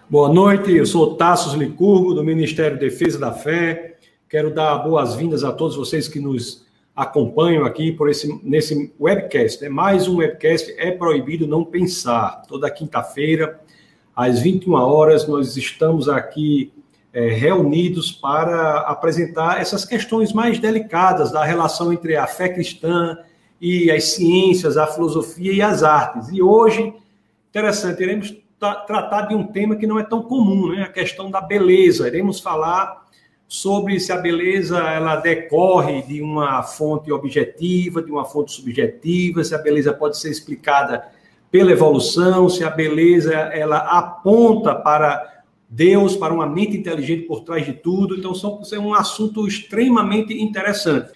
Boa noite, eu sou Tassos Licurgo, do Ministério da Defesa da Fé. Quero dar boas-vindas a todos vocês que nos acompanham aqui nesse webcast. É mais um webcast, É Proibido Não Pensar. Toda quinta-feira, às 21 horas, nós estamos aqui reunidos para apresentar essas questões mais delicadas da relação entre a fé cristã e as ciências, a filosofia e as artes. E hoje, interessante, iremos tratar de um tema que não é tão comum, né? A questão da beleza. Iremos falar sobre se a beleza ela decorre de uma fonte objetiva, de uma fonte subjetiva, se a beleza pode ser explicada pela evolução, se a beleza ela aponta para Deus, para uma mente inteligente por trás de tudo. Então, é um assunto extremamente interessante.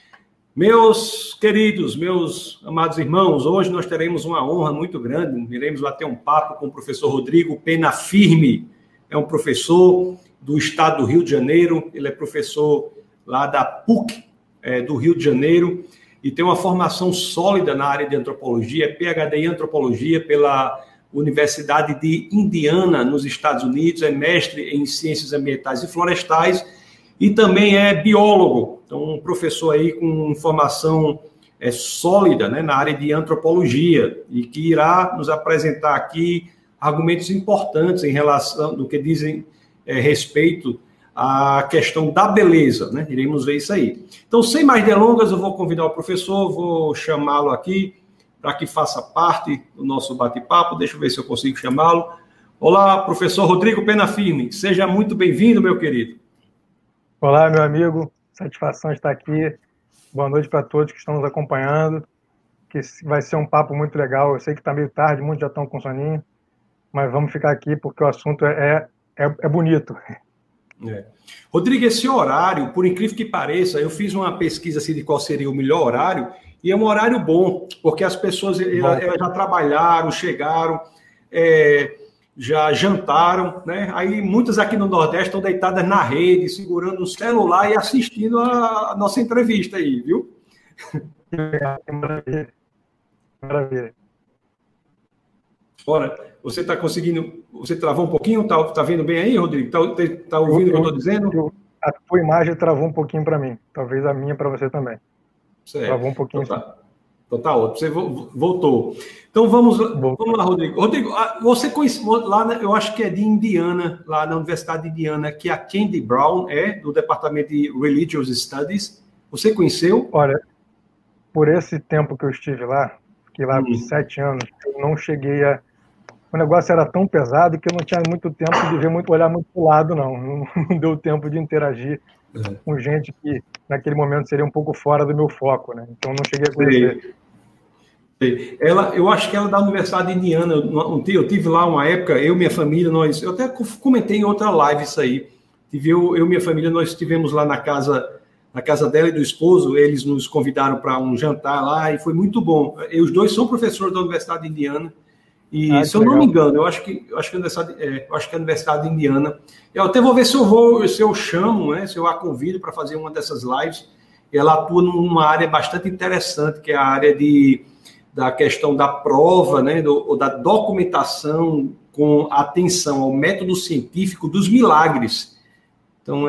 Meus queridos, meus amados irmãos, hoje nós teremos uma honra muito grande, iremos bater um papo com o professor Rodrigo Pena Firme, é um professor do estado do Rio de Janeiro, ele é professor lá da PUC do Rio de Janeiro e tem uma formação sólida na área de antropologia, é PhD em antropologia pela Universidade de Indiana, nos Estados Unidos, é mestre em ciências ambientais e florestais, e também é biólogo, então um professor aí com formação sólida, né, na área de antropologia e que irá nos apresentar aqui argumentos importantes em relação do que dizem respeito à questão da beleza, né? Iremos ver isso aí. Então, sem mais delongas, eu vou convidar o professor, vou chamá-lo aqui para que faça parte do nosso bate-papo. Deixa eu ver se eu consigo chamá-lo. Olá, professor Rodrigo Pena Firme, seja muito bem-vindo, meu querido. Olá, meu amigo, satisfação estar aqui. Boa noite para todos que estão nos acompanhando, que vai ser um papo muito legal. Eu sei que está meio tarde, muitos já estão com soninho, mas vamos ficar aqui porque o assunto é bonito. Rodrigo, esse horário, por incrível que pareça, eu fiz uma pesquisa assim, de qual seria o melhor horário, e é um horário bom, porque as pessoas elas já trabalharam, chegaram, já jantaram, né? Aí muitas aqui no Nordeste estão deitadas na rede, segurando o celular e assistindo a nossa entrevista aí, viu? Que maravilha. Maravilha. Ora, você está conseguindo... Você travou um pouquinho? Tá vendo bem aí, Rodrigo? Tá ouvindo o que eu estou dizendo? A tua imagem travou um pouquinho para mim. Talvez a minha para você também. Certo. Travou um pouquinho. Então tá ótimo, você voltou. Então vamos lá, Rodrigo. Rodrigo, você conhece lá, né, eu acho que é de Indiana, lá na Universidade de Indiana, que a Candy Brown do Departamento de Religious Studies. Você conheceu? Olha, por esse tempo que eu estive lá, fiquei lá 7 anos, eu não cheguei a... O negócio era tão pesado que eu não tinha muito tempo de olhar muito para o lado, não. Não deu tempo de interagir com gente que, naquele momento, seria um pouco fora do meu foco, né? Então, não cheguei a conhecer. Eu acho que ela é da Universidade de Indiana. Eu tive lá uma época, eu e minha família, eu até comentei em outra live isso aí. Eu e minha família, nós estivemos lá na casa dela e do esposo, eles nos convidaram para um jantar lá e foi muito bom. Os dois são professores da Universidade de Indiana. E, se eu não me engano, eu acho que a Universidade de Indiana. Eu até vou ver se eu chamo, né, se eu a convido para fazer uma dessas lives. Ela atua numa área bastante interessante, que é a área da questão da prova, né, ou da documentação com atenção ao método científico dos milagres. Então,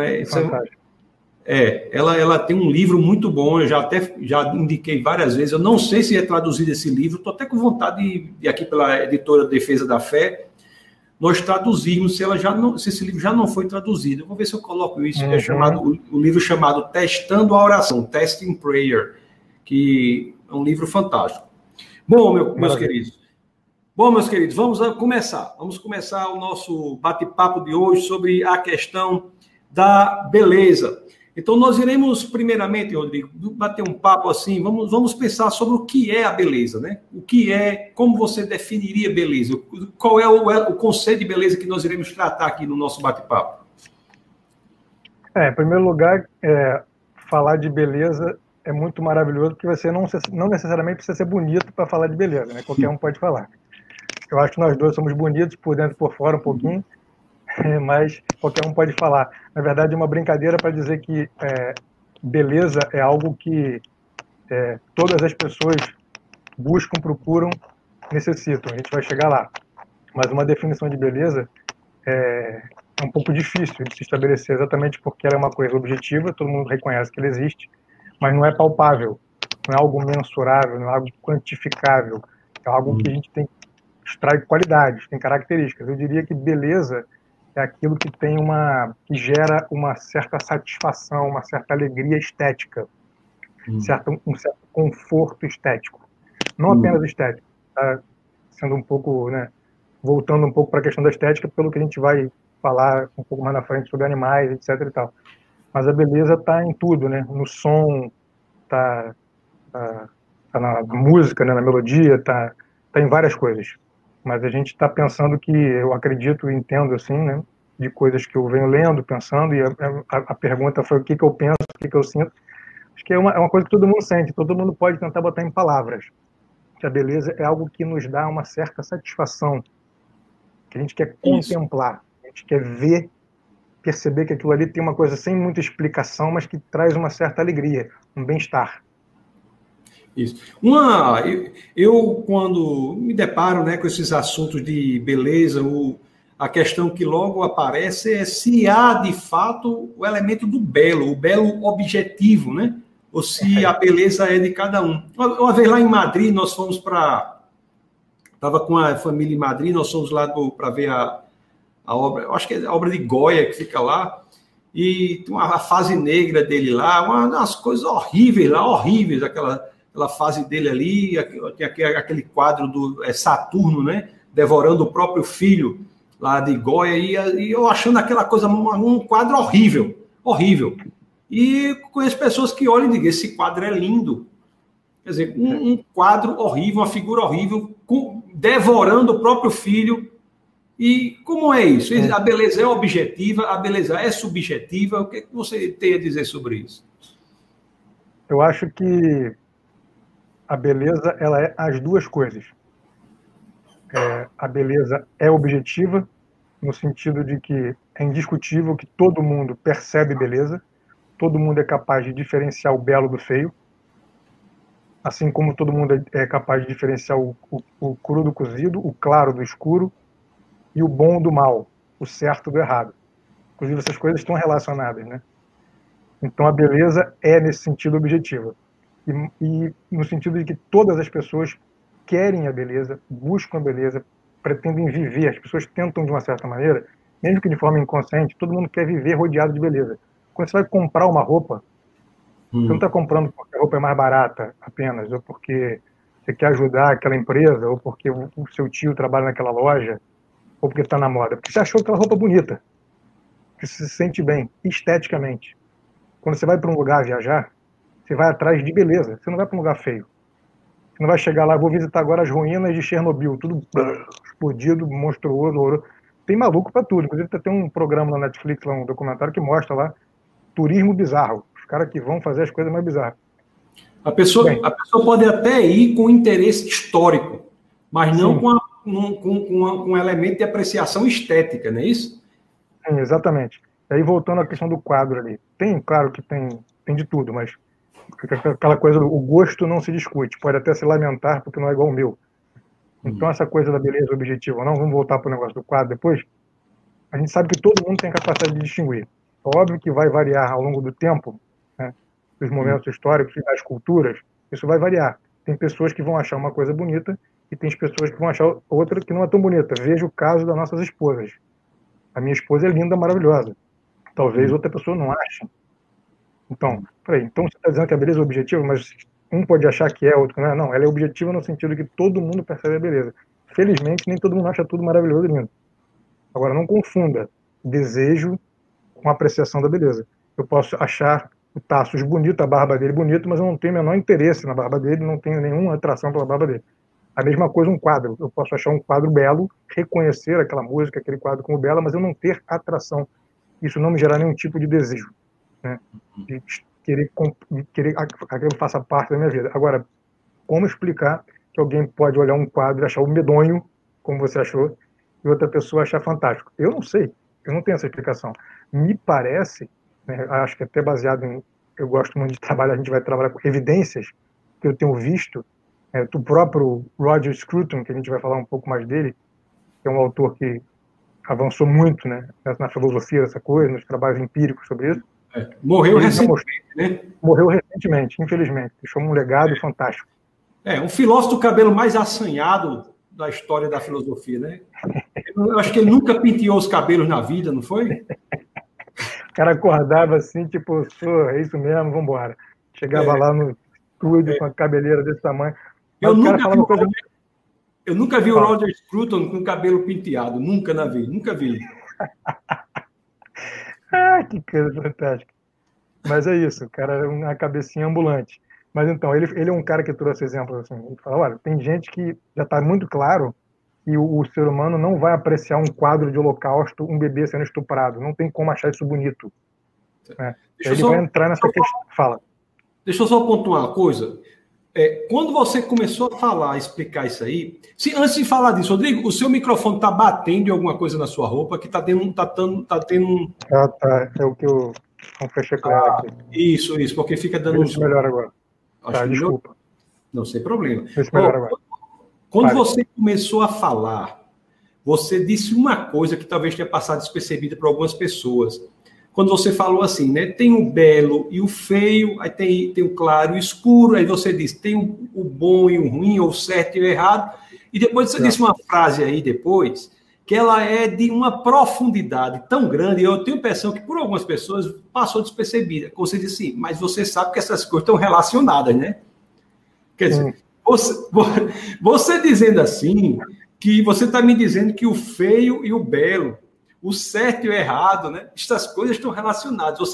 ela tem um livro muito bom, eu já indiquei várias vezes, eu não sei se é traduzido esse livro, estou até com vontade de aqui pela editora Defesa da Fé, nós traduzirmos, se esse livro já não foi traduzido. Eu vou ver se eu coloco isso, o livro chamado Testando a Oração, Testing Prayer, que é um livro fantástico. Bom, meus queridos, vamos começar o nosso bate-papo de hoje sobre a questão da beleza. Então, nós iremos, primeiramente, Rodrigo, bater um papo assim, vamos pensar sobre o que é a beleza, né? Como você definiria beleza? Qual é o conceito de beleza que nós iremos tratar aqui no nosso bate-papo? Em primeiro lugar, falar de beleza é muito maravilhoso, porque você não necessariamente precisa ser bonito para falar de beleza, né? Qualquer um pode falar. Eu acho que nós dois somos bonitos, por dentro e por fora um pouquinho, mas qualquer um pode falar. Na verdade, é uma brincadeira para dizer que beleza é algo que todas as pessoas buscam, procuram, necessitam. A gente vai chegar lá. Mas uma definição de beleza é um pouco difícil de se estabelecer, exatamente porque ela é uma coisa objetiva, todo mundo reconhece que ela existe, mas não é palpável, não é algo mensurável, não é algo quantificável, é algo que a gente tem extrai qualidades, tem características. Eu diria que beleza é aquilo que gera uma certa satisfação, uma certa alegria estética, um certo conforto estético, não apenas estético, tá? Sendo um pouco, né, voltando um pouco para a questão da estética, pelo que a gente vai falar um pouco mais na frente sobre animais, etc. e tal. Mas a beleza está em tudo, né? No som, tá na música, né? Na melodia, tá em várias coisas. Mas a gente está pensando que eu acredito e entendo assim, né? De coisas que eu venho lendo, pensando, e a pergunta foi o que eu penso, o que eu sinto. Acho que é uma coisa que todo mundo sente, todo mundo pode tentar botar em palavras. Que a beleza é algo que nos dá uma certa satisfação, que a gente quer contemplar, a gente quer ver, perceber que aquilo ali tem uma coisa sem muita explicação, mas que traz uma certa alegria, um bem-estar. Isso. Quando me deparo, né, com esses assuntos de beleza, a questão que logo aparece é se há, de fato, o elemento do belo, o belo objetivo, né? Ou se a beleza é de cada um. Uma vez lá em Madrid, nós fomos para... Estava com a família em Madrid, nós fomos lá para ver a obra, eu acho que é a obra de Goya, que fica lá, e a fase negra dele lá, uma das coisas horríveis lá, horríveis, aquela fase dele ali, aquele quadro do Saturno, né, devorando o próprio filho lá de Goya, e eu achando aquela coisa, um quadro horrível, horrível. E conheço pessoas que olham e dizem, esse quadro é lindo. Quer dizer, um quadro horrível, uma figura horrível, devorando o próprio filho. E como é isso? A beleza é objetiva, a beleza é subjetiva? O que você tem a dizer sobre isso? Eu acho que a beleza ela é as duas coisas. A beleza é objetiva, no sentido de que é indiscutível que todo mundo percebe beleza, todo mundo é capaz de diferenciar o belo do feio, assim como todo mundo é capaz de diferenciar o cru do cozido, o claro do escuro, e o bom do mal, o certo do errado. Inclusive, essas coisas estão relacionadas, né? Então, a beleza é nesse sentido objetiva. E no sentido de que todas as pessoas querem a beleza, buscam a beleza, pretendem viver. As pessoas tentam, de uma certa maneira, mesmo que de forma inconsciente, todo mundo quer viver rodeado de beleza. Quando você vai comprar uma roupa, você não está comprando porque a roupa é mais barata apenas, ou porque você quer ajudar aquela empresa, ou porque o seu tio trabalha naquela loja, ou porque está na moda. Porque você achou aquela roupa bonita, que você se sente bem, esteticamente. Quando você vai para um lugar viajar, você vai atrás de beleza. Você não vai para um lugar feio. Você não vai chegar lá, vou visitar agora as ruínas de Chernobyl, tudo explodido, monstruoso, horroroso. Tem maluco para tudo. Inclusive, tem um programa na Netflix, um documentário que mostra lá turismo bizarro. Os caras que vão fazer as coisas mais bizarras. A pessoa pode até ir com interesse histórico, mas não com um elemento de apreciação estética, não é isso? Sim, exatamente. E aí, voltando à questão do quadro ali. Claro que tem de tudo, mas aquela coisa, o gosto não se discute. Pode até se lamentar porque não é igual ao meu. Então, essa coisa da beleza objetiva, não, vamos voltar para o negócio do quadro depois. A gente sabe que todo mundo tem capacidade de distinguir. Óbvio que vai variar ao longo do tempo, né, dos momentos históricos e das culturas, isso vai variar. Tem pessoas que vão achar uma coisa bonita e tem pessoas que vão achar outra que não é tão bonita. Veja o caso das nossas esposas. A minha esposa é linda, maravilhosa. Talvez outra pessoa não ache. Então, peraí, então você está dizendo que a beleza é objetiva, mas um pode achar que é, outro não é. Não, ela é objetiva no sentido que todo mundo percebe a beleza. Felizmente, nem todo mundo acha tudo maravilhoso e lindo. Agora, não confunda desejo com apreciação da beleza. Eu posso achar o Tasos bonito, a barba dele bonito, mas eu não tenho o menor interesse na barba dele, não tenho nenhuma atração pela barba dele. A mesma coisa um quadro. Eu posso achar um quadro belo, reconhecer aquela música, aquele quadro como bela, mas eu não ter atração. Isso não me gerar nenhum tipo de desejo, né? De querer que aquilo faça parte da minha vida. Agora, como explicar que alguém pode olhar um quadro e achar o medonho, como você achou, e outra pessoa achar fantástico? Eu não sei, eu não tenho essa explicação. Me parece, né, acho que até baseado em... Eu gosto muito de trabalhar, a gente vai trabalhar com evidências que eu tenho visto, do próprio Roger Scruton, que a gente vai falar um pouco mais dele, que é um autor que avançou muito, né, na filosofia dessa coisa, nos trabalhos empíricos sobre isso. Morreu recentemente, né? Morreu recentemente, infelizmente. Deixou um legado fantástico. Um filósofo do cabelo mais assanhado da história da filosofia, né? Eu acho que ele nunca penteou os cabelos na vida, não foi? O cara acordava assim, tipo, é isso mesmo, vamos embora. Chegava lá no estúdio com a cabeleira desse tamanho. Mas o cara falava coisa... Eu nunca vi o Roger Scruton com o cabelo penteado, nunca vi. Que coisa fantástica. Mas é isso, o cara era uma cabecinha ambulante. Mas então, ele é um cara que trouxe exemplos assim. Ele fala, olha, tem gente que já está muito claro que o ser humano não vai apreciar um quadro de holocausto, um bebê sendo estuprado. Não tem como achar isso bonito. Né? Ele vai entrar nessa questão. Fala. Deixa eu só pontuar uma coisa. Quando você começou a falar, explicar isso aí, antes de falar disso, Rodrigo, o seu microfone está batendo em alguma coisa na sua roupa que está tendo um... tá. É o que eu... Vamos fechar claro aqui. Isso, porque fica dando... Isso melhor agora. Tá, desculpa. Não, sem problema. Isso melhor agora. Quando você começou a falar, você disse uma coisa que talvez tenha passado despercebida para algumas pessoas. Quando você falou assim, né? Tem o belo e o feio, aí tem o claro e o escuro, aí você disse, tem o bom e o ruim, ou o certo e o errado, e depois você disse uma frase aí depois, que ela é de uma profundidade tão grande, e eu tenho a impressão que por algumas pessoas passou despercebida. Você disse assim, mas você sabe que essas coisas estão relacionadas, né? Quer dizer, você dizendo assim, que você está me dizendo que o feio e o belo, o certo e o errado, né? Essas coisas estão relacionadas. Você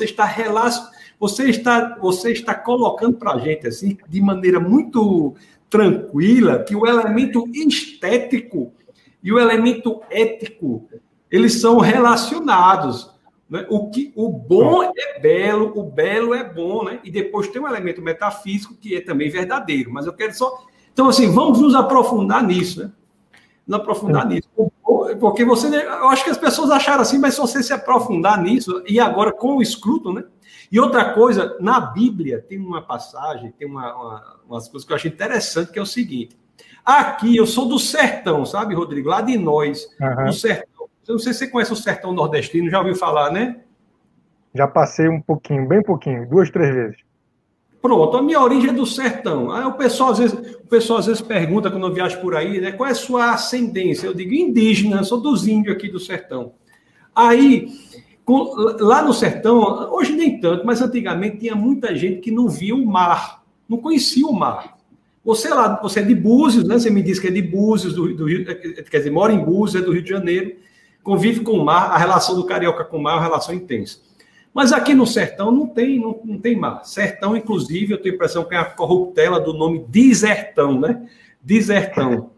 está colocando para a gente assim, de maneira muito tranquila, que o elemento estético e o elemento ético, eles são relacionados. Né? O bom é belo, o belo é bom, né? E depois tem um elemento metafísico que é também verdadeiro. Mas eu quero só... Então, assim, vamos nos aprofundar nisso, né? Nisso. Porque eu acho que as pessoas acharam assim, mas se você se aprofundar nisso, e agora com o Scruton, né? E outra coisa, na Bíblia tem uma passagem, tem umas coisas que eu acho interessante, que é o seguinte. Aqui, eu sou do sertão, sabe, Rodrigo? Lá de nós, do sertão. Eu não sei se você conhece o sertão nordestino, já ouviu falar, né? Já passei um pouquinho, bem pouquinho, 2, 3 vezes. Pronto, a minha origem é do sertão. Aí o pessoal às vezes pergunta, quando eu viajo por aí, né, qual é a sua ascendência? Eu digo indígena, sou dos índios aqui do sertão. Aí, lá no sertão, hoje nem tanto, mas antigamente tinha muita gente que não via o mar, não conhecia o mar. Você é de Búzios, né? Você me disse que é de Búzios, do Rio, quer dizer, mora em Búzios, é do Rio de Janeiro, convive com o mar, a relação do carioca com o mar é uma relação intensa. Mas aqui no sertão não tem mar. Sertão, inclusive, eu tenho a impressão que é a corruptela do nome desertão, né? Desertão.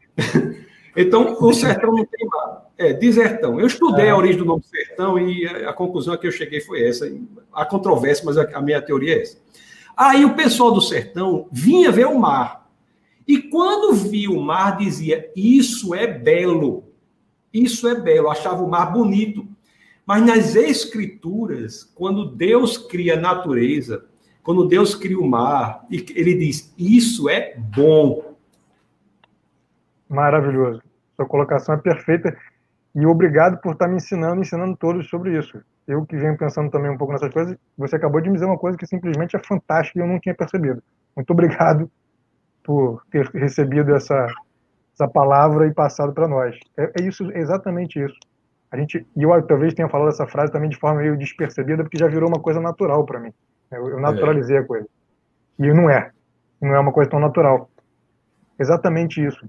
Então, o sertão não tem mar. Desertão. Eu estudei a origem do nome sertão e a conclusão a que eu cheguei foi essa. Há controvérsia, mas a minha teoria é essa. Aí o pessoal do sertão vinha ver o mar. E quando via o mar, dizia, isso é belo. Isso é belo. Achava o mar bonito. Mas nas escrituras, quando Deus cria a natureza, quando Deus cria o mar, ele diz, isso é bom. Maravilhoso. Sua colocação é perfeita e obrigado por estar me ensinando todos sobre isso. Eu que venho pensando também um pouco nessas coisas, você acabou de me dizer uma coisa que simplesmente é fantástica e eu não tinha percebido. Muito obrigado por ter recebido essa palavra e passado para nós. É isso, é exatamente isso. E eu talvez tenha falado essa frase também de forma meio despercebida, porque já virou uma coisa natural para mim. Eu naturalizei a coisa. E não é uma coisa tão natural. Exatamente isso.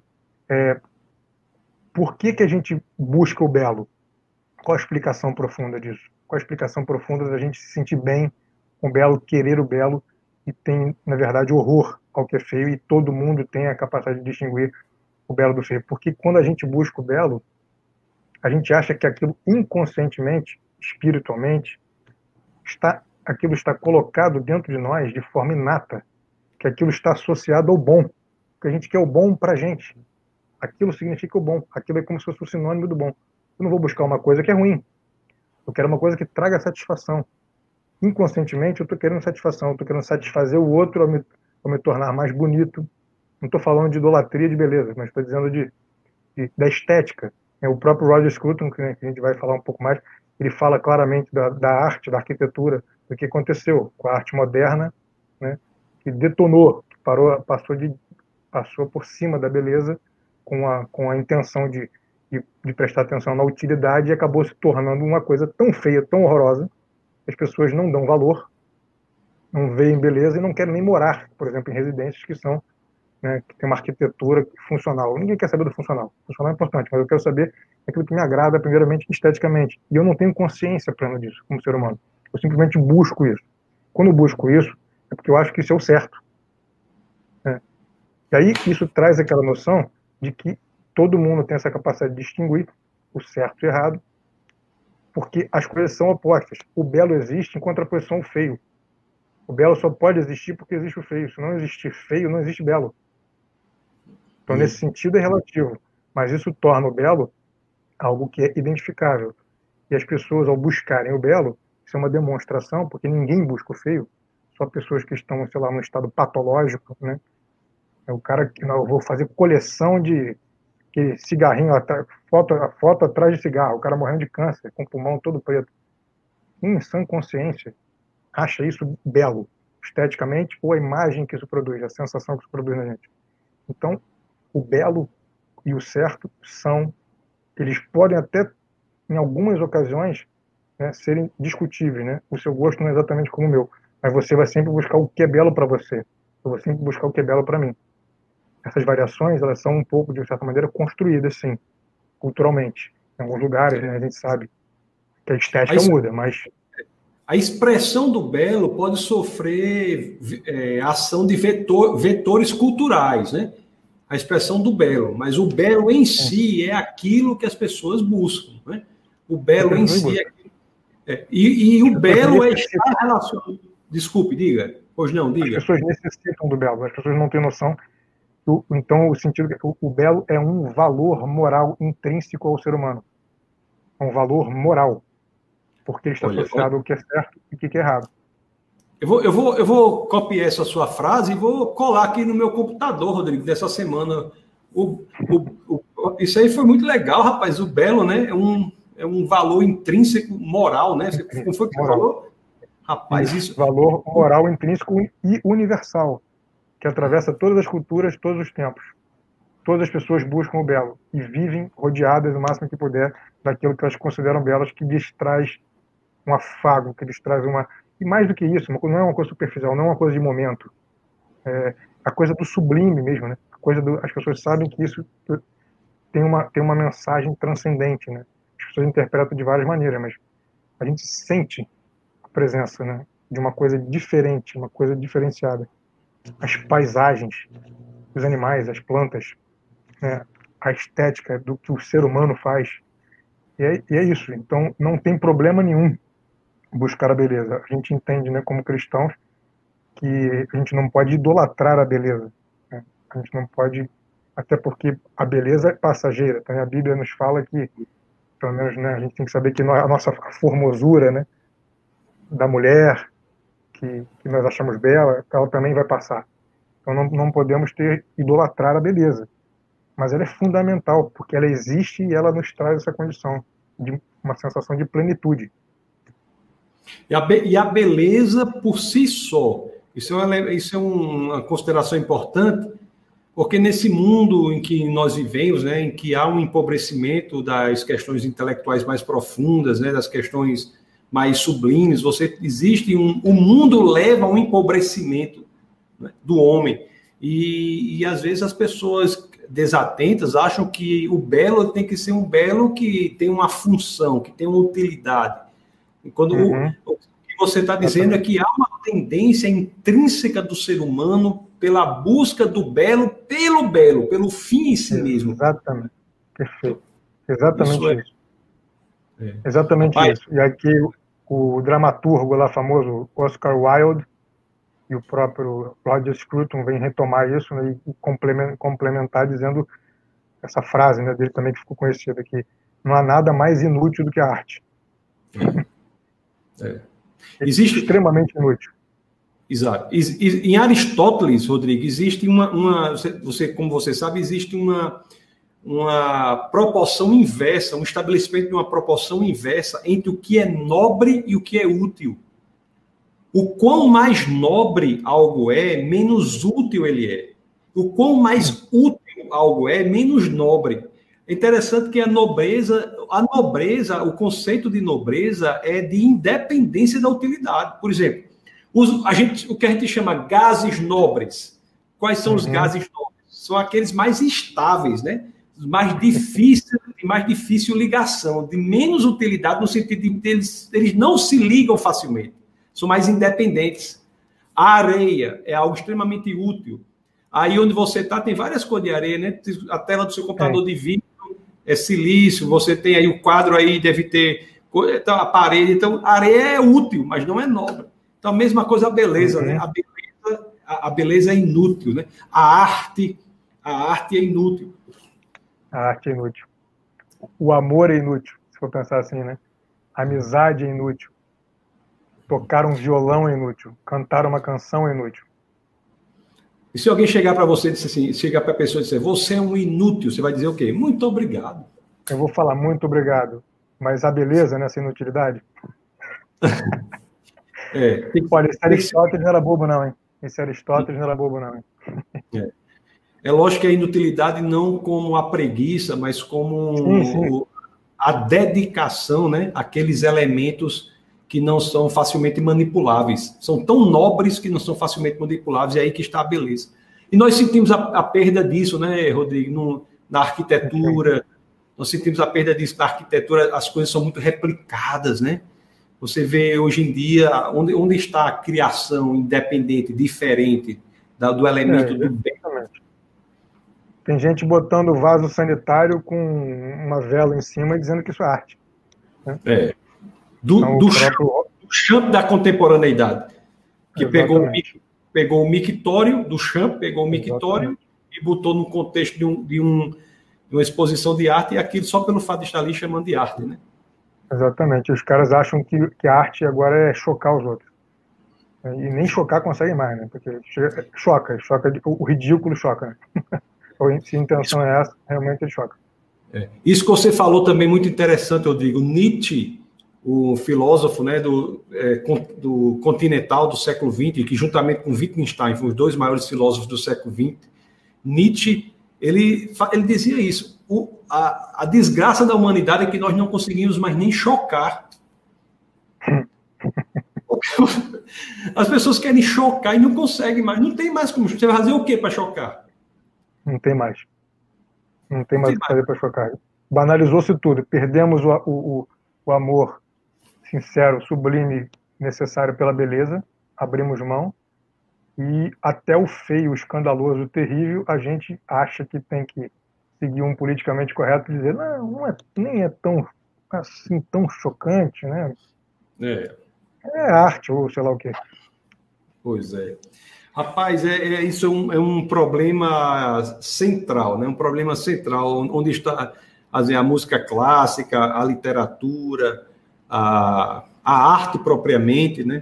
Por que a gente busca o belo? Qual a explicação profunda disso? Qual a explicação profunda da gente se sentir bem com o belo, querer o belo, e tem, na verdade, horror ao que é feio, e todo mundo tem a capacidade de distinguir o belo do feio? Porque quando a gente busca o belo, a gente acha que aquilo inconscientemente, espiritualmente, aquilo está colocado dentro de nós de forma inata, que aquilo está associado ao bom, que a gente quer o bom para a gente. Aquilo significa o bom, aquilo é como se fosse o sinônimo do bom. Eu não vou buscar uma coisa que é ruim, eu quero uma coisa que traga satisfação. Inconscientemente eu estou querendo satisfação, eu estou querendo satisfazer o outro ao me tornar mais bonito. Não estou falando de idolatria de beleza, mas estou dizendo da estética. O próprio Roger Scruton, que a gente vai falar um pouco mais, ele fala claramente da arte, da arquitetura, do que aconteceu com a arte moderna, né, que detonou, que passou por cima da beleza com a intenção de prestar atenção na utilidade e acabou se tornando uma coisa tão feia, tão horrorosa, que as pessoas não dão valor, não veem beleza e não querem nem morar, por exemplo, em residências que são, né, que tem uma arquitetura funcional. Ninguém quer saber do funcional. O funcional é importante, mas eu quero saber aquilo que me agrada, primeiramente, esteticamente. E eu não tenho consciência plena disso, como ser humano. Eu simplesmente busco isso. Quando eu busco isso, é porque eu acho que isso é o certo. Né? E aí, isso traz aquela noção de que todo mundo tem essa capacidade de distinguir o certo e o errado, porque as coisas são opostas. O belo existe em contraposição ao feio. O belo só pode existir porque existe o feio. Se não existir feio, não existe belo. Então, nesse sentido, é relativo. Mas isso torna o belo algo que é identificável. E as pessoas, ao buscarem o belo, isso é uma demonstração, porque ninguém busca o feio, só pessoas que estão, sei lá, num estado patológico, né? É o cara que eu vou fazer coleção de cigarrinho, foto atrás de cigarro, o cara morrendo de câncer, com o pulmão todo preto. Em sã consciência, acha isso belo, esteticamente, ou a imagem que isso produz, a sensação que isso produz na gente. Então, o belo e o certo eles podem até, em algumas ocasiões, né, serem discutíveis, né? O seu gosto não é exatamente como o meu, mas você vai sempre buscar o que é belo para você. Eu vou sempre buscar o que é belo para mim. Essas variações, elas são um pouco, de certa maneira, construídas, sim, culturalmente. Em alguns lugares, né, a gente sabe que a estética muda, mas... A expressão do belo pode sofrer ação de vetores culturais, né? A expressão do belo, mas o belo em si é aquilo que as pessoas buscam, né? O belo em si e o belo é estar relacionado... Desculpe, diga. Pois não, diga. As pessoas necessitam do belo, as pessoas não têm noção. Então, o sentido o belo é um valor moral intrínseco ao ser humano. É um valor moral, porque ele está associado ao que é certo e o que é errado. Eu vou copiar essa sua frase e vou colar aqui no meu computador, Rodrigo, dessa semana. Isso aí foi muito legal, rapaz. O belo, né? É um valor intrínseco moral, né? Como foi que você falou? Rapaz, isso... Valor moral intrínseco e universal, que atravessa todas as culturas, todos os tempos. Todas as pessoas buscam o belo e vivem rodeadas o máximo que puder daquilo que elas consideram belas, que lhes traz um afago, que lhes traz uma... E mais do que isso, não é uma coisa superficial, não é uma coisa de momento. É a coisa do sublime mesmo, né? As pessoas sabem que isso tem uma mensagem transcendente, né? As pessoas interpretam de várias maneiras, mas a gente sente a presença, né, de uma coisa diferente, uma coisa diferenciada. As paisagens, os animais, as plantas, né, a estética do que o ser humano faz. E é isso. Então, não tem problema nenhum buscar a beleza. A gente entende, né, como cristãos, que a gente não pode idolatrar a beleza. Né? A gente não pode, até porque a beleza é passageira. Então, a Bíblia nos fala que, pelo menos, né, a gente tem que saber que a nossa formosura, né, da mulher, que nós achamos bela, ela também vai passar. Então, não podemos idolatrar a beleza. Mas ela é fundamental, porque ela existe e ela nos traz essa condição de uma sensação de plenitude. E a beleza por si só, isso é uma consideração importante, porque nesse mundo em que nós vivemos, né, em que há um empobrecimento das questões intelectuais mais profundas, né, das questões mais sublimes, o mundo leva a um empobrecimento, né, do homem. E às vezes as pessoas desatentas acham que o belo tem que ser um belo que tem uma função, que tem uma utilidade. E quando o que você está dizendo é que há uma tendência intrínseca do ser humano pela busca do belo, pelo fim em si mesmo. Exatamente. Perfeito. Exatamente isso. Exatamente isso. E aqui o dramaturgo lá famoso, Oscar Wilde, e o próprio Roger Scruton vem retomar isso, né, e complementar dizendo essa frase, né, dele também que ficou conhecida aqui: não há nada mais inútil do que a arte. Existe extremamente inútil. Exato. Em Aristóteles, Rodrigo, existe como você sabe, existe uma proporção inversa, um estabelecimento de uma proporção inversa entre o que é nobre e o que é útil. O quão mais nobre algo é, menos útil ele é. O quão mais útil algo é, menos nobre. É interessante que a nobreza, o conceito de nobreza é de independência da utilidade. Por exemplo, o que a gente chama gases nobres. Quais são os gases nobres? São aqueles mais estáveis, né? Mais difíceis, de mais difícil ligação, de menos utilidade, no sentido de que eles não se ligam facilmente. São mais independentes. A areia é algo extremamente útil. Aí onde você está, tem várias cores de areia, né? A tela do seu computador de vídeo é silício, você tem aí o quadro aí, deve ter a parede. Então, a areia é útil, mas não é nobre. Então, a mesma coisa a beleza, né? A beleza é inútil, né? A arte é inútil. A arte é inútil. O amor é inútil, se for pensar assim, né? A amizade é inútil. Tocar um violão é inútil. Cantar uma canção é inútil. E se alguém chegar para você e disser assim, chegar para a pessoa e dizer, você é um inútil, você vai dizer o quê? Muito obrigado. Eu vou falar muito obrigado. Mas a beleza nessa inutilidade? Olha, esse Aristóteles não era bobo não, hein? Esse Aristóteles não era bobo não, hein? É lógico que a inutilidade não como a preguiça, mas como a dedicação, né? Aqueles elementos que não são facilmente manipuláveis. São tão nobres que não são facilmente manipuláveis, é aí que está a beleza. E nós sentimos a perda disso, né, Rodrigo? Na arquitetura, nós sentimos a perda disso na arquitetura, as coisas são muito replicadas, né? Você vê hoje em dia onde está a criação independente, diferente do elemento do bem. Tem gente botando vaso sanitário com uma vela em cima e dizendo que isso é arte. Né? Do champ da contemporaneidade, que pegou o mictório do champ, pegou o mictório e botou no contexto de uma exposição de arte, e aquilo só pelo fato de estar ali chamando de arte, né? Exatamente. Os caras acham que a arte agora é chocar os outros. E nem chocar consegue mais, né? Porque choca, o ridículo choca, né? Se a intenção é essa, realmente ele choca. Isso que você falou também muito interessante, Rodrigo. Nietzsche, o filósofo, né, do continental do século XX, que juntamente com Wittgenstein foram os dois maiores filósofos do século XX, Nietzsche, ele dizia isso. A desgraça da humanidade é que nós não conseguimos mais nem chocar. As pessoas querem chocar e não conseguem mais. Não tem mais como. Você vai fazer o quê para chocar? Não tem mais. Não tem mais o que fazer para chocar. Banalizou-se tudo. Perdemos o amor sincero, sublime, necessário pela beleza. Abrimos mão. E até o feio, o escandaloso, o terrível, a gente acha que tem que seguir um politicamente correto e dizer nem é tão assim, tão chocante, né? É arte, ou sei lá o quê. Pois é. Rapaz, isso é um problema central, né? Um problema central, onde está a música clássica, a literatura, a arte propriamente, né?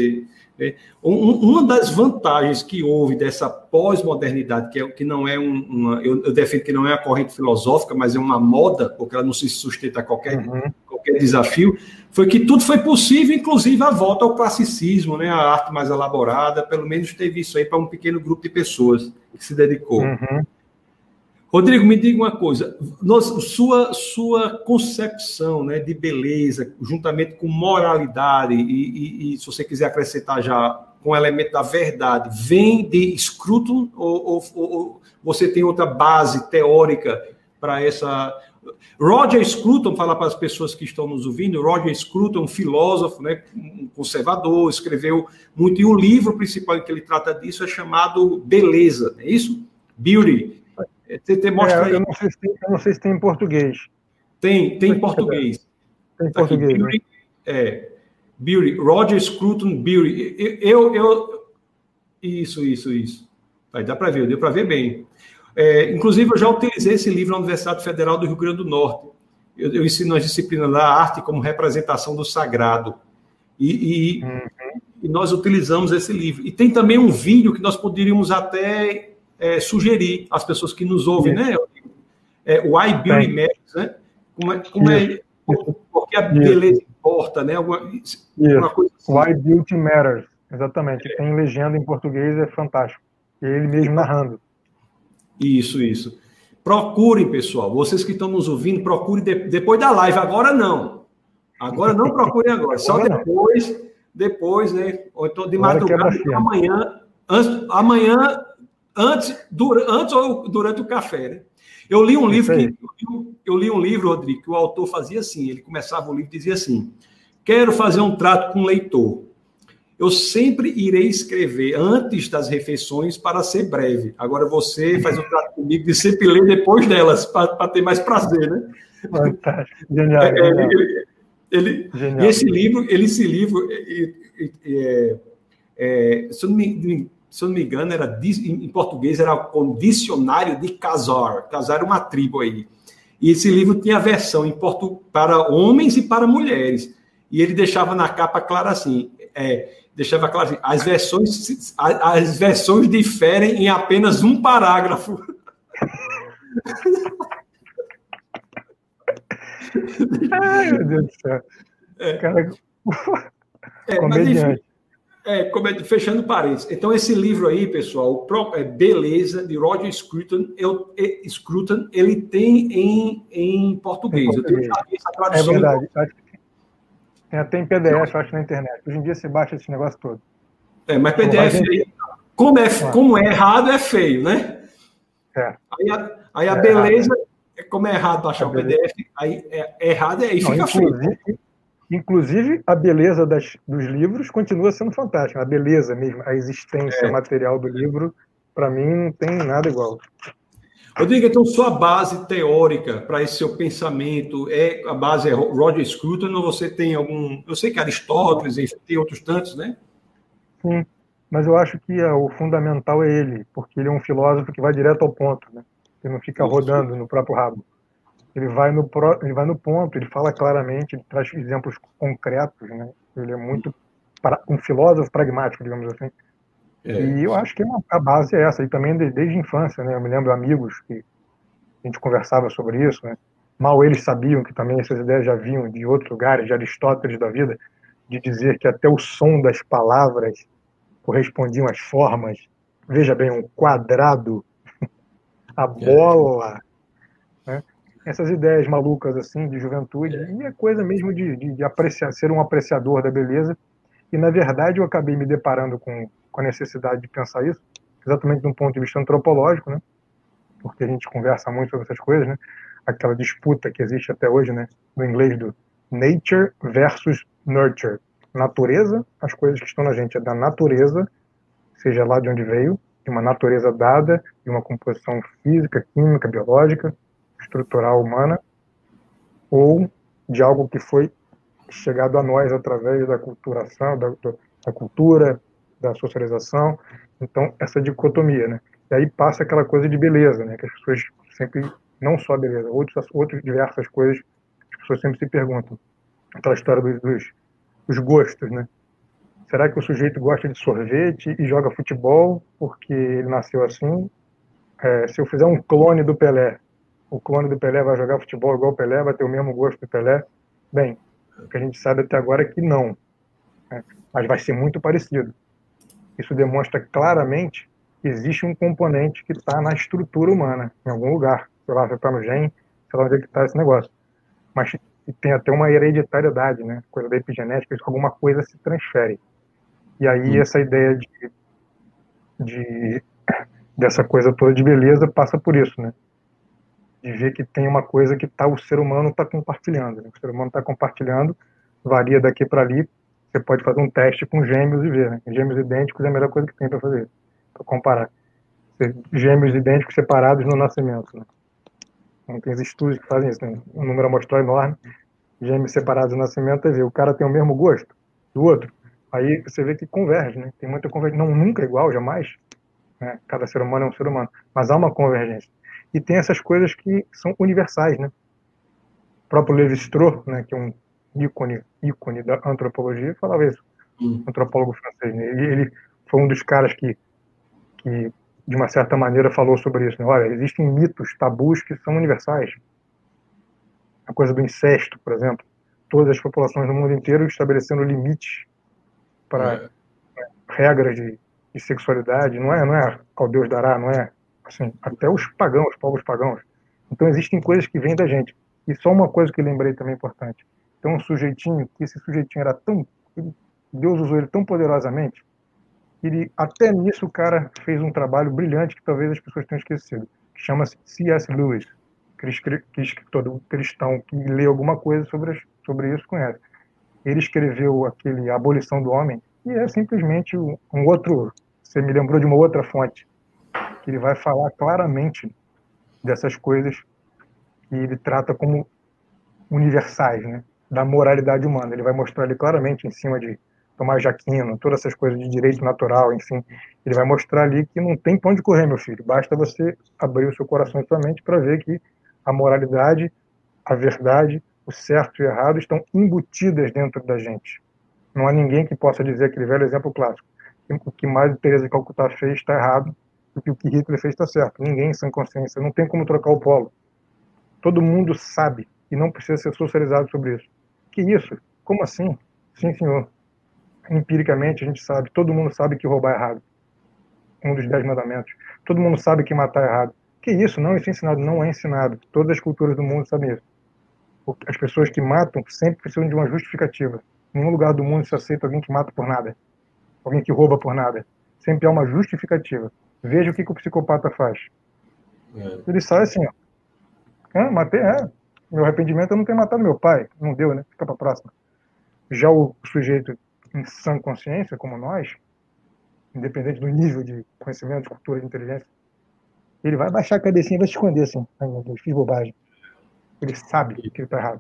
Uma das vantagens que houve dessa pós-modernidade, que não é eu defendo que não é a corrente filosófica, mas é uma moda, porque ela não se sustenta a qualquer desafio, foi que tudo foi possível, inclusive a volta ao classicismo, né? A arte mais elaborada, pelo menos teve isso aí para um pequeno grupo de pessoas que se dedicou. Rodrigo, me diga uma coisa, sua concepção, né, de beleza, juntamente com moralidade, e se você quiser acrescentar já com o elemento da verdade, vem de Scruton ou você tem outra base teórica para essa... Roger Scruton, falar para as pessoas que estão nos ouvindo, Roger Scruton, um filósofo, né, um conservador, escreveu muito, e o livro principal que ele trata disso é chamado Beleza, não é isso? Beauty. Mostra aí. Eu não sei se tem em português. Tem em português. Tem em português, Beauty, né? Beauty, Roger Scruton Beauty. Isso. Aí dá para ver, deu para ver bem. Inclusive, eu já utilizei esse livro na Universidade Federal do Rio Grande do Norte. Eu ensino as disciplinas da arte como representação do sagrado. E nós utilizamos esse livro. E tem também um vídeo que nós poderíamos até sugerir às pessoas que nos ouvem, né? Why Beauty Matters, né? Porque a beleza importa, né? Uma coisa assim. Why Beauty Matters, exatamente. Tem legenda em português, é fantástico. E ele mesmo narrando. Isso. Procurem, pessoal. Vocês que estão nos ouvindo, procurem depois da live. Agora não. Agora não procurem agora. Só depois, né? Ou então de madrugada, amanhã, antes ou durante o café, né? Eu li um livro, Rodrigo, que o autor fazia assim. Ele começava o livro e dizia assim: quero fazer um trato com o leitor. Eu sempre irei escrever antes das refeições para ser breve. Agora você faz um trato comigo de sempre ler depois delas, para ter mais prazer, né? Fantástico. Genial. Genial. E esse livro, se eu não me engano, em português era com Dicionário de Khazar. Khazar é uma tribo aí. E esse livro tinha a versão para homens e para mulheres. E ele deixava na capa claro assim, as versões diferem em apenas um parágrafo. Ai, meu Deus do céu. Cara, comediante. Fechando parênteses. Então, esse livro aí, pessoal, Beleza, de Roger Scruton, ele tem em português. Eu tenho essa tradução. É verdade. Tem até em PDF, acho, na internet. Hoje em dia você baixa esse negócio todo. Mas PDF, como é errado, é feio, né? Aí a beleza, como é errado baixar o PDF, aí errado aí fica feio. Inclusive, a beleza dos livros continua sendo fantástica. A beleza mesmo, a existência material do livro, para mim, não tem nada igual. Rodrigo, então sua base teórica para esse seu pensamento a base é Roger Scruton ou você tem algum... Eu sei que Aristóteles, enfim, tem outros tantos, né? Sim, mas eu acho que o fundamental é ele, porque ele é um filósofo que vai direto ao ponto, né? Ele não fica rodando no próprio rabo. Ele vai no ponto, ele fala claramente, ele traz exemplos concretos, né? Ele é muito um filósofo pragmático, digamos assim. E eu acho que a base é essa, e também desde a infância, né? Eu me lembro de amigos que a gente conversava sobre isso, né? Mal eles sabiam que também essas ideias já vinham de outros lugares, de Aristóteles da vida, de dizer que até o som das palavras correspondiam às formas. Veja bem, um quadrado, a bola, né? Essas ideias malucas assim de juventude, e é coisa mesmo de apreciar, ser um apreciador da beleza. E na verdade eu acabei me deparando com a necessidade de pensar isso, exatamente de um ponto de vista antropológico, né? Porque a gente conversa muito sobre essas coisas, né? Aquela disputa que existe até hoje, né? No inglês do nature versus nurture. Natureza, as coisas que estão na gente é da natureza, seja lá de onde veio, de uma natureza dada, de uma composição física, química, biológica, estrutural humana, ou de algo que foi chegado a nós através da culturação, da cultura, da socialização. Então, essa dicotomia, né? E aí passa aquela coisa de beleza, né? Que as pessoas sempre, não só beleza, outras diversas coisas que as pessoas sempre se perguntam. Aquela história dos gostos, né? Será que o sujeito gosta de sorvete e joga futebol porque ele nasceu assim? Se eu fizer um clone do Pelé, o clone do Pelé vai jogar futebol igual o Pelé, vai ter o mesmo gosto do Pelé? Bem, o que a gente sabe até agora é que não, né? Mas vai ser muito parecido. Isso demonstra claramente que existe um componente que está na estrutura humana, em algum lugar. Sei lá, se está no gene, sei lá onde é que está esse negócio. Mas tem até uma hereditariedade, né? Coisa da epigenética, alguma coisa se transfere. E aí essa ideia dessa coisa toda de beleza passa por isso, né? De ver que tem uma coisa que o ser humano está compartilhando, né? O ser humano está compartilhando, varia daqui para ali. Você pode fazer um teste com gêmeos e ver, né? Gêmeos idênticos é a melhor coisa que tem para fazer, para comparar. Gêmeos idênticos separados no nascimento, né? Então, tem estudos que fazem isso, né? Um número amostral enorme, gêmeos separados no nascimento, é ver, o cara tem o mesmo gosto do outro. Aí você vê que converge, né? Tem muita convergência, não nunca é igual, jamais, né? Cada ser humano é um ser humano, mas há uma convergência. E tem essas coisas que são universais, né? O próprio Lévi-Strauss, né, que é um ícone da antropologia, falava isso, antropólogo francês, né? Ele foi um dos caras que de uma certa maneira, falou sobre isso. Né? Olha, existem mitos, tabus que são universais. A coisa do incesto, por exemplo. Todas as populações do mundo inteiro estabelecendo limites para regras de sexualidade. Não é ao Deus dará, não é assim, até os pagãos, os povos pagãos. Então existem coisas que vêm da gente. E só uma coisa que eu lembrei também importante. Tem um sujeitinho, que esse sujeitinho era tão... Deus usou ele tão poderosamente, que ele, até nisso o cara fez um trabalho brilhante que talvez as pessoas tenham esquecido, que chama-se C.S. Lewis, que escritor cristão que lê alguma coisa sobre isso conhece. Ele escreveu aquele A Abolição do Homem, e é simplesmente um outro... Você me lembrou de uma outra fonte, que ele vai falar claramente dessas coisas que ele trata como universais, né? Da moralidade humana. Ele vai mostrar ali claramente em cima de Tomás de Aquino, todas essas coisas de direito natural, enfim. Ele vai mostrar ali que não tem pra onde correr, meu filho. Basta você abrir o seu coração e sua mente para ver que a moralidade, a verdade, o certo e o errado estão embutidas dentro da gente. Não há ninguém que possa dizer aquele velho exemplo clássico. O que Madre Teresa de Calcutá fez está errado, e o que Hitler fez está certo. Ninguém sem consciência. Não tem como trocar o polo. Todo mundo sabe e não precisa ser socializado sobre isso. Que isso? Como assim? Sim, senhor. Empiricamente a gente sabe. Todo mundo sabe que roubar é errado. Um dos 10 mandamentos. Todo mundo sabe que matar é errado. Que isso? Não, isso é ensinado. Não é ensinado. Todas as culturas do mundo sabem isso. As pessoas que matam sempre precisam de uma justificativa. Em nenhum lugar do mundo se aceita alguém que mata por nada. Alguém que rouba por nada. Sempre há uma justificativa. Veja o que o psicopata faz. Ele sai assim, ó. Matei, meu arrependimento é não ter matado meu pai. Não deu, né? Fica pra próxima. Já o sujeito em sã consciência, como nós, independente do nível de conhecimento, de cultura, de inteligência, ele vai baixar a cabecinha e vai se esconder assim. Ai, meu Deus, fiz bobagem. Ele sabe que ele tá errado.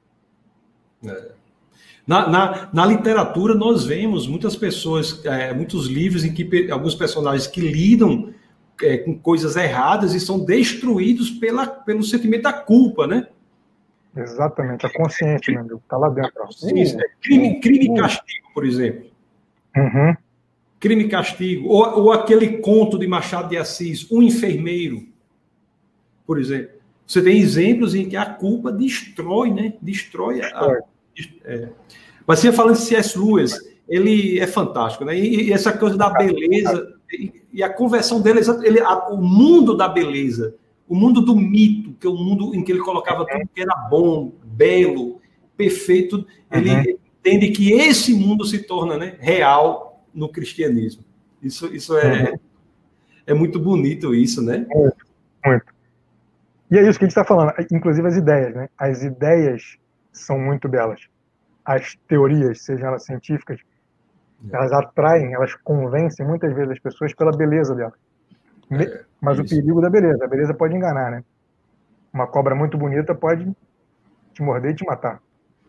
Na literatura, nós vemos muitas pessoas, muitos livros em que alguns personagens que lidam com coisas erradas e são destruídos pelo sentimento da culpa, né? Exatamente, a consciência, meu amigo, tá lá dentro. Crime e castigo, por exemplo. Uhum. Crime e castigo. Ou aquele conto de Machado de Assis, O Enfermeiro, por exemplo. Você tem exemplos em que a culpa destrói, né? Destrói. Mas você falando de C.S. Lewis, ele é fantástico, né? E essa coisa da beleza, e a conversão dele, o mundo da beleza, o mundo do mito, que é o mundo em que ele colocava tudo que era bom, belo, perfeito, ele entende que esse mundo se torna, né, real no cristianismo. Isso é muito bonito, isso, né? Muito. E é isso que a gente está falando, inclusive as ideias, né? As ideias são muito belas. As teorias, sejam elas científicas, elas atraem, elas convencem muitas vezes as pessoas pela beleza delas. Mas o perigo da beleza, a beleza pode enganar, né? Uma cobra muito bonita pode te morder e te matar.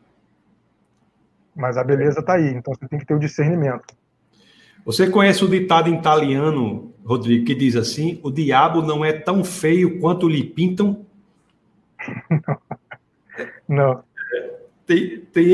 Mas a beleza está aí, então você tem que ter o discernimento. Você conhece o ditado em italiano, Rodrigo, que diz assim: o diabo não é tão feio quanto lhe pintam? Não. Tem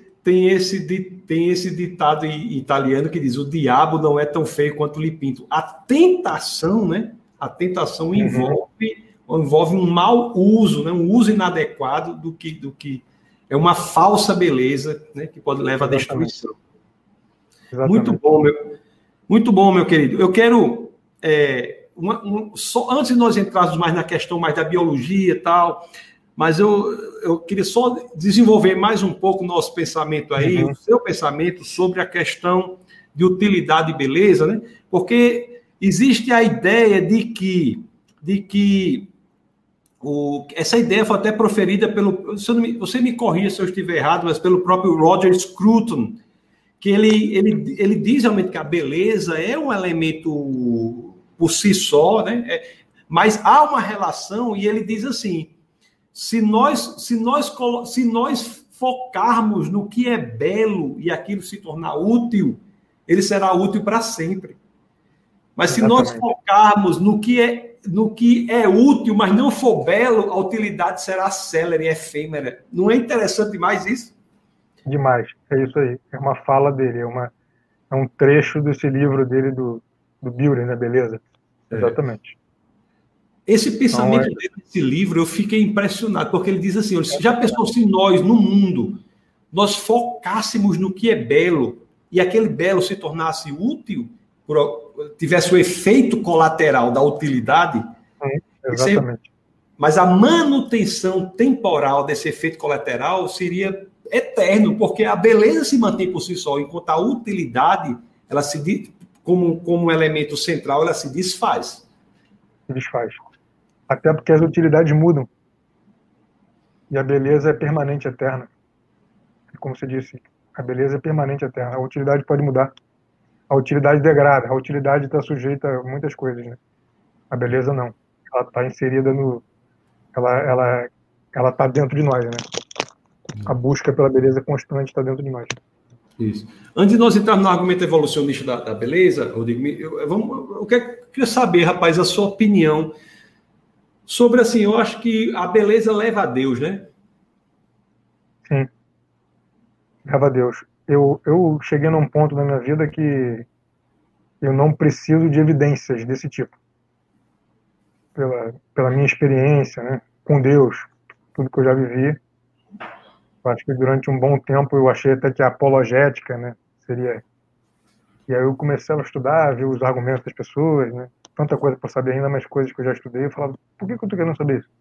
esse ditado em italiano que diz: o diabo não é tão feio quanto lhe pintam. A tentação, né? A tentação envolve um mau uso, né? Um uso inadequado do que é uma falsa beleza, né? Que pode levar à destruição. Exatamente. Muito bom, meu querido. Eu quero só antes de nós entrarmos mais na questão mais da biologia e tal, mas eu queria só desenvolver mais um pouco o nosso pensamento aí, o seu pensamento sobre a questão de utilidade e beleza, né? Porque existe a ideia de que essa ideia foi até proferida pelo... Você me corrija se eu estiver errado, mas pelo próprio Roger Scruton, que ele diz realmente que a beleza é um elemento por si só, né? Mas há uma relação, e ele diz assim: se nós focarmos no que é belo e aquilo se tornar útil, ele será útil para sempre. Mas se nós focarmos no que é útil, mas não for belo, a utilidade será célere, efêmera. Não é interessante demais isso? Demais, é isso aí. É uma fala dele, é um trecho desse livro dele do Building, né, beleza? Exatamente. Esse pensamento desse livro, eu fiquei impressionado, porque ele diz assim, já pensou se nós, no mundo, nós focássemos no que é belo, e aquele belo se tornasse útil, tivesse o efeito colateral da utilidade? Exatamente. Mas a manutenção temporal desse efeito colateral seria eterno, porque a beleza se mantém por si só, enquanto a utilidade, ela como um elemento central, ela se desfaz. Se desfaz. Até porque as utilidades mudam. E a beleza é permanente, eterna. Como você disse, a beleza é permanente, eterna. A utilidade pode mudar. A utilidade degrada. A utilidade está sujeita a muitas coisas, né? A beleza não. Ela está inserida no... Ela está dentro de nós, né? A busca pela beleza constante está dentro de nós. Isso. Antes de nós entrarmos no argumento evolucionista da beleza, Rodrigo, eu queria saber, rapaz, a sua opinião sobre, assim, eu acho que a beleza leva a Deus, né? Sim. Leva a Deus. Eu cheguei num ponto na minha vida que eu não preciso de evidências desse tipo. Pela minha experiência, né, com Deus, tudo que eu já vivi. Eu acho que durante um bom tempo eu achei até que a apologética, né, seria... E aí eu comecei a estudar, ver os argumentos das pessoas, né, tanta coisa para saber, ainda mais coisas que eu já estudei. Eu falava, por que eu estou querendo saber isso?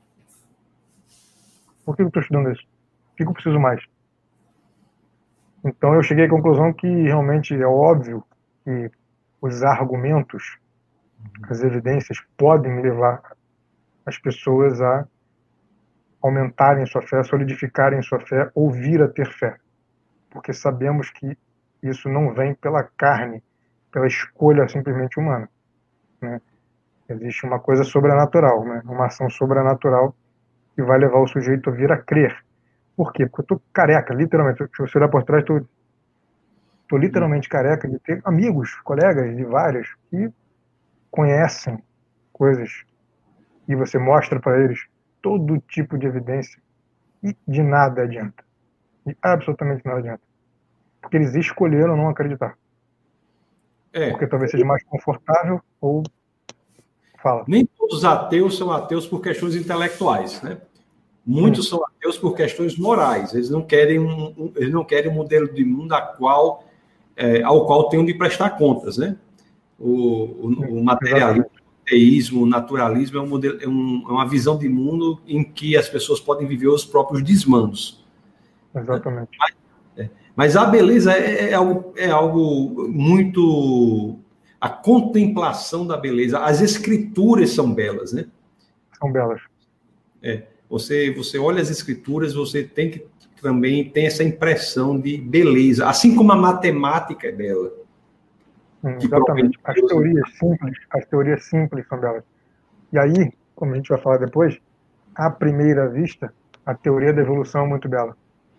Por que eu estou estudando isso? O que eu preciso mais? Então eu cheguei à conclusão que realmente é óbvio que os argumentos, as evidências podem levar as pessoas a aumentarem sua fé, solidificarem sua fé ou vir a ter fé. Porque sabemos que isso não vem pela carne, pela escolha simplesmente humana, né? Existe uma coisa sobrenatural, né? Uma ação sobrenatural que vai levar o sujeito a vir a crer. Por quê? Porque eu tô careca, literalmente. Se você olhar por trás, tô literalmente careca de ter amigos, colegas de vários que conhecem coisas e você mostra para eles todo tipo de evidência e de nada adianta. De absolutamente nada adianta. Porque eles escolheram não acreditar. Porque talvez seja mais confortável ou... Fala. Nem todos os ateus são ateus por questões intelectuais, né? Muitos são ateus por questões morais. Eles não querem um modelo de mundo ao qual tenham de prestar contas, né? O materialismo, o teísmo, o naturalismo é um modelo, é uma visão de mundo em que as pessoas podem viver os próprios desmandos. Exatamente. Mas a beleza é algo muito... A contemplação da beleza. As escrituras são belas, né? São belas. Você olha as escrituras, você tem que também ter essa impressão de beleza. Assim como a matemática é bela. Exatamente. As teorias simples são belas. E aí, como a gente vai falar depois, à primeira vista, a teoria da evolução é muito bela.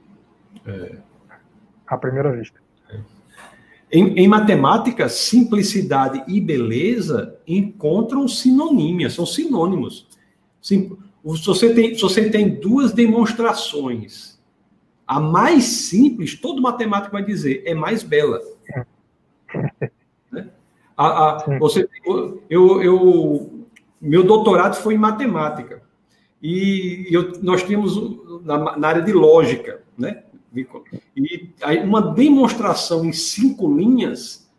À primeira vista. Em matemática, simplicidade e beleza encontram sinonímias, são sinônimos. Se você tem duas demonstrações, a mais simples, todo matemático vai dizer, é mais bela. Né? Meu doutorado foi em matemática. E nós tínhamos na área de lógica, né? E aí uma demonstração em 5 linhas,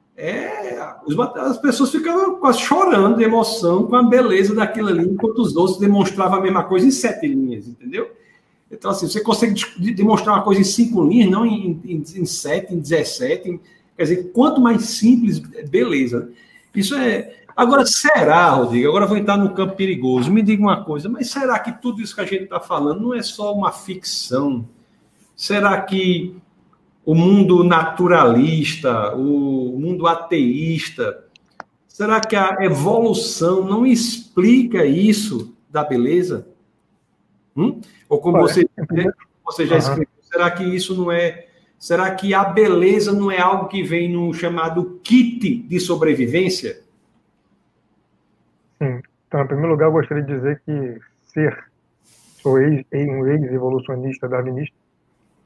as pessoas ficavam quase chorando de emoção com a beleza daquilo ali, enquanto os outros demonstravam a mesma coisa em 7 linhas, entendeu? Então, assim, você consegue demonstrar uma coisa em 5 linhas, não em 7, em 17. Quer dizer, quanto mais simples, beleza. Isso é... Agora, será, Rodrigo? Agora eu vou entrar no campo perigoso. Me diga uma coisa, mas será que tudo isso que a gente está falando não é só uma ficção? Será que o mundo naturalista, o mundo ateísta, será que a evolução não explica isso da beleza? Ou como você já escreveu, será que isso não é... Será que a beleza não é algo que vem no chamado kit de sobrevivência? Sim. Então, em primeiro lugar, eu gostaria de dizer que sou um ex-evolucionista darwinista,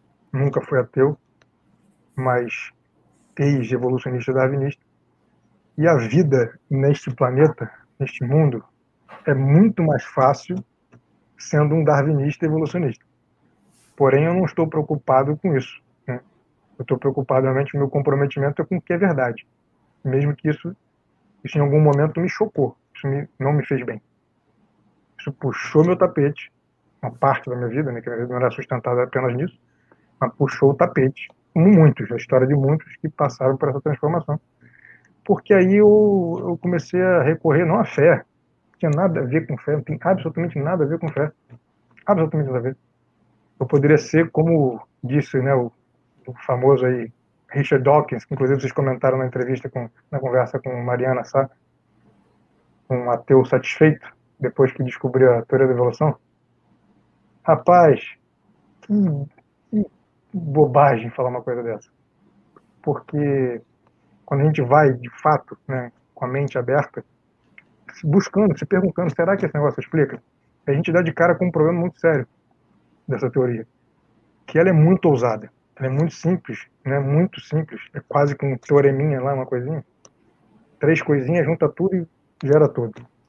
nunca fui ateu, mas ex-evolucionista darwinista. E a vida neste planeta, neste mundo, é muito mais fácil sendo um darwinista evolucionista. Porém, eu não estou preocupado com isso, né? Eu estou preocupado, realmente, o meu comprometimento é com o que é verdade. Mesmo que isso em algum momento me chocou, não me fez bem. Isso puxou meu tapete, uma parte da minha vida, né, que a minha vida não era sustentada apenas nisso, mas puxou o tapete, como muitos, a história de muitos que passaram por essa transformação. Porque aí eu comecei a recorrer, não à fé, não tinha nada a ver com fé, não tem absolutamente nada a ver com fé, absolutamente nada a ver. Eu poderia ser, como disse, né, o famoso aí, Richard Dawkins, que inclusive vocês comentaram na entrevista, na conversa com Mariana Sá, um ateu satisfeito, depois que descobriu a teoria da evolução. Rapaz, que bobagem falar uma coisa dessa. Porque quando a gente vai, de fato, né, com a mente aberta, buscando, se perguntando, será que esse negócio explica? A gente dá de cara com um problema muito sério dessa teoria, que ela é muito ousada, ela é muito simples, né, muito simples, é quase que um teoreminha lá, uma coisinha, 3 coisinhas, junta tudo e gera tudo.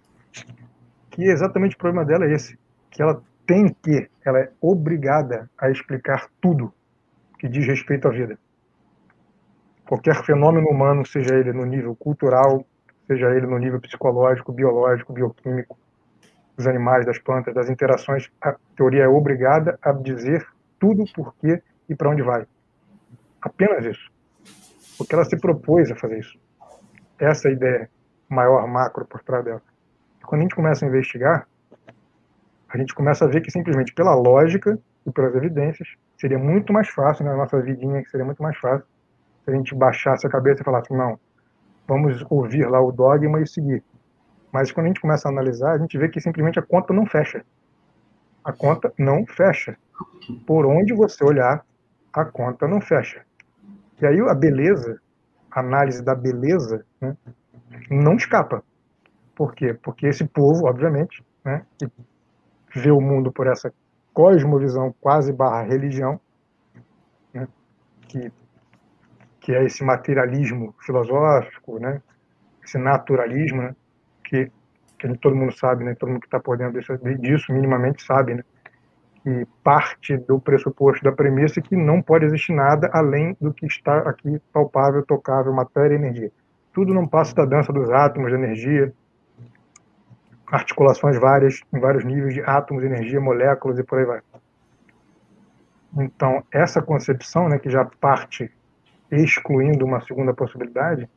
Que exatamente o problema dela é esse, que ela é obrigada a explicar tudo que diz respeito à vida. Qualquer fenômeno humano, seja ele no nível cultural, seja ele no nível psicológico, biológico, bioquímico, dos animais, das plantas, das interações, a teoria é obrigada a dizer tudo por quê e para onde vai. Apenas isso. Porque ela se propôs a fazer isso. Essa é a ideia maior, macro, por trás dela. Quando a gente começa a investigar, a gente começa a ver que simplesmente pela lógica e pelas evidências, seria muito mais fácil, na nossa vidinha, que seria muito mais fácil, se a gente baixasse a cabeça e falasse, não, vamos ouvir lá o dogma e seguir. Mas quando a gente começa a analisar, a gente vê que simplesmente a conta não fecha. A conta não fecha. Por onde você olhar, a conta não fecha. E aí a beleza, a análise da beleza, né, não escapa. Por quê? Porque esse povo, obviamente, né, que vê o mundo por essa cosmovisão quase barra religião, né, que é esse materialismo filosófico, né, esse naturalismo, né, que todo mundo sabe, né, todo mundo que está por dentro disso minimamente sabe, né, que parte do pressuposto da premissa que não pode existir nada além do que está aqui palpável, tocável, matéria e energia. Tudo não passa da dança dos átomos de energia, articulações várias, em vários níveis de átomos, energia, moléculas e por aí vai. Então, essa concepção, né, que já parte excluindo uma segunda possibilidade,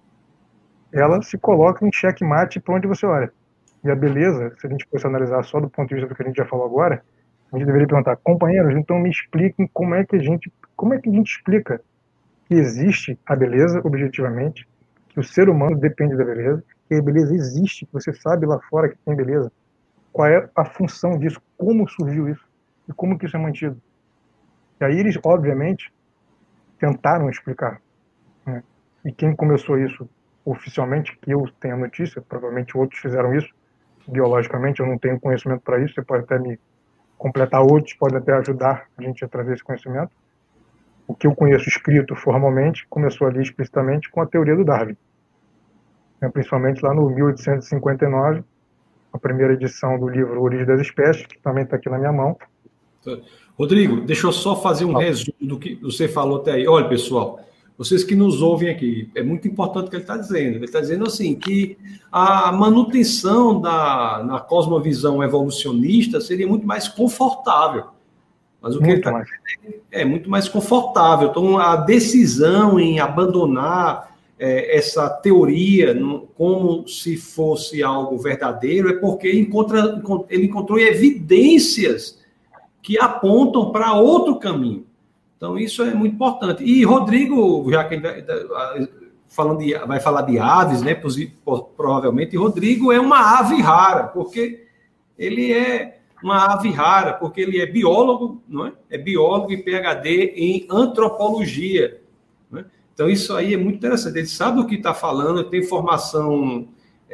ela se coloca em xeque-mate para onde você olha. E a beleza, se a gente fosse analisar só do ponto de vista do que a gente já falou agora, a gente deveria perguntar, companheiros, então me expliquem como é que a gente explica que existe a beleza objetivamente, que o ser humano depende da beleza, que a beleza existe, que você sabe lá fora que tem beleza. Qual é a função disso? Como surgiu isso? E como que isso é mantido? E aí eles, obviamente, tentaram explicar, né? E quem começou isso oficialmente, que eu tenho a notícia, provavelmente outros fizeram isso, biologicamente, eu não tenho conhecimento para isso, você pode até me completar, outros podem até ajudar a gente a trazer esse conhecimento. O que eu conheço escrito formalmente começou ali explicitamente com a teoria do Darwin, principalmente lá no 1859, a primeira edição do livro Origem das Espécies, que também está aqui na minha mão. Rodrigo, deixa eu só fazer um resumo do que você falou até aí. Olha, pessoal, vocês que nos ouvem aqui, é muito importante o que ele está dizendo. Ele está dizendo assim, que a manutenção na cosmovisão evolucionista seria muito mais confortável. Mas o que ele está dizendo é muito mais confortável. Então, a decisão em abandonar essa teoria como se fosse algo verdadeiro é porque ele encontrou evidências que apontam para outro caminho. Então, isso é muito importante. E Rodrigo, já que vai falar de aves, né, provavelmente, e Rodrigo é uma ave rara, porque ele é uma ave rara, porque ele é biólogo, não é? É biólogo e PhD em antropologia. Não é? Então, isso aí é muito interessante. Ele sabe o que está falando, tem formação,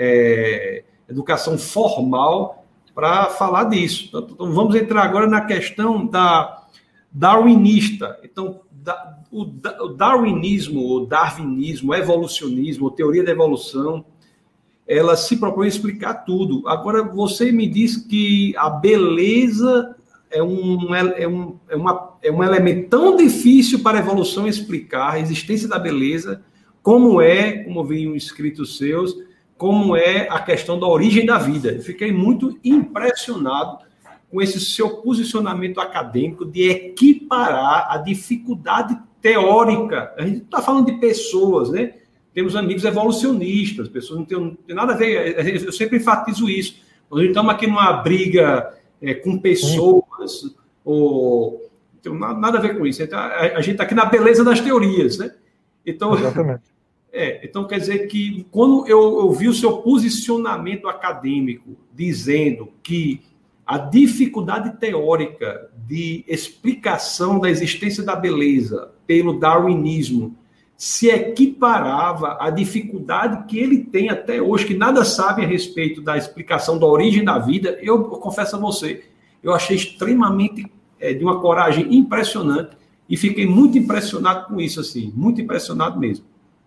educação formal para falar disso. Então, vamos entrar agora na questão da darwinista. Então, o darwinismo, o darwinismo, o evolucionismo, a teoria da evolução, ela se propõe a explicar tudo. Agora, você me diz que a beleza é um elemento tão difícil para a evolução explicar a existência da beleza, como eu vi em escritos seus, como é a questão da origem da vida. Eu fiquei muito impressionado com esse seu posicionamento acadêmico de equiparar a dificuldade teórica. A gente está falando de pessoas, né? Temos amigos evolucionistas, pessoas não tem nada a ver, eu sempre enfatizo isso. Nós estamos aqui numa briga com pessoas, ou não tem nada a ver com isso. Então, a gente está aqui na beleza das teorias, né? Então, exatamente. Então quer dizer que quando eu vi o seu posicionamento acadêmico dizendo que a dificuldade teórica de explicação da existência da beleza pelo darwinismo se equiparava à dificuldade que ele tem até hoje, que nada sabe a respeito da explicação da origem da vida, eu confesso a você, eu achei extremamente de uma coragem impressionante e fiquei muito impressionado com isso, assim, muito impressionado mesmo.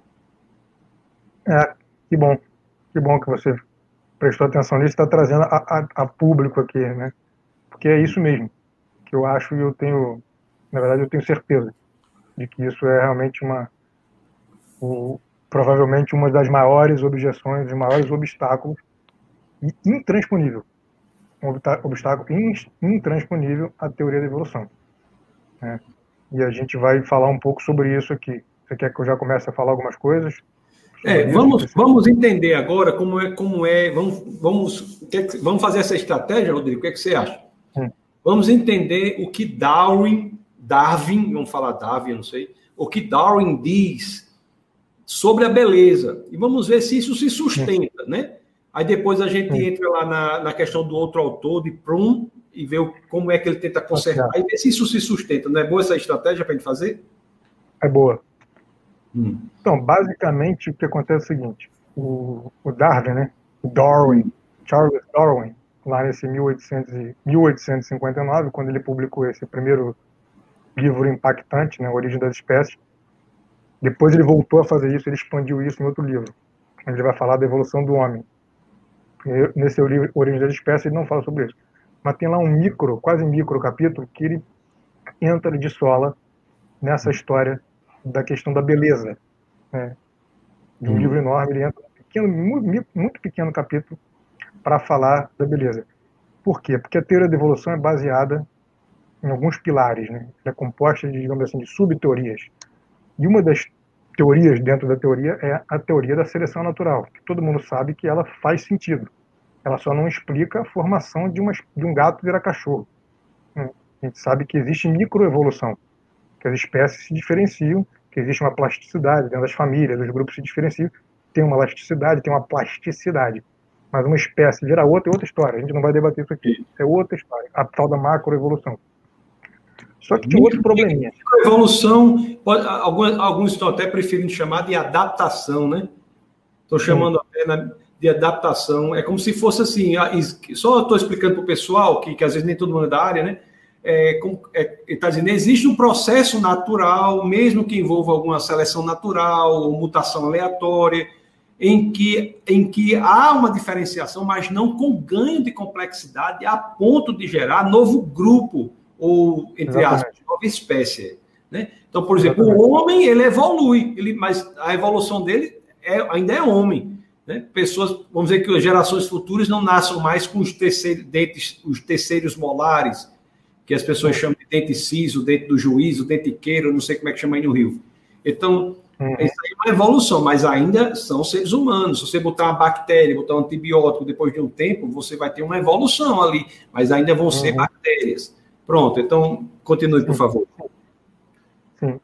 Que bom que você prestou atenção nisso, está trazendo a público aqui, né? Porque é isso mesmo que eu acho, e eu tenho, na verdade, eu tenho certeza de que isso é realmente provavelmente uma das maiores objeções, dos maiores obstáculos, e intransponível, um obstáculo intransponível à teoria da evolução, né? E a gente vai falar um pouco sobre isso aqui. Você quer que eu já comece a falar algumas coisas? Vamos entender agora como é. Vamos fazer essa estratégia, Rodrigo. O que é que você acha? Vamos entender o que Darwin, vamos falar Darwin, eu não sei, o que Darwin diz sobre a beleza. E vamos ver se isso se sustenta, né? Aí depois a gente entra lá na questão do outro autor, de Prum, e ver como é que ele tenta consertar, e ver se isso se sustenta. Não é boa essa estratégia para a gente fazer? É boa. Então, basicamente, o que acontece é o seguinte: o Darwin, né? Charles Darwin, lá nesse 1859, quando ele publicou esse primeiro livro impactante, né, Origem das Espécies, depois ele voltou a fazer isso, ele expandiu isso em outro livro, onde ele vai falar da evolução do homem. Nesse livro, Origem das Espécies, ele não fala sobre isso. Mas tem lá quase micro capítulo, que ele entra de sola nessa história da questão da beleza, né? De um livro enorme, ele entra muito pequeno capítulo para falar da beleza. Por quê? Porque a teoria da evolução é baseada em alguns pilares, né? Ela é composta de, digamos assim, de subteorias. E uma das teorias dentro da teoria é a teoria da seleção natural, que todo mundo sabe que ela faz sentido. Ela só não explica a formação de um gato virar cachorro. A gente sabe que existe microevolução, que as espécies se diferenciam, que existe uma plasticidade dentro das famílias, os grupos se diferenciam, tem uma elasticidade, tem uma plasticidade. Mas uma espécie vira outra é outra história. A gente não vai debater isso aqui. Isso é outra história. A tal da macroevolução. Só que tem outro probleminha. Evolução, alguns estão até preferindo chamar de adaptação, né? Estão chamando até de adaptação. É como se fosse assim, só estou explicando para o pessoal, que às vezes nem todo mundo é da área, né? Ele está dizendo, existe um processo natural, mesmo que envolva alguma seleção natural ou mutação aleatória, em que há uma diferenciação, mas não com ganho de complexidade a ponto de gerar novo grupo, ou, entre aspas, nova espécie, né? Então, por exemplo, o homem, ele evolui, mas a evolução dele ainda é homem, né? Pessoas, vamos dizer que as gerações futuras não nasçam mais com os terceiros molares, que as pessoas chamam de dente ciso, dente do juízo, dente queiro, não sei como é que chama aí no Rio. Então, isso aí é uma evolução, mas ainda são seres humanos. Se você botar uma bactéria, botar um antibiótico, depois de um tempo, você vai ter uma evolução ali, mas ainda vão ser bactérias. Pronto, então, continue, por favor. Sim,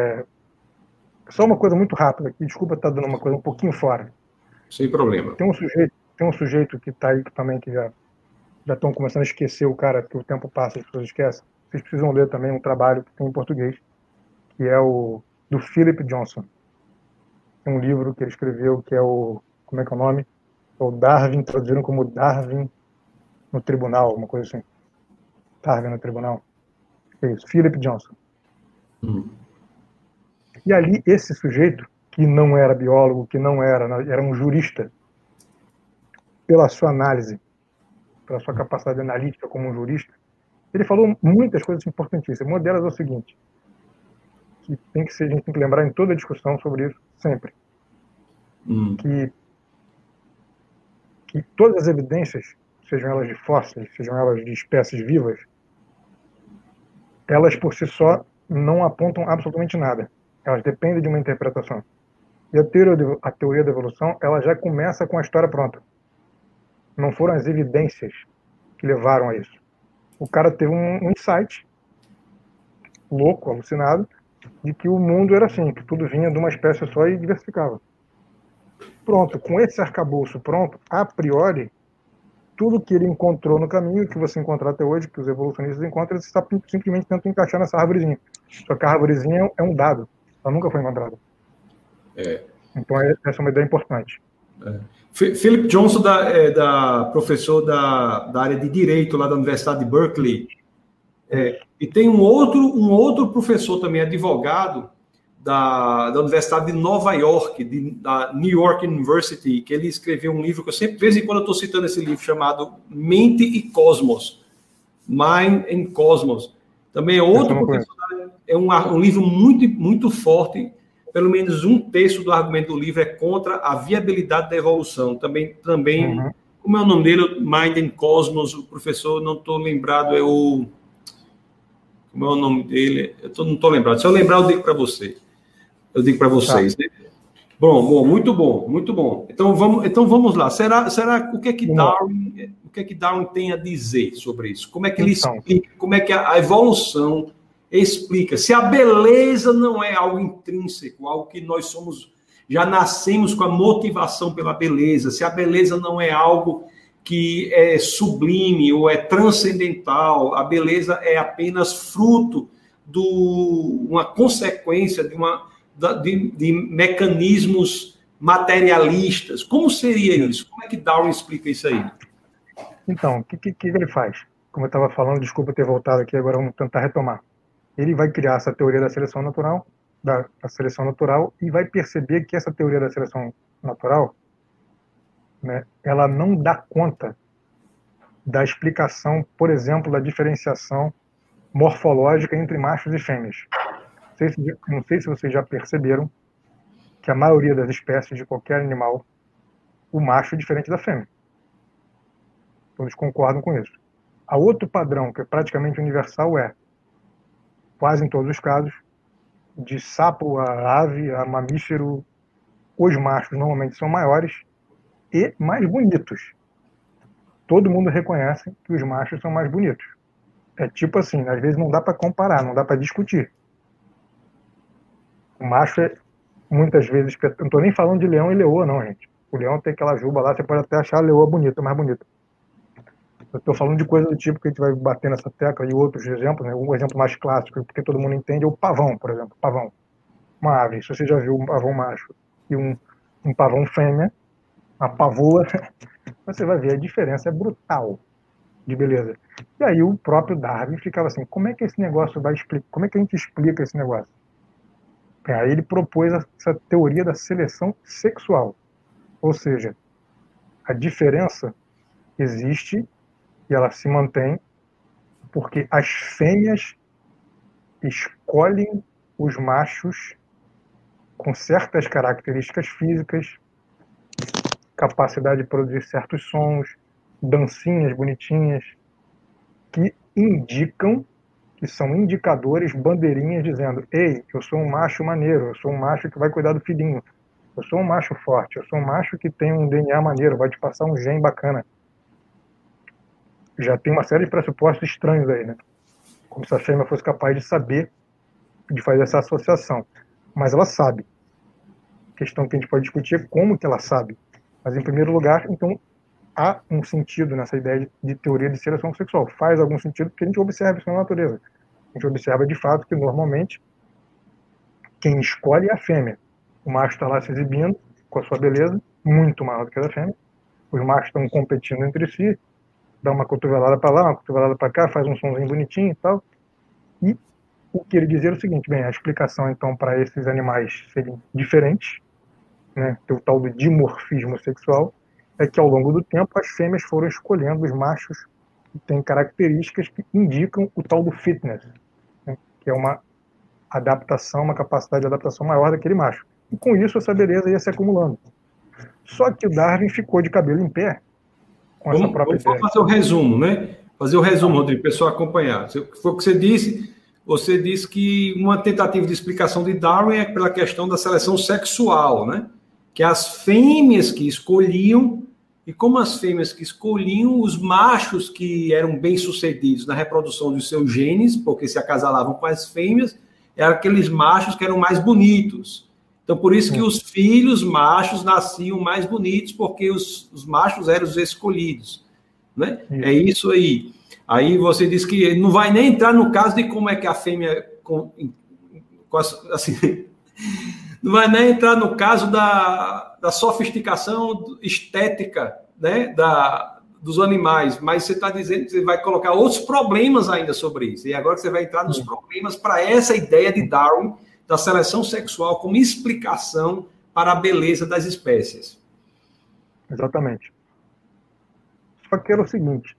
só uma coisa muito rápida aqui, desculpa estar dando uma coisa um pouquinho fora. Sem problema. Tem um sujeito que está aí também, que já estão começando a esquecer o cara, que o tempo passa, as pessoas esquecem. Vocês precisam ler também um trabalho que tem em português, que é o do Philip Johnson. Tem um livro que ele escreveu, que é como é que é o nome? É o Darwin, traduziram como Darwin no Tribunal, uma coisa assim. Darwin no Tribunal. É isso, Philip Johnson. E ali, esse sujeito, que não era biólogo, que não era um jurista, pela sua análise, pela sua capacidade analítica como um jurista, ele falou muitas coisas importantíssimas. Uma delas é o seguinte, que a gente tem que lembrar em toda a discussão sobre isso, sempre, que todas as evidências, sejam elas de fósseis, sejam elas de espécies vivas, elas por si só não apontam absolutamente nada. Elas dependem de uma interpretação. E a teoria da evolução, ela já começa com a história pronta. Não foram as evidências que levaram a isso. O cara teve um insight louco, alucinado, de que o mundo era assim, que tudo vinha de uma espécie só e diversificava. Pronto, com esse arcabouço pronto, a priori, tudo que ele encontrou no caminho, que você encontra até hoje, que os evolucionistas encontram, eles simplesmente tentam encaixar nessa árvorezinha. Só que a árvorezinha é um dado, ela nunca foi encontrada. Então, essa é uma ideia importante. Philip Johnson, professor da área de Direito lá da Universidade de Berkeley, e tem um outro professor também, advogado, da Universidade de Nova York, da New York University, que ele escreveu um livro que eu sempre, de vez em quando eu estou citando esse livro, chamado Mente e Cosmos. Mind and Cosmos. Também é outro professor, é um livro muito, muito forte. Pelo menos um terço do argumento do livro é contra a viabilidade da evolução. Também como é o nome dele? Mind and Cosmos, o professor, não estou lembrado, como é o nome dele? Não estou lembrado. Se eu lembrar, eu digo para você. Eu digo para vocês, né? Bom, muito bom, muito bom. Então vamos lá. Será o que é que Darwin tem a dizer sobre isso? Como é que ele explica? Como é que a evolução explica? Se a beleza não é algo intrínseco, algo que nós somos, já nascemos com a motivação pela beleza, se a beleza não é algo que é sublime ou é transcendental, a beleza é apenas fruto uma consequência de mecanismos materialistas. Como seria isso? Como é que Darwin explica isso aí? Então, o que ele faz? Como eu estava falando, desculpa ter voltado aqui, agora vamos tentar retomar. Ele vai criar essa teoria da seleção natural, e vai perceber que essa teoria da seleção natural, né, ela não dá conta da explicação, por exemplo, da diferenciação morfológica entre machos e fêmeas. Não sei se vocês já perceberam que a maioria das espécies de qualquer animal, o macho é diferente da fêmea. Todos concordam com isso. Há outro padrão, que é praticamente universal, quase em todos os casos, de sapo a ave, a mamífero, os machos normalmente são maiores e mais bonitos. Todo mundo reconhece que os machos são mais bonitos. É tipo assim, às vezes não dá para comparar, não dá para discutir. O macho é, muitas vezes, não estou nem falando de leão e leoa, não, gente. O leão tem aquela juba lá, você pode até achar a leoa bonita, mais bonita. Eu estou falando de coisa do tipo que a gente vai bater nessa tecla e outros exemplos, né? Um exemplo mais clássico, porque todo mundo entende, é o pavão, por exemplo. Pavão. Uma ave, se você já viu um pavão macho e um pavão fêmea, uma pavoa, você vai ver a diferença é brutal de beleza. E aí o próprio Darwin ficava assim, como é que esse negócio vai explicar? Como é que a gente explica esse negócio? Aí ele propôs essa teoria da seleção sexual. Ou seja, a diferença existe e ela se mantém porque as fêmeas escolhem os machos com certas características físicas, capacidade de produzir certos sons, dancinhas bonitinhas, que indicam, que são indicadores, bandeirinhas dizendo: ei, eu sou um macho maneiro, eu sou um macho que vai cuidar do filhinho, eu sou um macho forte, eu sou um macho que tem um DNA maneiro, vai te passar um gene bacana. Já tem uma série de pressupostos estranhos aí, né? Como se a fêmea fosse capaz de saber, de fazer essa associação. Mas ela sabe. A questão que a gente pode discutir é como que ela sabe. Mas, em primeiro lugar, então, há um sentido nessa ideia de teoria de seleção sexual. Faz algum sentido porque a gente observa isso na natureza. A gente observa, de fato, que, normalmente, quem escolhe é a fêmea. O macho está lá se exibindo com a sua beleza, muito maior do que a da fêmea. Os machos estão competindo entre si, dá uma cotovelada para lá, uma cotovelada para cá, faz um sonzinho bonitinho e tal. E O que ele dizia era o seguinte, bem, a explicação, então, para esses animais serem diferentes, né, o tal do dimorfismo sexual, é que ao longo do tempo as fêmeas foram escolhendo os machos que têm características que indicam o tal do fitness, né, que é uma adaptação, uma capacidade de adaptação maior daquele macho. E com isso essa beleza ia se acumulando. Só que o Darwin ficou de cabelo em pé com essa própria ideia. Vamos fazer o resumo, né? Fazer o resumo, Rodrigo, para o pessoal acompanhar. Foi o que você disse que uma tentativa de explicação de Darwin é pela questão da seleção sexual, né? Que as fêmeas que escolhiam, e como as fêmeas que escolhiam, os machos que eram bem-sucedidos na reprodução dos seus genes, porque se acasalavam com as fêmeas, eram aqueles machos que eram mais bonitos. Então, por isso que os filhos machos nasciam mais bonitos, porque os machos eram os escolhidos. Né? É isso aí. Aí você diz que não vai nem entrar no caso de como é que a fêmea... Assim, não vai nem entrar no caso da sofisticação estética, né, dos animais, mas você está dizendo que você vai colocar outros problemas ainda sobre isso. E agora você vai entrar nos problemas para essa ideia de Darwin da seleção sexual como explicação para a beleza das espécies. Exatamente. Só que era o seguinte,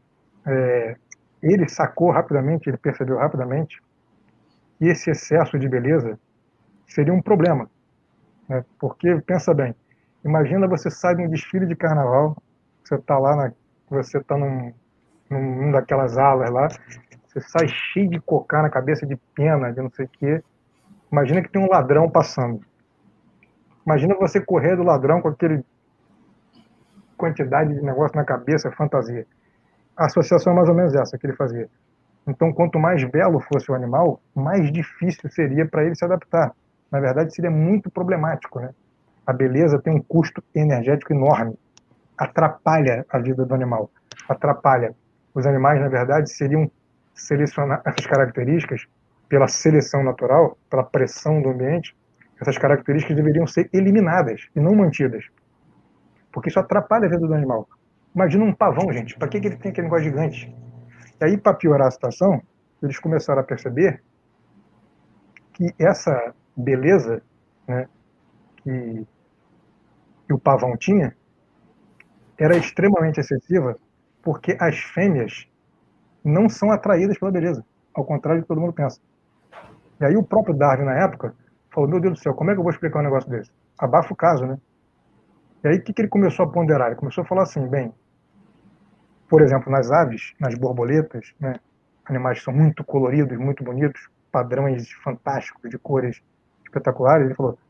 ele sacou rapidamente, ele percebeu rapidamente que esse excesso de beleza seria um problema. Né? Porque, pensa bem, imagina você sai de um desfile de carnaval, você está lá, você está num daquelas alas lá, você sai cheio de cocá na cabeça, de pena, de não sei o quê. Imagina que tem um ladrão passando. Imagina você correr do ladrão com aquele quantidade de negócio na cabeça, fantasia. A associação é mais ou menos essa que ele fazia. Então, quanto mais belo fosse o animal, mais difícil seria para ele se adaptar. Na verdade, seria muito problemático, né? A beleza tem um custo energético enorme. Atrapalha a vida do animal. Atrapalha. Os animais, na verdade, seriam selecionar essas características pela seleção natural, pela pressão do ambiente. Essas características deveriam ser eliminadas e não mantidas. Porque isso atrapalha a vida do animal. Imagina um pavão, gente. Para que ele tem aquele negócio gigante? E aí, para piorar a situação, eles começaram a perceber que essa beleza, né, que o pavão tinha era extremamente excessiva, porque as fêmeas não são atraídas pela beleza, ao contrário do que todo mundo pensa. E aí o próprio Darwin, na época, falou, meu Deus do céu, como é que eu vou explicar um negócio desse? Abafa o caso, né? E aí o que ele começou a ponderar? Ele começou a falar assim, bem, por exemplo, nas aves, nas borboletas, né, animais que são muito coloridos, muito bonitos, padrões fantásticos, de cores espetaculares, ele falou,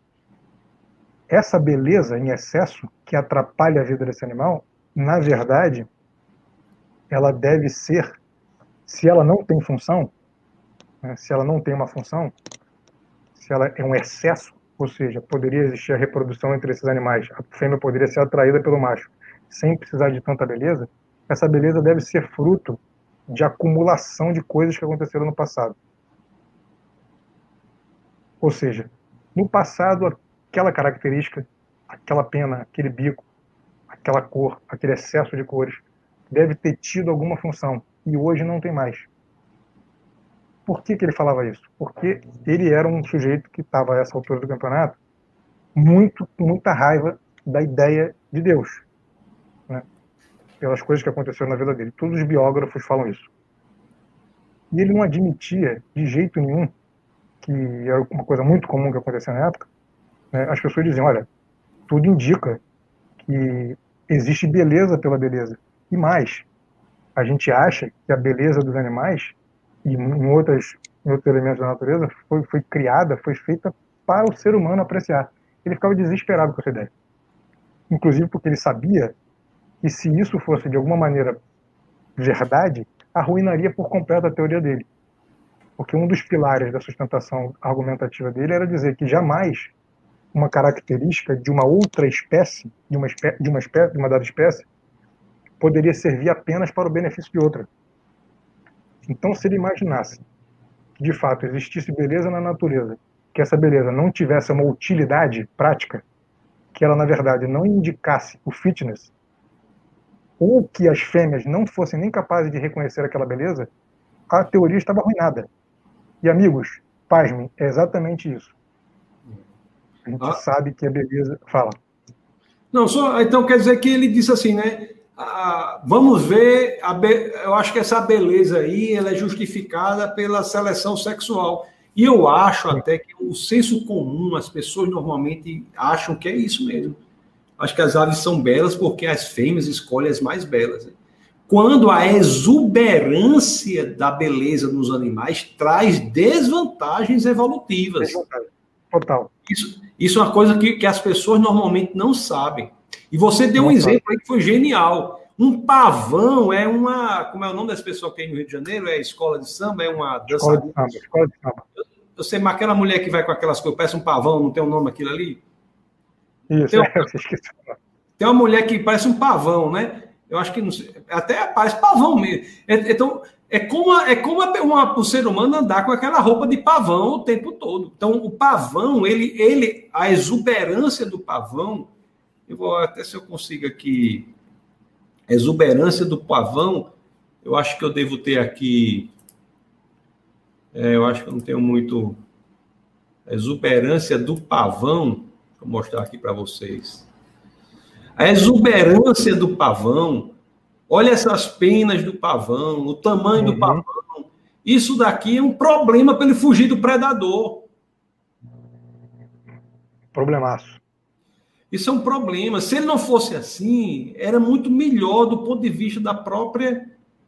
essa beleza em excesso que atrapalha a vida desse animal, na verdade, ela deve ser, se ela não tem função, né, se ela não tem uma função, se ela é um excesso, ou seja, poderia existir a reprodução entre esses animais, a fêmea poderia ser atraída pelo macho, sem precisar de tanta beleza, essa beleza deve ser fruto de acumulação de coisas que aconteceram no passado. Ou seja, no passado, aquela característica, aquela pena, aquele bico, aquela cor, aquele excesso de cores, deve ter tido alguma função, e hoje não tem mais. Por que ele falava isso? Porque ele era um sujeito que estava a essa altura do campeonato com muita raiva da ideia de Deus, né? Pelas coisas que aconteceram na vida dele. Todos os biógrafos falam isso. E ele não admitia de jeito nenhum, que era uma coisa muito comum que acontecia na época, né? As pessoas diziam, olha, tudo indica que existe beleza pela beleza. E mais, a gente acha que a beleza dos animais e em outros elementos da natureza foi criada, foi feita para o ser humano apreciar. Ele ficava desesperado com essa ideia. Inclusive porque ele sabia que se isso fosse de alguma maneira verdade, arruinaria por completo a teoria dele. Porque um dos pilares da sustentação argumentativa dele era dizer que jamais uma característica de uma outra espécie, de uma dada espécie, poderia servir apenas para o benefício de outra. Então, se ele imaginasse que, de fato, existisse beleza na natureza, que essa beleza não tivesse uma utilidade prática, que ela, na verdade, não indicasse o fitness, ou que as fêmeas não fossem nem capazes de reconhecer aquela beleza, a teoria estava arruinada. E, amigos, pasmem, é exatamente isso. A gente sabe que a beleza... Fala. Não, então quer dizer que ele disse assim, né? Vamos ver, eu acho que essa beleza aí ela é justificada pela seleção sexual. E eu acho até que o senso comum, as pessoas normalmente acham que é isso mesmo. Acho que as aves são belas porque as fêmeas escolhem as mais belas. Né? Quando a exuberância da beleza nos animais traz desvantagens evolutivas. Total. Isso é uma coisa que as pessoas normalmente não sabem. E você deu um exemplo aí que foi genial. Um pavão é uma... Como é o nome dessa pessoa que tem no Rio de Janeiro? É escola de samba? É uma dança... Escola de samba. Eu sei, mas aquela mulher que vai com aquelas coisas, parece um pavão, não tem um nome aquilo ali? Isso, você esqueceu. Tem uma mulher que parece um pavão, né? Eu acho que não sei, até parece pavão mesmo. Então, é como o ser humano andar com aquela roupa de pavão o tempo todo. Então, o pavão, a exuberância do pavão, eu vou até se eu consigo aqui, a exuberância do pavão, eu acho que eu devo ter aqui, eu acho que eu não tenho muito, a exuberância do pavão, vou mostrar aqui para vocês. A exuberância do pavão, olha essas penas do pavão, o tamanho do pavão. Isso daqui é um problema para ele fugir do predador. Problemaço. Isso é um problema. Se ele não fosse assim, era muito melhor do ponto de vista da própria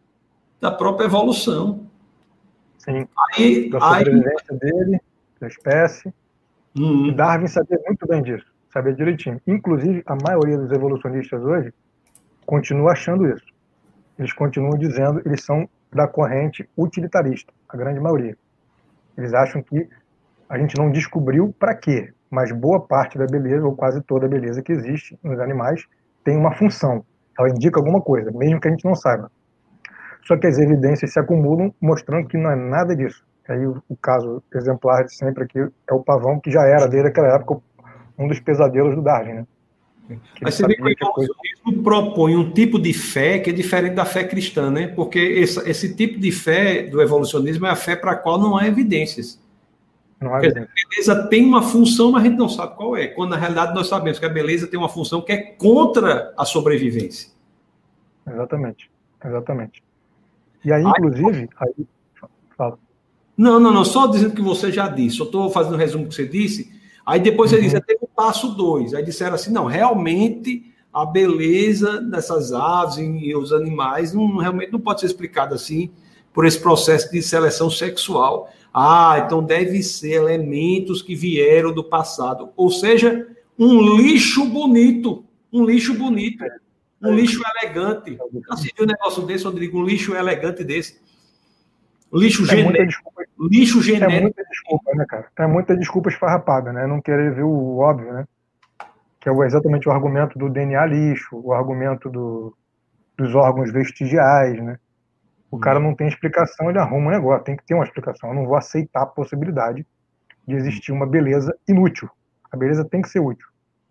evolução. Sim. Da sobrevivência dele, da espécie. E Darwin sabia muito bem disso. Sabia direitinho. Inclusive, a maioria dos evolucionistas hoje continua achando isso. Eles continuam dizendo, eles são da corrente utilitarista, a grande maioria. Eles acham que a gente não descobriu para quê, mas boa parte da beleza, ou quase toda a beleza que existe nos animais, tem uma função. Ela indica alguma coisa, mesmo que a gente não saiba. Só que as evidências se acumulam, mostrando que não é nada disso. Aí o caso exemplar de sempre aqui é o pavão, que já era, desde aquela época, um dos pesadelos do Darwin, né? Mas você vê que o evolucionismo propõe um tipo de fé que é diferente da fé cristã, né? Porque esse tipo de fé do evolucionismo é a fé para a qual não há evidências. Não há evidências. A beleza tem uma função, mas a gente não sabe qual é. Quando, na realidade, nós sabemos que a beleza tem uma função que é contra a sobrevivência. Exatamente. E aí, inclusive... Fala. Não, só dizendo que você já disse. Eu estou fazendo um resumo do que você disse... Aí depois você diz, até o passo 2. Aí disseram assim, não, realmente a beleza dessas aves e os animais realmente não pode ser explicada assim por esse processo de seleção sexual. Então deve ser elementos que vieram do passado. Ou seja, um lixo bonito. Um lixo elegante. Assim, um negócio desse, Rodrigo, um lixo elegante desse. Lixo genérico. Lixo genérico. É muita desculpa, né, cara? É muita desculpa esfarrapada, né? Não querer ver o óbvio, né? Que é exatamente o argumento do DNA lixo, o argumento dos órgãos vestigiais, né? O cara não tem explicação, ele arruma um negócio. Tem que ter uma explicação. Eu não vou aceitar a possibilidade de existir uma beleza inútil. A beleza tem que ser útil.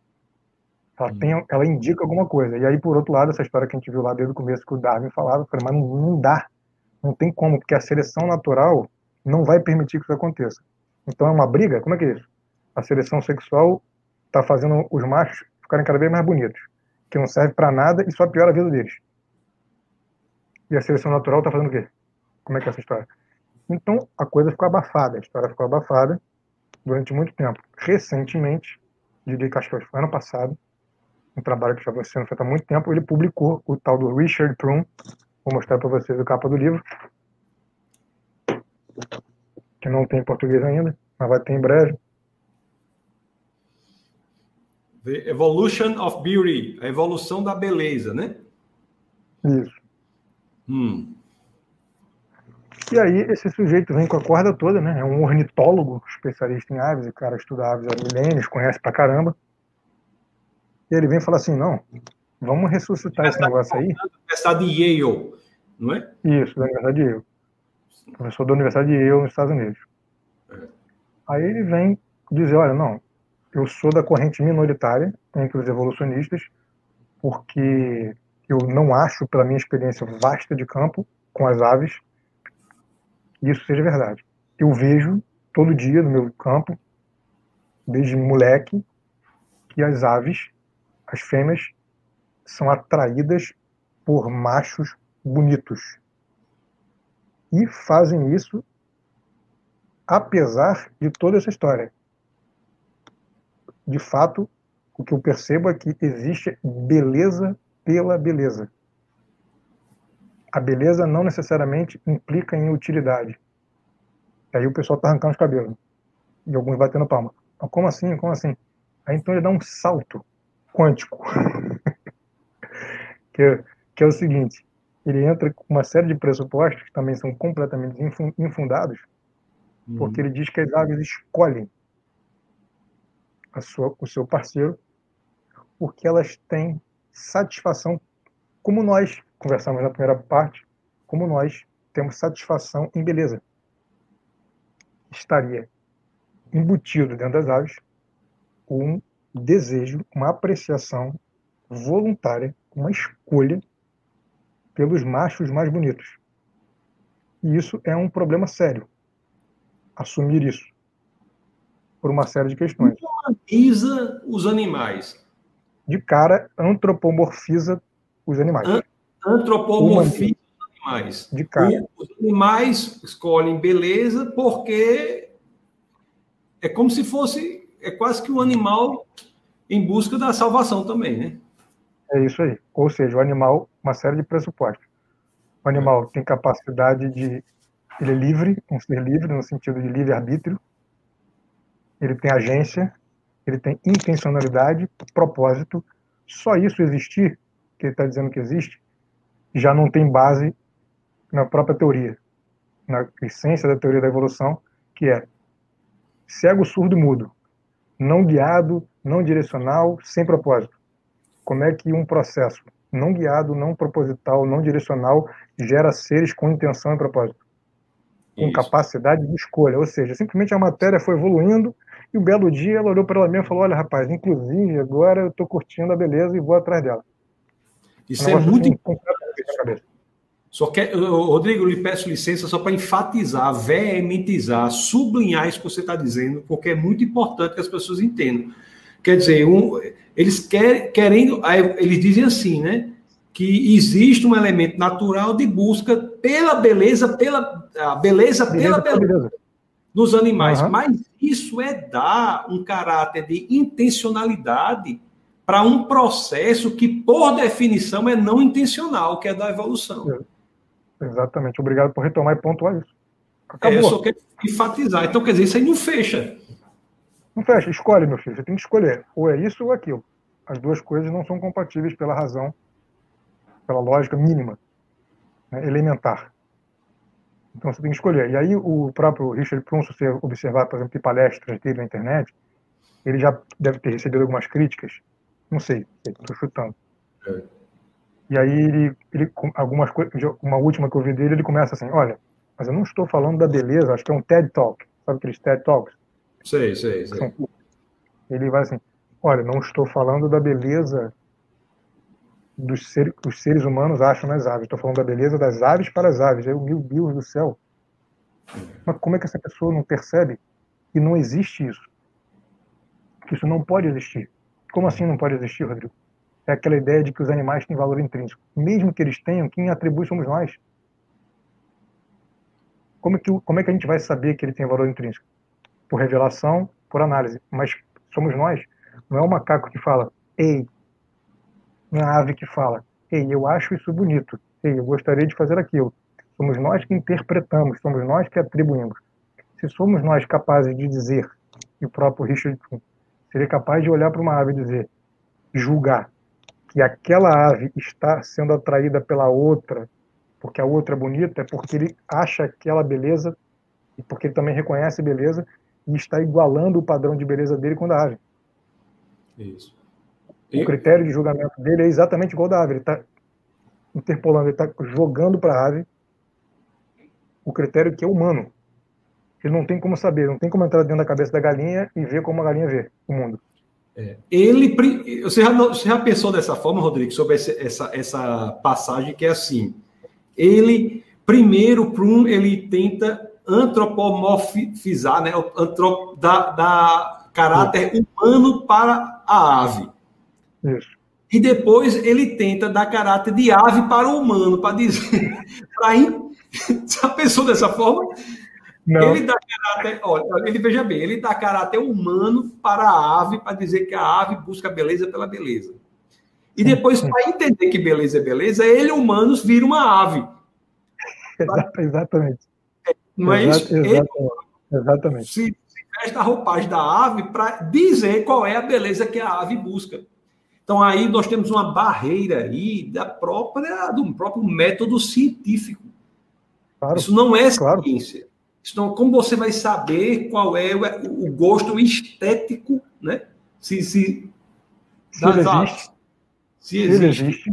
Ela indica alguma coisa. E aí, por outro lado, essa história que a gente viu lá desde o começo que o Darwin falava, eu falei, mas não dá. Não tem como, porque a seleção natural não vai permitir que isso aconteça. Então é uma briga? Como é que é isso? A seleção sexual está fazendo os machos ficarem cada vez mais bonitos, que não serve para nada e só piora a vida deles. E a seleção natural está fazendo o quê? Como é que é essa história? Então a coisa ficou abafada, a história ficou abafada durante muito tempo. Recentemente, diria que acho que foi ano passado, um trabalho que já vem sendo feito há muito tempo, ele publicou o tal do Richard Prum. Vou mostrar para vocês a capa do livro, que não tem em português ainda, mas vai ter em breve. The Evolution of Beauty, a evolução da beleza, né? Isso. E aí esse sujeito vem com a corda toda, né? É um ornitólogo, especialista em aves, o cara estuda aves há milênios, conhece pra caramba. E ele vem e fala assim, não, vamos ressuscitar esse negócio aí. Universidade de Yale, não é? Isso, da Universidade de Yale. Professor da Universidade de Yale, nos Estados Unidos. Aí ele vem dizer, olha, não, eu sou da corrente minoritária entre os evolucionistas, porque eu não acho, pela minha experiência vasta de campo com as aves, que isso seja verdade. Eu vejo todo dia no meu campo, desde moleque, que as aves, as fêmeas, são atraídas por machos bonitos. E fazem isso apesar de toda essa história. De fato, o que eu percebo é que existe beleza pela beleza. A beleza não necessariamente implica em utilidade. E aí o pessoal está arrancando os cabelos. E alguns batendo palma. Mas como assim? Como assim? Aí então ele dá um salto quântico. que é o seguinte. Ele entra com uma série de pressupostos que também são completamente infundados, porque ele diz que as aves escolhem o seu parceiro porque elas têm satisfação, como nós conversamos na primeira parte, como nós temos satisfação em beleza. Estaria embutido dentro das aves um desejo, uma apreciação voluntária, uma escolha pelos machos mais bonitos. E isso é um problema sério. Assumir isso. Por uma série de questões. Humaniza os animais. De cara, antropomorfiza os animais. Antropomorfiza os animais. De cara. Os animais escolhem beleza porque é como se fosse... É quase que um animal em busca da salvação também, né? É isso aí. Ou seja, o animal, uma série de pressupostos. O animal tem capacidade de... Ele é livre, um ser livre, no sentido de livre-arbítrio. Ele tem agência, ele tem intencionalidade, propósito. Só isso existir, que ele está dizendo que existe, já não tem base na própria teoria, na essência da teoria da evolução, que é cego, surdo e mudo, não guiado, não direcional, sem propósito. Como é que um processo não guiado, não proposital, não direcional gera seres com intenção e propósito? Com capacidade de escolha, ou seja, simplesmente a matéria foi evoluindo e um belo dia ela olhou para ela mesma e falou: olha, rapaz, inclusive agora eu estou curtindo a beleza e vou atrás dela. Isso é muito importante. Só que, Rodrigo, eu lhe peço licença só para enfatizar, veementizar, sublinhar isso que você está dizendo, porque é muito importante que as pessoas entendam. Quer dizer, eles eles dizem assim, né? Que existe um elemento natural de busca pela beleza, pela beleza dos animais. Mas isso é dar um caráter de intencionalidade para um processo que, por definição, é não intencional, que é da evolução. Exatamente. Obrigado por retomar e pontuar isso. Acabou. Eu só quero enfatizar. Então, quer dizer, isso aí não fecha. Não fecha. Escolhe, meu filho. Você tem que escolher. Ou é isso ou aquilo. As duas coisas não são compatíveis pela razão, pela lógica mínima, né, elementar. Então você tem que escolher. E aí o próprio Richard Prum, se você observar, por exemplo, que palestras dele na internet, ele já deve ter recebido algumas críticas. Não sei, estou chutando. E aí algumas coisas, uma última que eu vi dele, ele começa assim: olha, mas eu não estou falando da beleza, acho que é um TED Talk, sabe aqueles TED Talks? Sei. Ele vai assim: olha, não estou falando da beleza dos seres humanos acham nas aves, estou falando da beleza das aves para as aves. Aí, meu Deus do céu, mas como é que essa pessoa não percebe que não existe isso? Que isso não pode existir. Como assim não pode existir, Rodrigo? É aquela ideia de que os animais têm valor intrínseco. Mesmo que eles tenham, quem atribui somos nós. Como é que a gente vai saber que ele tem valor intrínseco? Por revelação, por análise. Mas somos nós. Não é o macaco que fala: ei. Não é a ave que fala: ei, eu acho isso bonito. Ei, eu gostaria de fazer aquilo. Somos nós que interpretamos, somos nós que atribuímos. Se somos nós capazes de dizer, e o próprio Richard Prum seria capaz de olhar para uma ave e dizer, julgar, que aquela ave está sendo atraída pela outra, porque a outra é bonita, é porque ele acha aquela beleza, e porque ele também reconhece beleza, e está igualando o padrão de beleza dele com o da ave. Isso. O critério de julgamento dele é exatamente igual ao da ave. Ele está interpolando, ele está jogando para a ave o critério que é humano. Ele não tem como saber, não tem como entrar dentro da cabeça da galinha e ver como a galinha vê o mundo. Você já pensou dessa forma, Rodrigo, sobre essa passagem que é assim? Ele, primeiro, Prum, ele tenta antropomorfizar, né? Dar caráter humano para a ave. Isso. E depois ele tenta dar caráter de ave para o humano, para dizer... Já pensou dessa forma? Não. Ele dá caráter... Olha, ele veja bem, ele dá caráter humano para a ave, para dizer que a ave busca beleza pela beleza. E depois, para entender que beleza é beleza, ele, humanos, vira uma ave. Exatamente. Não é isso? Exatamente. Se veste a roupagem da ave para dizer qual é a beleza que a ave busca. Então, aí nós temos uma barreira aí do próprio método científico. Claro, isso não é ciência. Isso não, como você vai saber qual é o gosto estético, né? Se ele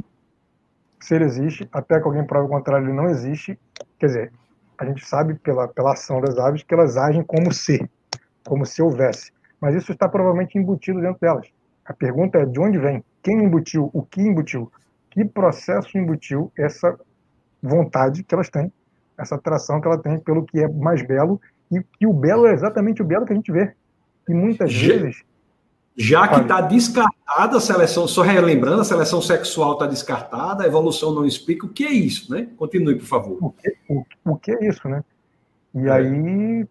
existe, até que alguém prove o contrário, ele não existe. Quer dizer, a gente sabe pela ação das aves que elas agem como se houvesse. Mas isso está provavelmente embutido dentro delas. A pergunta é de onde vem? Quem embutiu? O que embutiu? Que processo embutiu essa vontade que elas têm, essa atração que ela tem pelo que é mais belo, e o belo é exatamente o belo que a gente vê. E muitas vezes... Já que está descartada a seleção, só relembrando, a seleção sexual está descartada, a evolução não explica. O que é isso, né? Continue, por favor. O que é isso, né? E aí...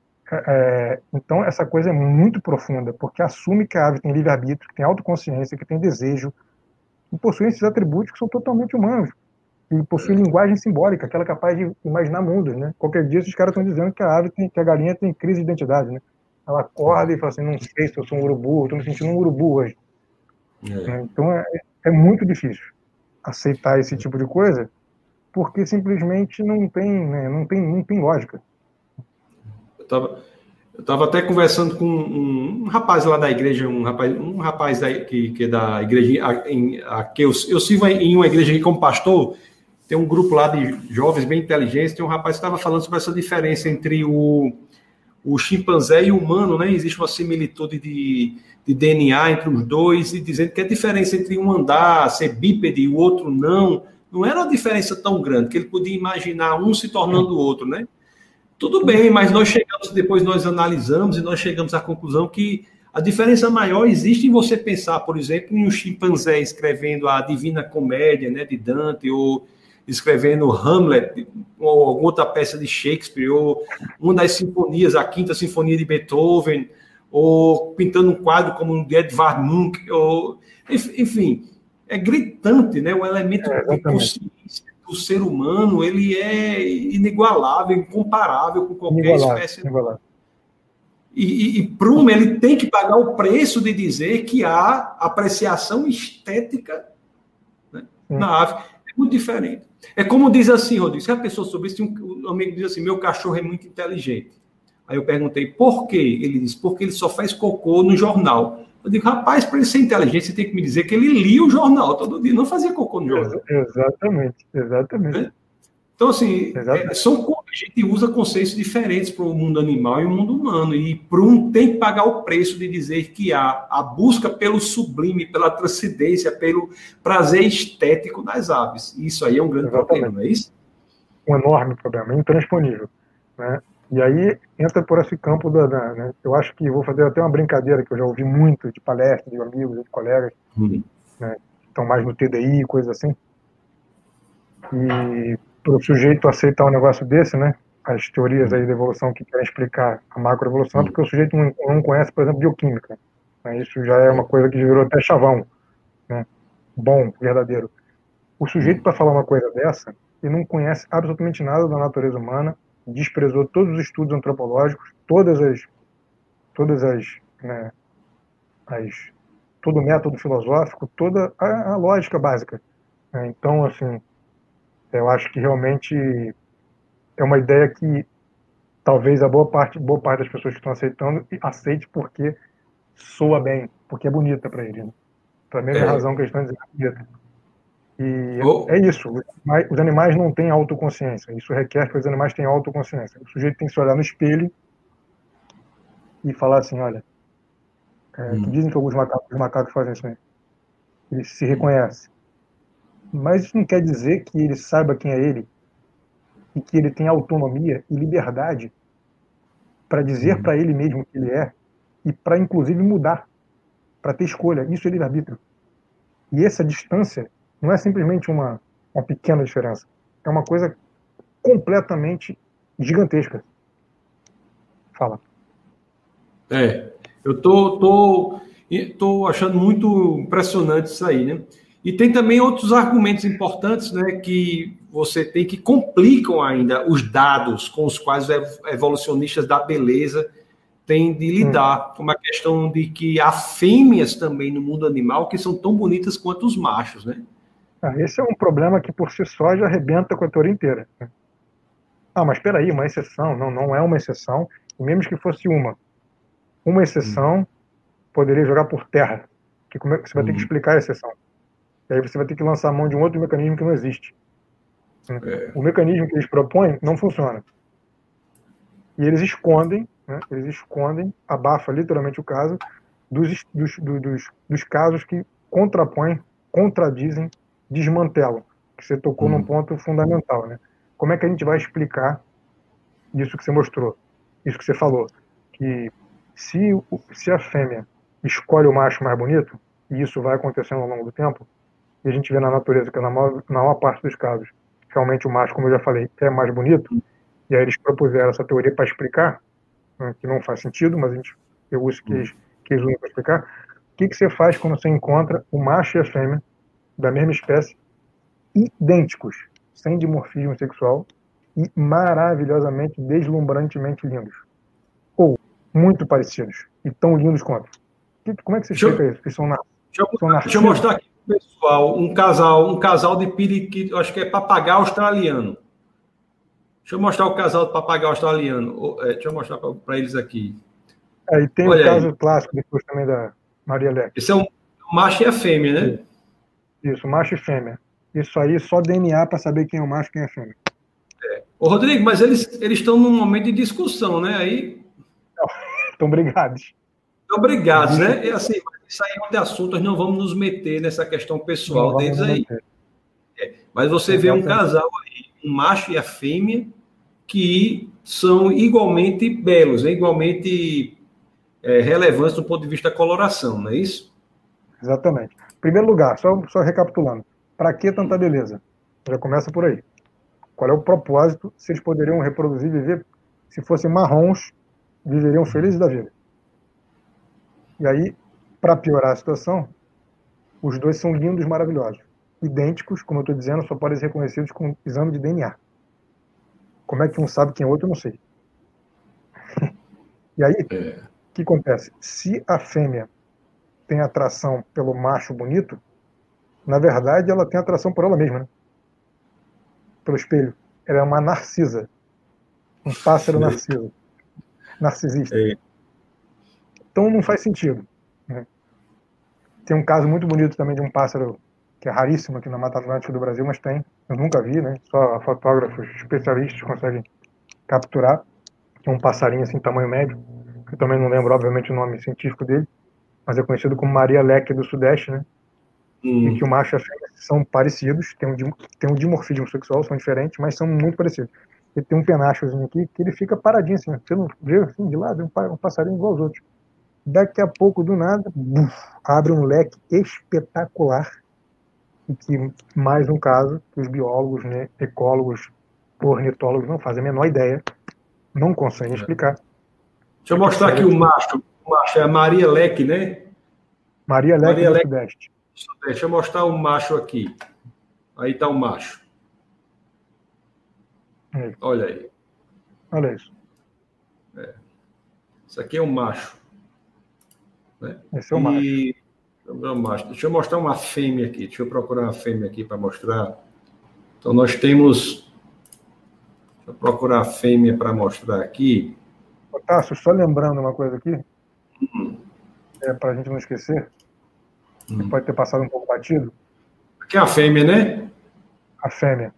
então, essa coisa é muito profunda, porque assume que a ave tem livre-arbítrio, que tem autoconsciência, que tem desejo, e possui esses atributos que são totalmente humanos, e possui linguagem simbólica, que ela é capaz de imaginar mundos, né? Qualquer dia esses caras estão dizendo que a galinha tem crise de identidade, né? Ela acorda e fala assim, não sei se eu sou um urubu, estou me sentindo um urubu hoje. Então, é muito difícil aceitar esse tipo de coisa, porque simplesmente não tem lógica. Eu estava até conversando com um rapaz lá da igreja, um rapaz que é da igreja, que eu sirvo em uma igreja aqui como pastor. Tem um grupo lá de jovens bem inteligentes. Tem um rapaz que estava falando sobre essa diferença entre o chimpanzé e o humano, né? Existe uma similitude de DNA entre os dois, e dizendo que a diferença entre um andar, ser bípede e o outro não era uma diferença tão grande, que ele podia imaginar um se tornando o outro, né? Tudo bem, mas depois nós analisamos e nós chegamos à conclusão que a diferença maior existe em você pensar, por exemplo, em um chimpanzé escrevendo a Divina Comédia, né, de Dante, ou escrevendo Hamlet, ou alguma outra peça de Shakespeare, ou uma das sinfonias, a Quinta Sinfonia de Beethoven, ou pintando um quadro como um de Edvard Munch, ou, enfim, é gritante, né, o elemento de consciência do ser humano, ele é inigualável, incomparável com qualquer espécie. E Prumo, ele tem que pagar o preço de dizer que há apreciação estética, né, na ave. É muito diferente. É como diz assim, Rodrigo, se a pessoa soubesse, um amigo diz assim, meu cachorro é muito inteligente. Aí eu perguntei, por quê? Ele disse, porque ele só faz cocô no jornal. Eu digo, rapaz, para ele ser inteligente, você tem que me dizer que ele lia o jornal todo dia, não fazia cocô no jornal. Exatamente. É? Então, assim, a gente usa conceitos diferentes para o mundo animal e o mundo humano. E Prum tem que pagar o preço de dizer que há a busca pelo sublime, pela transcendência, pelo prazer estético das aves. Isso aí é um grande problema, não é isso? Um enorme problema, intransponível, né? E aí entra por esse campo né? Eu acho que vou fazer até uma brincadeira que eu já ouvi muito de palestras, de amigos, de colegas, né, que estão mais no TDI, coisa assim. E para o sujeito aceitar um negócio desse, né, as teorias aí da evolução que querem explicar a macroevolução, porque o sujeito não conhece, por exemplo, bioquímica. Né, isso já é uma coisa que virou até chavão, né, bom, verdadeiro. O sujeito, para falar uma coisa dessa, ele não conhece absolutamente nada da natureza humana, desprezou todos os estudos antropológicos, todo o método filosófico, toda a lógica básica. Então, assim, eu acho que realmente é uma ideia que talvez a boa parte das pessoas que estão aceitando aceite porque soa bem, porque é bonita para ele. Né? Pela mesma razão que eles estão dizendo que é bonita. E é isso, os animais não têm autoconsciência, isso requer que os animais tenham autoconsciência. O sujeito tem que se olhar no espelho e falar assim, olha, que dizem que alguns macacos fazem isso aí, ele se reconhece. Mas isso não quer dizer que ele saiba quem é ele. e que ele tem autonomia e liberdade para dizer para ele mesmo que ele é e para, inclusive, mudar, para ter escolha. Isso é livre-arbítrio. E essa distância não é simplesmente uma pequena diferença. É uma coisa completamente gigantesca. Fala. Eu tô achando muito impressionante isso aí, né? E tem também outros argumentos importantes, né, que você tem que complicam ainda os dados com os quais os evolucionistas da beleza têm de lidar, como a questão de que há fêmeas também no mundo animal que são tão bonitas quanto os machos, né? Esse é um problema que por si só já arrebenta com a teoria inteira. Mas espera aí, uma exceção? Não é uma exceção. E mesmo que fosse uma exceção poderia jogar por terra. Você vai ter que explicar a exceção. E aí você vai ter que lançar a mão de um outro mecanismo que não existe. O mecanismo que eles propõem não funciona. E eles escondem, abafa literalmente o caso, dos casos que contrapõem, contradizem, desmantelam. Que você tocou num ponto fundamental, né? Como é que a gente vai explicar isso que você mostrou? Isso que você falou? Que se a fêmea escolhe o macho mais bonito, e isso vai acontecendo ao longo do tempo, e a gente vê na natureza que na maior parte dos casos, realmente o macho, como eu já falei, é mais bonito, e aí eles propuseram essa teoria para explicar, né, que não faz sentido, mas eu uso que eles usam para explicar. O que você faz quando você encontra o macho e a fêmea da mesma espécie, idênticos, sem dimorfismo sexual, e maravilhosamente, deslumbrantemente lindos? Ou muito parecidos, e tão lindos quanto? Como é que você explica isso? Porque Deixa eu mostrar aqui pro pessoal um casal de periquito, acho que é papagaio australiano. Deixa eu mostrar o casal de papagaio australiano. Deixa eu mostrar para eles aqui. E tem o caso clássico depois também da Maria Leque. Esse é um macho e a fêmea, né? Isso, macho e fêmea. Isso aí, só DNA para saber quem é o macho e quem é a fêmea. Ô, Rodrigo, mas eles estão num momento de discussão, né? Aí... Estão brigados. Estão brigados, né? E assim, isso aí é um assunto, nós não vamos nos meter nessa questão pessoal deles aí. Mas você vê um casal aí, um macho e a fêmea, que são igualmente belos, né? Igualmente relevantes do ponto de vista da coloração, não é isso? Exatamente. Em primeiro lugar, só recapitulando, para que tanta beleza? Já começa por aí. Qual é o propósito? Se eles poderiam reproduzir, viver, se fossem marrons, viveriam felizes da vida. E aí, para piorar a situação, os dois são lindos, maravilhosos. Idênticos, como eu estou dizendo, só podem ser reconhecidos com exame de DNA. Como é que um sabe quem é o outro, eu não sei. E aí, o que acontece? Se a fêmea tem atração pelo macho bonito, na verdade ela tem atração por ela mesma, né? Pelo espelho. Ela é uma narcisa. Um pássaro narcisista. Então não faz sentido, né? Tem um caso muito bonito também de um pássaro que é raríssimo aqui na Mata Atlântica do Brasil, mas tem. Eu nunca vi, né? Só fotógrafos especialistas conseguem capturar. É um passarinho assim, tamanho médio, que eu também não lembro, obviamente, o nome científico dele, mas é conhecido como Maria Leque do Sudeste, né? E que o macho e a fêmea são parecidos, tem um dimorfismo sexual, são diferentes, mas são muito parecidos. Ele tem um penachozinho aqui que ele fica paradinho assim, você não vê assim de lado, um passarinho igual aos outros. Daqui a pouco, do nada, abre um leque espetacular, e que, mais um caso, que os biólogos, né, ecólogos, ornitólogos não fazem a menor ideia, não conseguem explicar. Deixa eu mostrar aqui o macho. O macho é a Maria Leque, né? Maria Leque do Sudeste. Deixa eu mostrar o macho aqui. Aí está o macho. Olha aí. Olha isso. Isso aqui é um macho. Né? Esse é o macho. Deixa eu mostrar uma fêmea aqui. Deixa eu procurar uma fêmea aqui para mostrar. Então, nós temos... Deixa eu procurar a fêmea para mostrar aqui. Tássio, só lembrando uma coisa aqui, para a gente não esquecer, que pode ter passado um pouco batido. Aqui é a fêmea, né? A fêmea.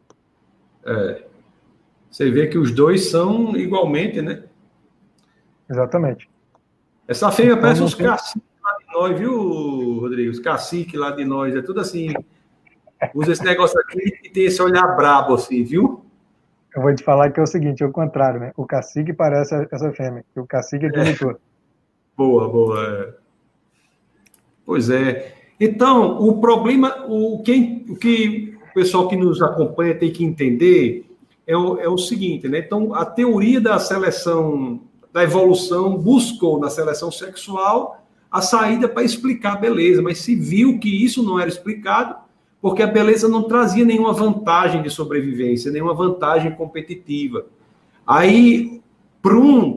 Você vê que os dois são igualmente, né? Exatamente. Essa fêmea então, parece os caciques lá de nós, viu, Rodrigo? Os caciques lá de nós, é tudo assim. Usa esse negócio aqui e tem esse olhar brabo, assim, viu? Eu vou te falar que é o seguinte, é o contrário, né? O cacique parece essa fêmea, o cacique é que lutou. Boa, boa. Pois é. Então, o problema, o que o pessoal que nos acompanha tem que entender é o seguinte, né? Então, a teoria da seleção, da evolução, buscou na seleção sexual a saída para explicar a beleza, mas se viu que isso não era explicado, porque a beleza não trazia nenhuma vantagem de sobrevivência, nenhuma vantagem competitiva. Aí, Prum,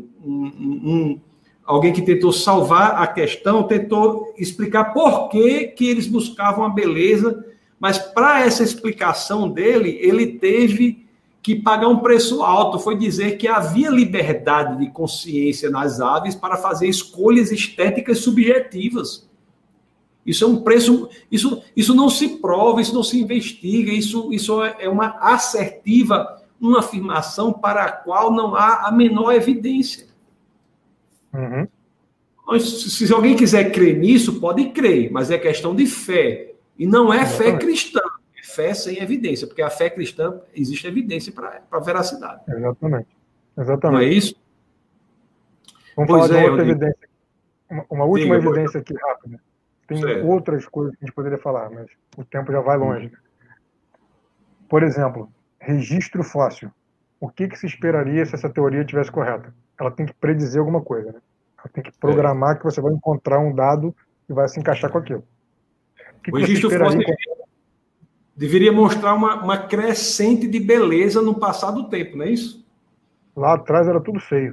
alguém que tentou salvar a questão, tentou explicar por que eles buscavam a beleza, mas para essa explicação dele, ele teve que pagar um preço alto, foi dizer que havia liberdade de consciência nas aves para fazer escolhas estéticas subjetivas. Isso é um preço, isso não se prova, isso não se investiga, isso é uma assertiva, uma afirmação para a qual não há a menor evidência. Uhum. Se alguém quiser crer nisso, pode crer, mas é questão de fé. E não é fé cristã, é fé sem evidência, porque a fé cristã existe evidência para a veracidade. Exatamente. Não é isso? Vamos falar de outra evidência. Uma última evidência aqui, rápida. Tem outras coisas que a gente poderia falar, mas o tempo já vai longe. Por exemplo, registro fóssil. O que se esperaria se essa teoria estivesse correta? Ela tem que predizer alguma coisa, né? Ela tem que programar que você vai encontrar um dado que vai se encaixar com aquilo. O registro fóssil deveria mostrar uma crescente de beleza no passar do tempo, não é isso? Lá atrás era tudo feio.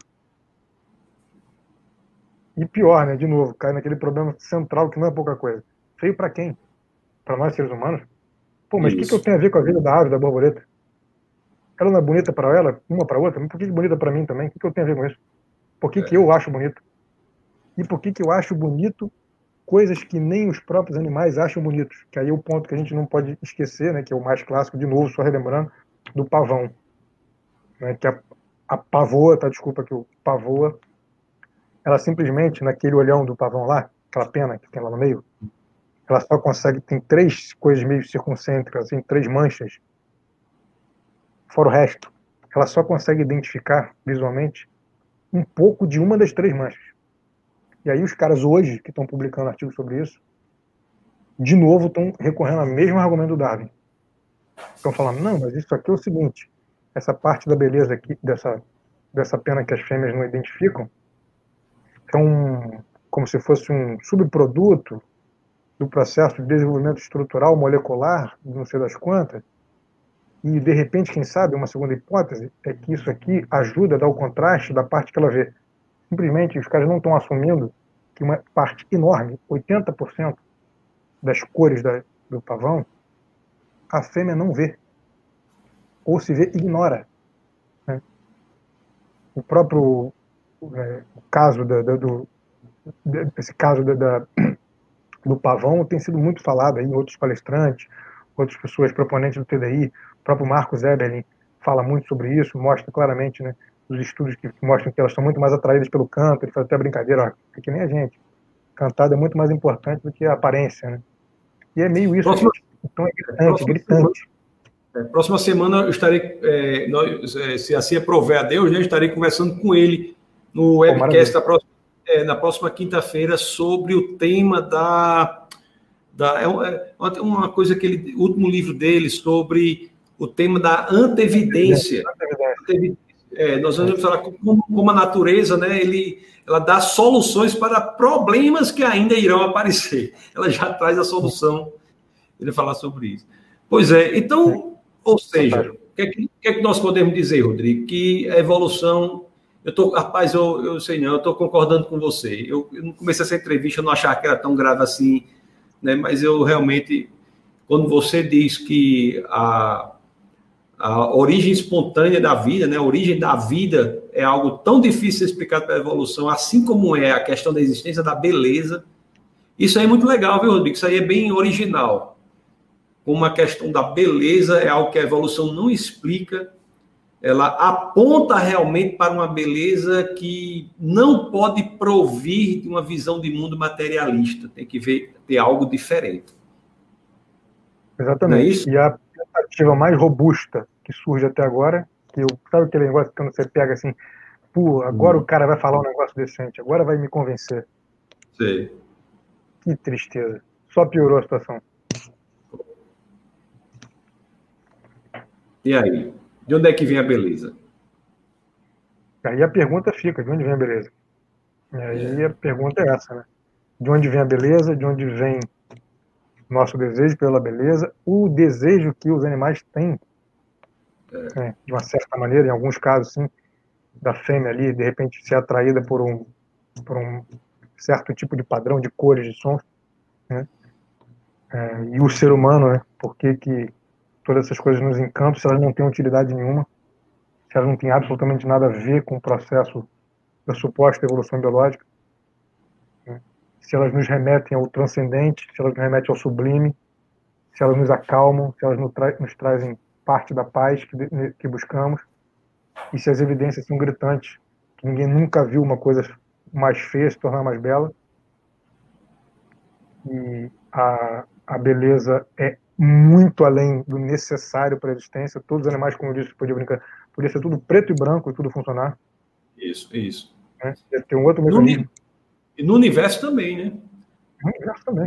E pior, né? De novo, cai naquele problema central que não é pouca coisa. Feio para quem? Para nós seres humanos? Pô, mas o que eu tenho a ver com a vida da ave, da borboleta? Ela não é bonita para ela, uma para outra? Mas por que é bonita para mim também? O que eu tenho a ver com isso? Por que eu acho bonito? E por que eu acho bonito coisas que nem os próprios animais acham bonitos? Que aí é o ponto que a gente não pode esquecer, né? Que é o mais clássico, de novo, só relembrando, do pavão. Né, que a pavoa, tá? Desculpa que o pavoa, ela simplesmente, naquele olhão do pavão lá, aquela pena que tem lá no meio, ela só consegue, tem 3 coisas meio circuncêntricas, assim, 3 manchas, fora o resto. Ela só consegue identificar visualmente um pouco de uma das 3 manchas. E aí os caras hoje, que estão publicando artigos sobre isso, de novo estão recorrendo ao mesmo argumento do Darwin. Estão falando, não, mas isso aqui é o seguinte, essa parte da beleza aqui, dessa pena que as fêmeas não identificam, é como se fosse um subproduto do processo de desenvolvimento estrutural molecular, não sei das quantas, e de repente, quem sabe, uma segunda hipótese é que isso aqui ajuda a dar o contraste da parte que ela vê. Simplesmente os caras não estão assumindo que uma parte enorme, 80% das cores do pavão, a fêmea não vê. Ou se vê, ignora. Né? O próprio caso esse caso do pavão tem sido muito falado aí em outros palestrantes, outras pessoas proponentes do TDI. O próprio Marcos Eberlin fala muito sobre isso, mostra claramente, né, os estudos que mostram que elas são muito mais atraídas pelo canto. Ele faz até brincadeira, ó, é que nem a gente. Cantada é muito mais importante do que a aparência, né? E é meio isso. Então é gritante. Próxima semana eu estarei, se assim aprover a Deus, eu estarei conversando com ele no webcast na próxima quinta-feira sobre o tema uma coisa que o último livro dele sobre o tema da antevidência. Nós vamos falar como a natureza, né, ela dá soluções para problemas que ainda irão aparecer. Ela já traz a solução. Ele vai falar sobre isso. Pois é, então, ou seja, o que é que nós podemos dizer, Rodrigo? Que a evolução... Rapaz, eu sei não, eu estou concordando com você. Eu não comecei essa entrevista, eu não achava que era tão grave assim, né? Mas eu realmente, quando você diz que a origem espontânea da vida, né? A origem da vida é algo tão difícil de explicar pela evolução, assim como é a questão da existência da beleza, isso aí é muito legal, viu, Rodrigo? Isso aí é bem original. Como a questão da beleza é algo que a evolução não explica, ela aponta realmente para uma beleza que não pode provir de uma visão de mundo materialista. Tem que ter algo diferente. Exatamente. E a tentativa mais robusta que surge até agora, que eu, sabe aquele negócio que quando você pega assim, pô, agora o cara vai falar um negócio decente, agora vai me convencer. Sei. Que tristeza. Só piorou a situação. E aí? De onde é que vem a beleza? Aí a pergunta fica, de onde vem a beleza? E aí a pergunta é essa, né? De onde vem a beleza? De onde vem nosso desejo pela beleza? O desejo que os animais têm, né? De uma certa maneira, em alguns casos, sim, da fêmea ali, de repente ser atraída por um certo tipo de padrão de cores, de sons, né? E o ser humano, né? Por que todas essas coisas nos encantam se elas não têm utilidade nenhuma, se elas não têm absolutamente nada a ver com o processo da suposta evolução biológica, né? Se elas nos remetem ao transcendente, se elas nos remetem ao sublime, se elas nos acalmam, se elas nos trazem parte da paz que buscamos, e se as evidências são gritantes, que ninguém nunca viu uma coisa mais feia se tornar mais bela, e a beleza é muito além do necessário para a existência. Todos os animais, como eu disse, podia ser tudo preto e branco e tudo funcionar. Isso. Né? Ia ter um outro mecanismo. No universo também, né? No universo também.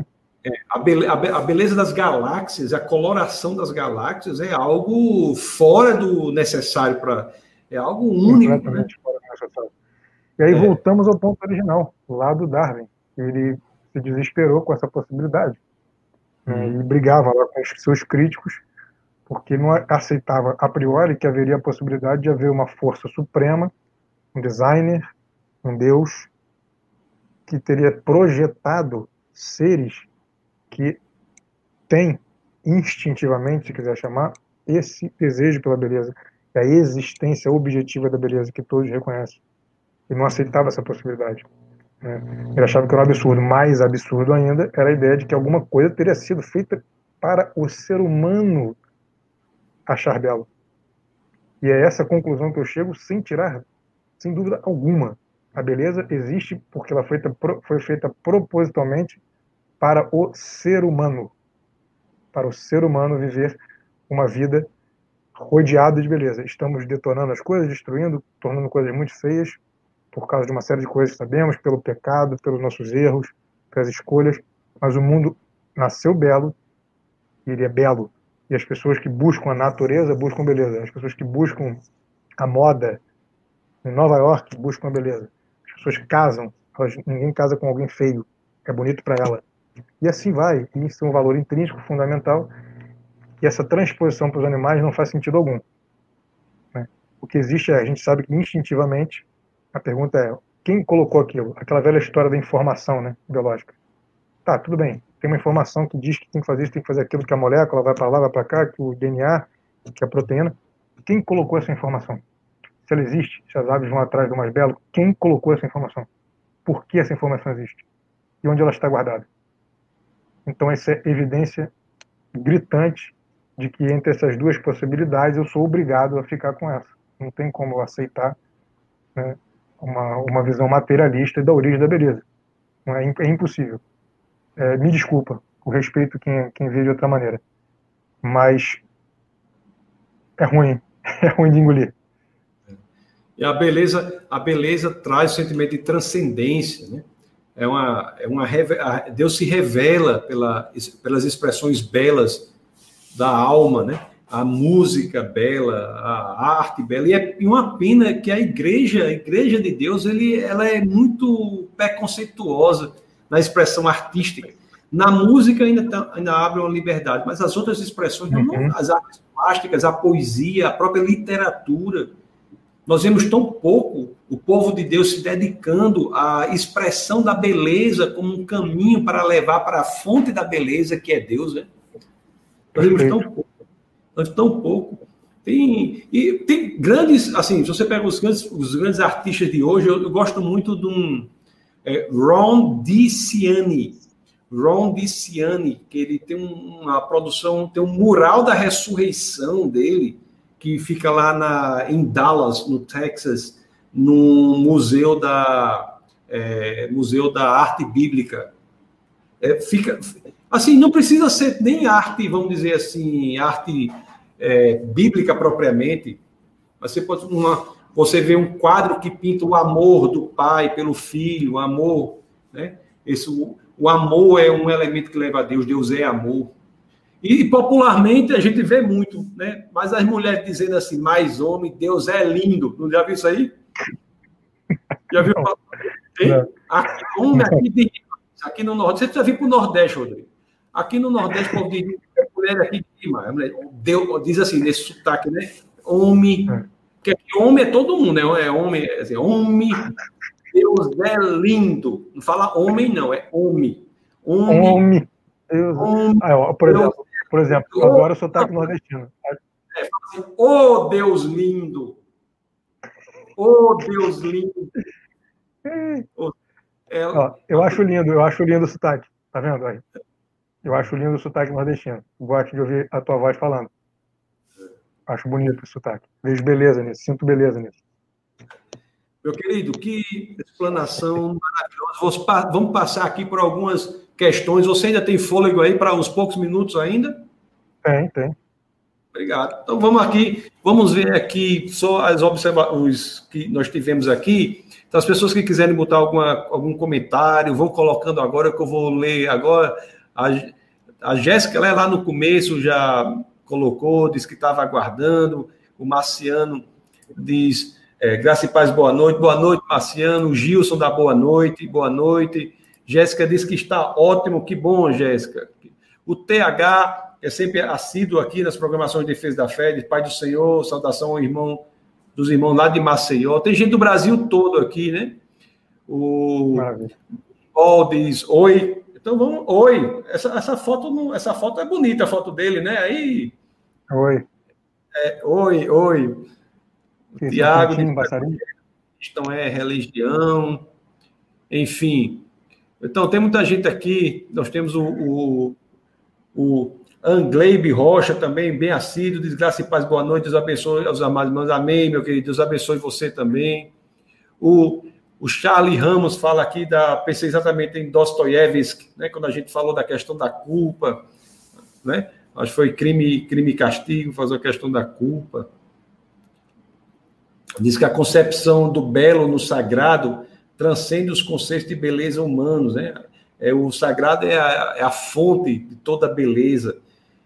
A beleza das galáxias, a coloração das galáxias é algo fora do necessário para... É algo único. Completamente, né? Fora do necessário. E aí voltamos ao ponto original, lá do Darwin. Ele se desesperou com essa possibilidade. Né? E brigava lá com os seus críticos, porque não aceitava a priori que haveria a possibilidade de haver uma força suprema, um designer, um Deus, que teria projetado seres que têm instintivamente, se quiser chamar, esse desejo pela beleza, a existência objetiva da beleza que todos reconhecem. Ele não aceitava essa possibilidade. Né? Ele achava que era um absurdo. Mais absurdo ainda era a ideia de que alguma coisa teria sido feita para o ser humano achar belo. E é essa conclusão que eu chego sem tirar, sem dúvida alguma. A beleza existe porque ela foi feita propositalmente para o ser humano. Para o ser humano viver uma vida rodeado de beleza. Estamos detonando as coisas, destruindo, tornando coisas muito feias, por causa de uma série de coisas que sabemos, pelo pecado, pelos nossos erros, pelas escolhas, mas o mundo nasceu belo, e ele é belo, e as pessoas que buscam a natureza buscam beleza, as pessoas que buscam a moda em Nova York buscam a beleza, as pessoas casam, ninguém casa com alguém feio, é bonito para ela, e assim vai, e isso é um valor intrínseco, fundamental, e essa transposição para os animais não faz sentido algum. Né? O que existe a gente sabe que instintivamente, a pergunta é, quem colocou aquilo? Aquela velha história da informação, né, biológica. Tá, tudo bem, tem uma informação que diz que tem que fazer isso, tem que fazer aquilo, que a molécula vai para lá, vai para cá, que o DNA, que a proteína. Quem colocou essa informação? Se ela existe, se as aves vão atrás do mais belo, quem colocou essa informação? Por que essa informação existe? E onde ela está guardada? Então, essa é evidência gritante de que entre essas duas possibilidades eu sou obrigado a ficar com essa. Não tem como eu aceitar, né, uma visão materialista da origem da beleza. Não é impossível. Me desculpa, eu respeito quem vê de outra maneira. Mas é ruim de engolir. E a beleza traz o sentimento de transcendência, né? Deus se revela pelas expressões belas da alma, né? A música bela, a arte bela, e uma pena que a igreja de Deus, ela é muito preconceituosa na expressão artística. Na música ainda abre uma liberdade, mas as outras expressões, as artes plásticas, a poesia, a própria literatura, nós vemos tão pouco o povo de Deus se dedicando à expressão da beleza como um caminho para levar para a fonte da beleza, que é Deus, né? Nós vemos tão pouco. Tem grandes, assim, se você pega os grandes artistas de hoje, eu gosto muito de um Ron DeCiani, que ele tem uma produção, tem um mural da ressurreição dele, que fica lá em Dallas, no Texas, no Museu da Arte Bíblica. Fica assim, não precisa ser nem arte, vamos dizer assim, arte bíblica propriamente, mas você vê um quadro que pinta o amor do pai pelo filho, o amor, né? O amor é um elemento que leva a Deus, Deus é amor. E popularmente a gente vê muito, né? Mas as mulheres dizendo assim, mais homem, Deus é lindo. Não já viu isso aí? Já viu? Aqui no Nordeste, você precisa vir para o Nordeste, Rodrigo. Aqui no Nordeste, o povo diz, mulher aqui Deus, diz assim, nesse sotaque, né? Homem, porque aqui homem é todo mundo, né? É homem, homem, Deus é lindo. Não fala homem, não, é homem. Homem. Deus. Por exemplo, agora o sotaque nordestino. Assim, oh, Deus lindo. Oh, Deus lindo. Eu acho lindo o sotaque. Tá vendo aí? Eu acho lindo o sotaque nordestino. Gosto de ouvir a tua voz falando. Acho bonito o sotaque. Vejo beleza nisso, sinto beleza nisso. Meu querido, que explanação maravilhosa. Vamos passar aqui por algumas questões. Você ainda tem fôlego aí para uns poucos minutos ainda? Tem. Obrigado. Então vamos ver aqui só as observações que nós tivemos aqui. Então, as pessoas que quiserem botar algum comentário, vão colocando agora, que eu vou ler agora. A Jéssica, ela lá no começo já colocou, disse que estava aguardando. O Marciano diz, graça e paz, boa noite. Boa noite, Marciano. O Gilson dá boa noite. Boa noite. Jéssica diz que está ótimo. Que bom, Jéssica. O TH é sempre assíduo aqui nas programações de Defesa da Fé, de Pai do Senhor, saudação ao irmão, dos irmãos lá de Maceió. Tem gente do Brasil todo aqui, né? O Paul diz, oi. Então vamos, oi. Essa foto é bonita, a foto dele, né? Aí. Oi. Oi. O Tiago diz, então religião. Enfim. Então, tem muita gente aqui. Nós temos o Angleibe Rocha também, bem assíduo, diz graça e paz, boa noite, Deus abençoe aos amados irmãos, amém, meu querido, Deus abençoe você também. O Charlie Ramos fala aqui, pensei exatamente em Dostoiévski, né, quando a gente falou da questão da culpa, né, acho que foi crime e castigo, fazer a questão da culpa. Diz que a concepção do belo no sagrado transcende os conceitos de beleza humanos, né? O sagrado é a fonte de toda a beleza.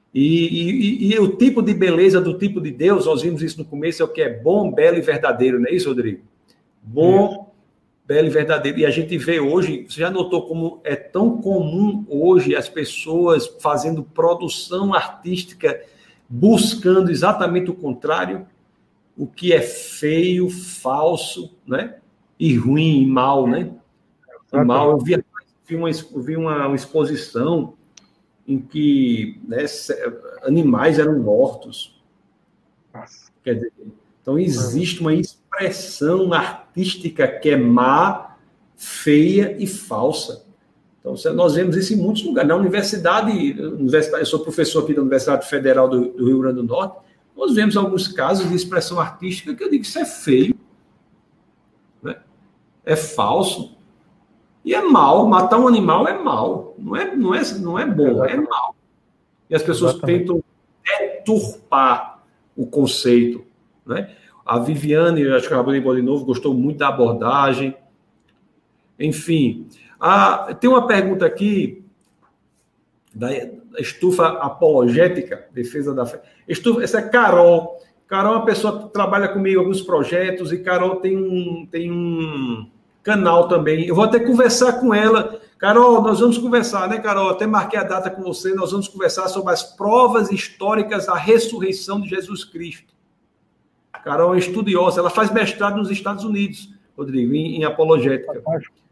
E o tipo de beleza do tipo de Deus, nós vimos isso no começo, é o que é bom, belo e verdadeiro, não é isso, Rodrigo? Bom, belo e verdadeiro. E a gente vê hoje, você já notou como é tão comum hoje as pessoas fazendo produção artística, buscando exatamente o contrário, o que é feio, falso, né? E ruim, e mal, né? E mal. Eu vi uma exposição em que, né, animais eram mortos. Quer dizer, então existe uma expressão artística que é má, feia e falsa. Então nós vemos isso em muitos lugares. Na universidade, eu sou professor aqui da Universidade Federal do Rio Grande do Norte, nós vemos alguns casos de expressão artística que eu digo que isso é feio, né? É falso. E é mal, matar um animal é mal, não é bom, é mal. E as pessoas tentam deturpar o conceito, né? A Viviane, acho que acabou de embora de novo, gostou muito da abordagem. Enfim, tem uma pergunta aqui da Estufa Apologética, Defesa da Fé. Essa é Carol. Carol é uma pessoa que trabalha comigo em alguns projetos, e Carol tem um canal também. Eu vou até conversar com ela. Carol, nós vamos conversar, né, Carol? Até marquei a data com você. Nós vamos conversar sobre as provas históricas da ressurreição de Jesus Cristo. Carol é estudiosa. Ela faz mestrado nos Estados Unidos, Rodrigo, em apologética.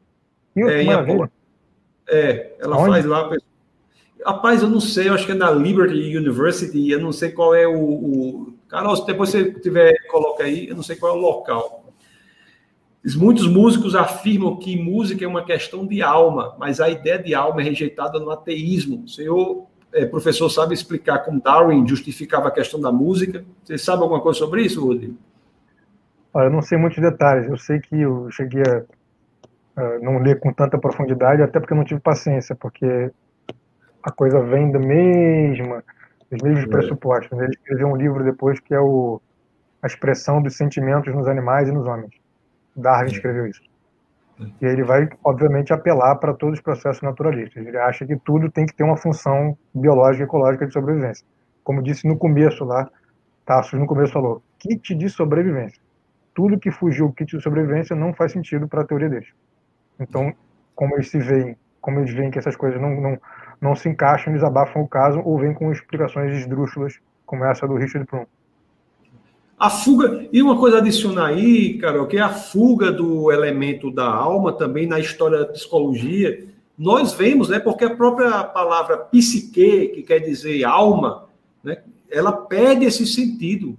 Ela faz lá. Rapaz, eu não sei. Eu acho que é na Liberty University. Eu não sei qual é o... Carol, se depois você tiver, coloca aí. Eu não sei qual é o local. Muitos músicos afirmam que música é uma questão de alma, mas a ideia de alma é rejeitada no ateísmo. O senhor, professor, sabe explicar como Darwin justificava a questão da música? Você sabe alguma coisa sobre isso, Rodrigo? Eu não sei muitos detalhes. Eu sei que eu cheguei a não ler com tanta profundidade, até porque eu não tive paciência, porque a coisa vem da mesma, os mesmos pressupostos. Ele escreveu um livro depois que é A Expressão dos Sentimentos nos Animais e nos Homens. Darwin escreveu isso. E ele vai, obviamente, apelar para todos os processos naturalistas. Ele acha que tudo tem que ter uma função biológica e ecológica de sobrevivência. Como disse no começo lá, Tassos no começo falou, kit de sobrevivência. Tudo que fugiu do kit de sobrevivência não faz sentido para a teoria deles. Então, como eles veem que essas coisas não se encaixam, eles abafam o caso ou vêm com explicações esdrúxulas, como essa do Richard Prum. A fuga, e uma coisa adicionar aí, Carol, que é a fuga do elemento da alma também na história da psicologia, nós vemos, né, porque a própria palavra psique, que quer dizer alma, né, ela perde esse sentido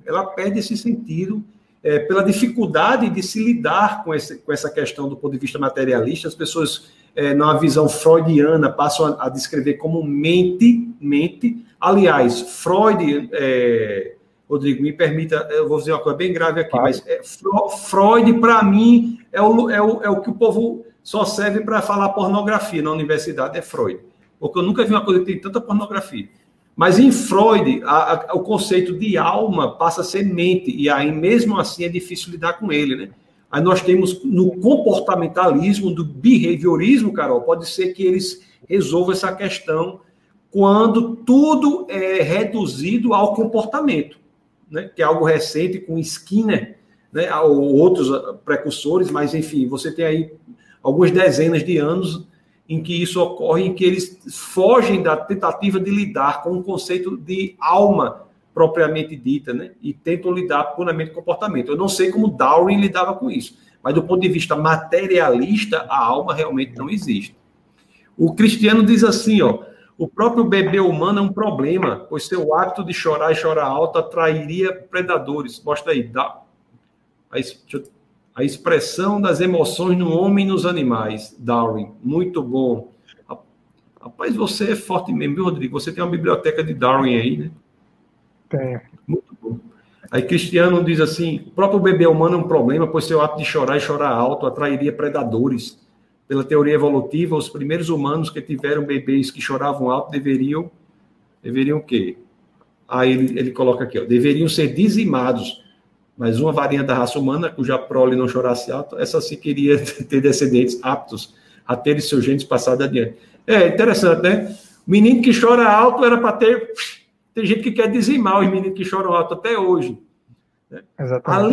pela dificuldade de se lidar com essa questão do ponto de vista materialista. As pessoas, numa visão freudiana, passam a descrever como mente. Aliás, Freud... Rodrigo, me permita, eu vou dizer uma coisa bem grave aqui, mas Freud, para mim, é o que o povo só serve para falar pornografia na universidade, é Freud. Porque eu nunca vi uma coisa que tem tanta pornografia. Mas em Freud, o conceito de alma passa a ser mente, e aí mesmo assim é difícil lidar com ele, né? Aí nós temos no comportamentalismo, do behaviorismo, Carol, pode ser que eles resolvam essa questão quando tudo é reduzido ao comportamento. Né, que é algo recente com Skinner, né, ou outros precursores, mas, enfim, você tem aí algumas dezenas de anos em que isso ocorre, em que eles fogem da tentativa de lidar com o conceito de alma propriamente dita, né, e tentam lidar puramente com comportamento. Eu não sei como Darwin lidava com isso, mas do ponto de vista materialista, a alma realmente não existe. O Cristiano diz assim, ó, o próprio bebê humano é um problema, pois seu hábito de chorar e chorar alto atrairia predadores. Mostra aí, a expressão das emoções no homem e nos animais, Darwin. Muito bom. Rapaz, você é forte mesmo, viu, Rodrigo? Você tem uma biblioteca de Darwin aí, né? Tenho. Muito bom. Aí Cristiano diz assim, o próprio bebê humano é um problema, pois seu hábito de chorar e chorar alto atrairia predadores. Pela teoria evolutiva, os primeiros humanos que tiveram bebês que choravam alto deveriam o quê? Aí ele coloca aqui, ó, deveriam ser dizimados, mas uma variante da raça humana, cuja prole não chorasse alto, essa sim queria ter descendentes aptos a terem seus genes passados adiante. É interessante, né? O menino que chora alto era para ter... Tem gente que quer dizimar os meninos que choram alto até hoje. Né? Exatamente.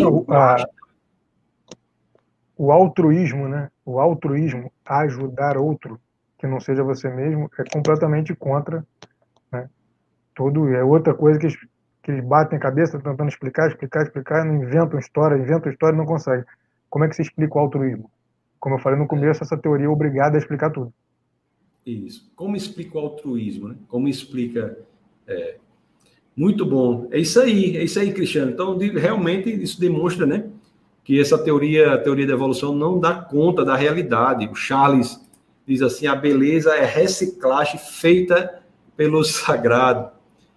O altruísmo, né? O altruísmo, ajudar outro que não seja você mesmo, é completamente contra, né? É outra coisa que eles batem a cabeça tentando explicar, não inventam história e não conseguem. Como é que se explica o altruísmo? Como eu falei no começo, essa teoria é obrigada a explicar tudo. Isso. Como explica o altruísmo, né? Como explica... Muito bom. É isso aí, Cristiano. Então, realmente, isso demonstra, né, que essa teoria, a teoria da evolução, não dá conta da realidade. O Charles diz assim, a beleza é reciclagem feita pelo sagrado.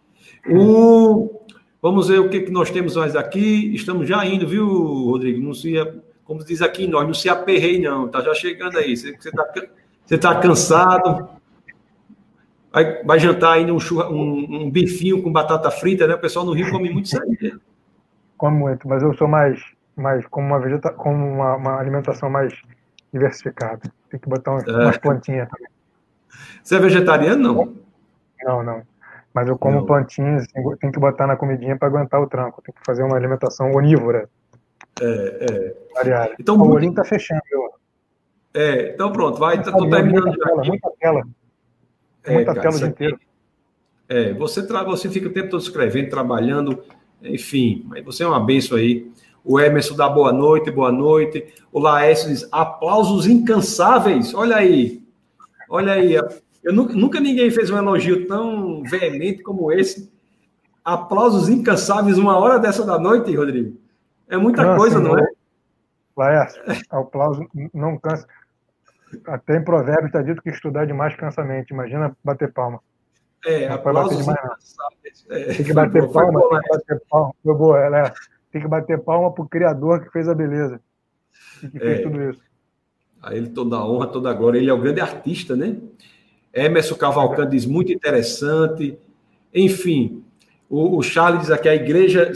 Vamos ver o que nós temos mais aqui. Estamos já indo, viu, Rodrigo? Como diz aqui, nós não se aperrei, não. Tá já chegando aí. Você tá cansado. Vai jantar ainda um bifinho com batata frita, né? O pessoal no Rio come muito isso aí. Né? Come muito, mas eu sou mais como uma alimentação mais diversificada. Tem que botar umas plantinhas também. Você é vegetariano, não? Não. Mas eu como plantinhas, tem que botar na comidinha para aguentar o tranco. Tem que fazer uma alimentação onívora. Variada. Então, o olhinho tá fechando. Então pronto, vai. Tô terminando já. Muita tela. Muita tela o dia inteiro. Você fica o tempo todo escrevendo, trabalhando, enfim, mas você é uma benção aí. O Emerson dá boa noite. O Laércio diz, aplausos incansáveis. Olha aí. Nunca ninguém fez um elogio tão veemente como esse. Aplausos incansáveis uma hora dessa da noite, Rodrigo. É muita coisa, não é? Laércio, aplauso não cansa. Até em Provérbios está dito que estudar demais cansa a mente. Imagina bater palma. Aplausos incansáveis. Tem que bater palma. Tem que bater palma para o Criador que fez a beleza. E que fez tudo isso. A ele toda a honra, toda a glória. Ele é o grande artista, né? Emerson Cavalcante diz, muito interessante. Enfim, O Charles diz aqui, a igreja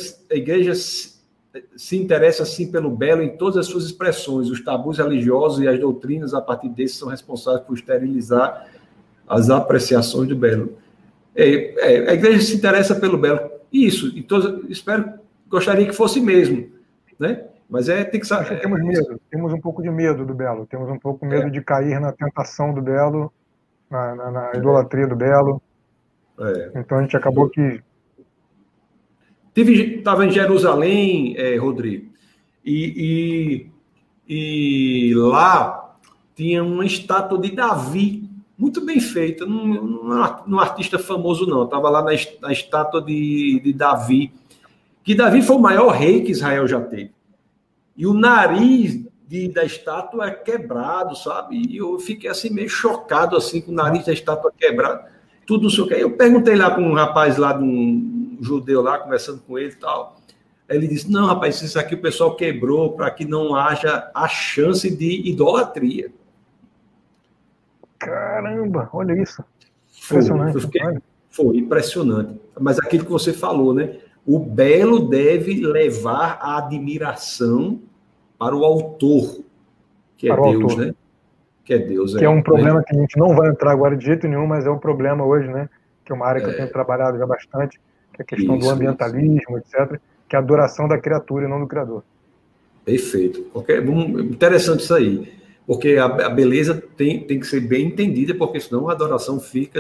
se interessa, assim, pelo belo em todas as suas expressões. Os tabus religiosos e as doutrinas, a partir desses, são responsáveis por esterilizar as apreciações do belo. A igreja se interessa pelo belo. Isso, então, gostaria que fosse mesmo, né? Mas tem que saber. Temos medo, temos um pouco de medo do belo, temos um pouco medo de cair na tentação do belo, na idolatria do belo. Então a gente acabou que... Estava em Jerusalém, Rodrigo, e lá tinha uma estátua de Davi, muito bem feita, não artista famoso não, estava lá na estátua de Davi, que Davi foi o maior rei que Israel já teve. E o nariz da estátua é quebrado, sabe? E eu fiquei assim meio chocado assim com o nariz da estátua quebrado. Tudo isso que eu perguntei lá para um rapaz lá, de um judeu lá, conversando com ele e tal. Ele disse: não, rapaz, isso aqui o pessoal quebrou para que não haja a chance de idolatria. Caramba, olha isso. Impressionante. Foi impressionante. Mas aquilo que você falou, né? O belo deve levar a admiração para o autor, que é Deus, né? Que é Deus. Que é um problema que a gente não vai entrar agora de jeito nenhum, mas é um problema hoje, né? Que é uma área que eu tenho trabalhado já bastante, que é a questão do ambientalismo, etc., que é a adoração da criatura e não do Criador. Perfeito. Interessante isso aí, porque a beleza tem que ser bem entendida, porque senão a adoração fica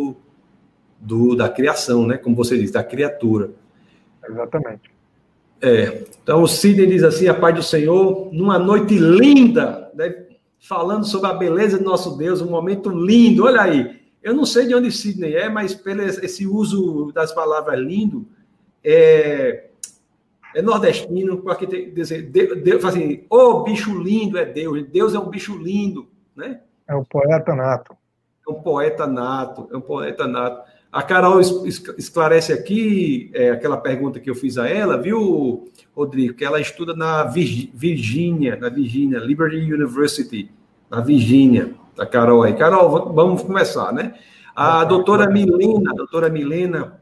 da criação, né? Como você disse, da criatura. Exatamente. Então o Sidney diz assim: a paz do Senhor, numa noite linda, né? Falando sobre a beleza do nosso Deus, um momento lindo, olha aí. Eu não sei de onde Sidney mas pelo esse uso das palavras lindo, é nordestino, porque tem que dizer, Deus, assim, bicho lindo é Deus, Deus é um bicho lindo, né? É um poeta nato. É um poeta nato. A Carol esclarece aqui aquela pergunta que eu fiz a ela, viu, Rodrigo? Que ela estuda na Virgínia, Liberty University, na Virgínia, a Carol aí. Carol, vamos começar, né? A doutora Milena,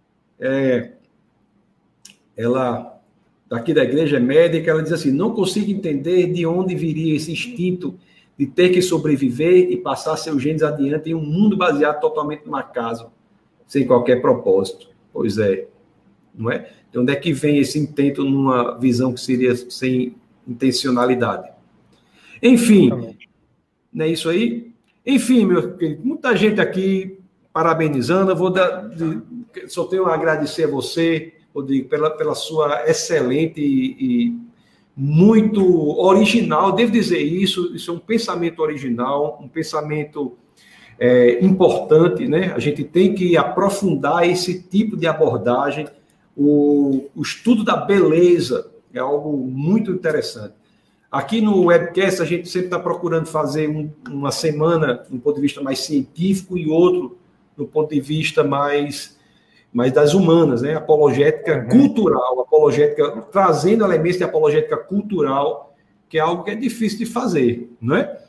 ela, daqui da igreja, é médica, ela diz assim: não consigo entender de onde viria esse instinto de ter que sobreviver e passar seus genes adiante em um mundo baseado totalmente no acaso, sem qualquer propósito. Pois é, não é? De onde é que vem esse intento numa visão que seria sem intencionalidade? Enfim, não é isso aí? Enfim, meu querido, muita gente aqui parabenizando. Eu só tenho a agradecer a você, Rodrigo, pela sua excelente e muito original, devo dizer isso é um pensamento original, um pensamento importante, né? A gente tem que aprofundar esse tipo de abordagem. O estudo da beleza é algo muito interessante. Aqui no webcast, a gente sempre está procurando fazer uma semana do ponto de vista mais científico e outro do ponto de vista mais das humanas, né? Apologética cultural, trazendo elementos de apologética cultural, que é algo que é difícil de fazer, não é?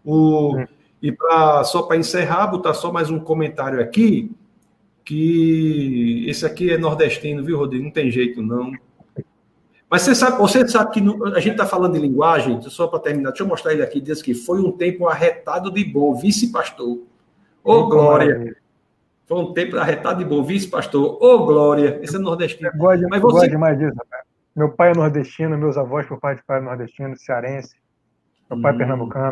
E só para encerrar, botar só mais um comentário aqui, que esse aqui é nordestino, viu, Rodrigo? Não tem jeito, não. Mas você sabe que a gente está falando de linguagem, só para terminar, deixa eu mostrar ele aqui, diz que foi um tempo arretado de bom, vice-pastor. Ô, glória! Foi um tempo arretado de bom, vice-pastor. Ô, glória! Esse é nordestino. Eu gosto demais disso, rapaz. Meu pai é nordestino, meus avós por pai de pai nordestino, cearense. Meu pai é pernambucano.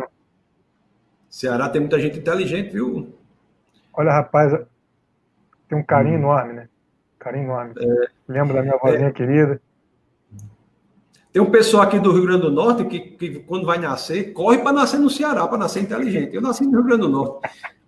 Ceará tem muita gente inteligente, viu? Olha, rapaz, tem um carinho enorme, né? Carinho enorme. Lembro da minha avózinha querida. Tem um pessoal aqui do Rio Grande do Norte que quando vai nascer, corre para nascer no Ceará, para nascer inteligente. Eu nasci no Rio Grande do Norte.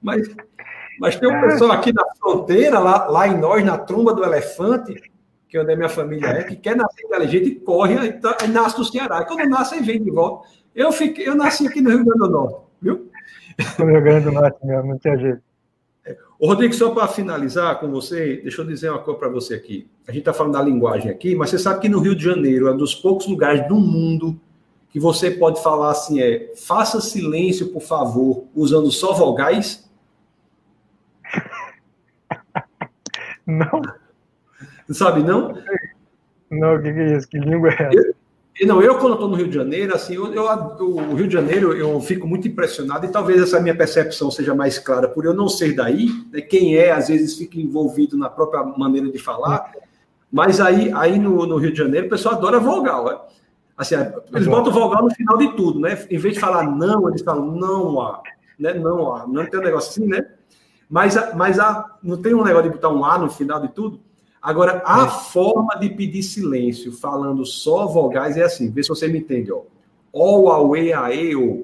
Mas tem um pessoal aqui na fronteira, lá em nós, na tromba do elefante, que é onde a minha família que quer nascer inteligente e corre e nasce no Ceará. Quando nasce, aí vem de volta. Eu nasci aqui no Rio Grande do Norte, viu? No Rio Grande do Norte mesmo, não tinha jeito. Ô, Rodrigo, só para finalizar com você, deixa eu dizer uma coisa para você aqui. A gente está falando da linguagem aqui, mas você sabe que no Rio de Janeiro é um dos poucos lugares do mundo que você pode falar assim, faça silêncio, por favor, usando só vogais? Não. Não sabe, não? Não, o que é isso? Que língua é essa? Eu quando estou no Rio de Janeiro, assim, o Rio de Janeiro, eu fico muito impressionado, e talvez essa minha percepção seja mais clara por eu não ser daí, né? Quem é, às vezes, fica envolvido na própria maneira de falar, mas aí no Rio de Janeiro, o pessoal adora vogal, né? Assim, eles botam vogal no final de tudo, né? Em vez de falar não, eles falam não há, né? Não há, não tem um negócio assim, né? Mas não tem um negócio de botar um A no final de tudo? Agora, a forma de pedir silêncio, falando só vogais, é assim. Vê se você me entende, ó. O, a, e, a, e, o.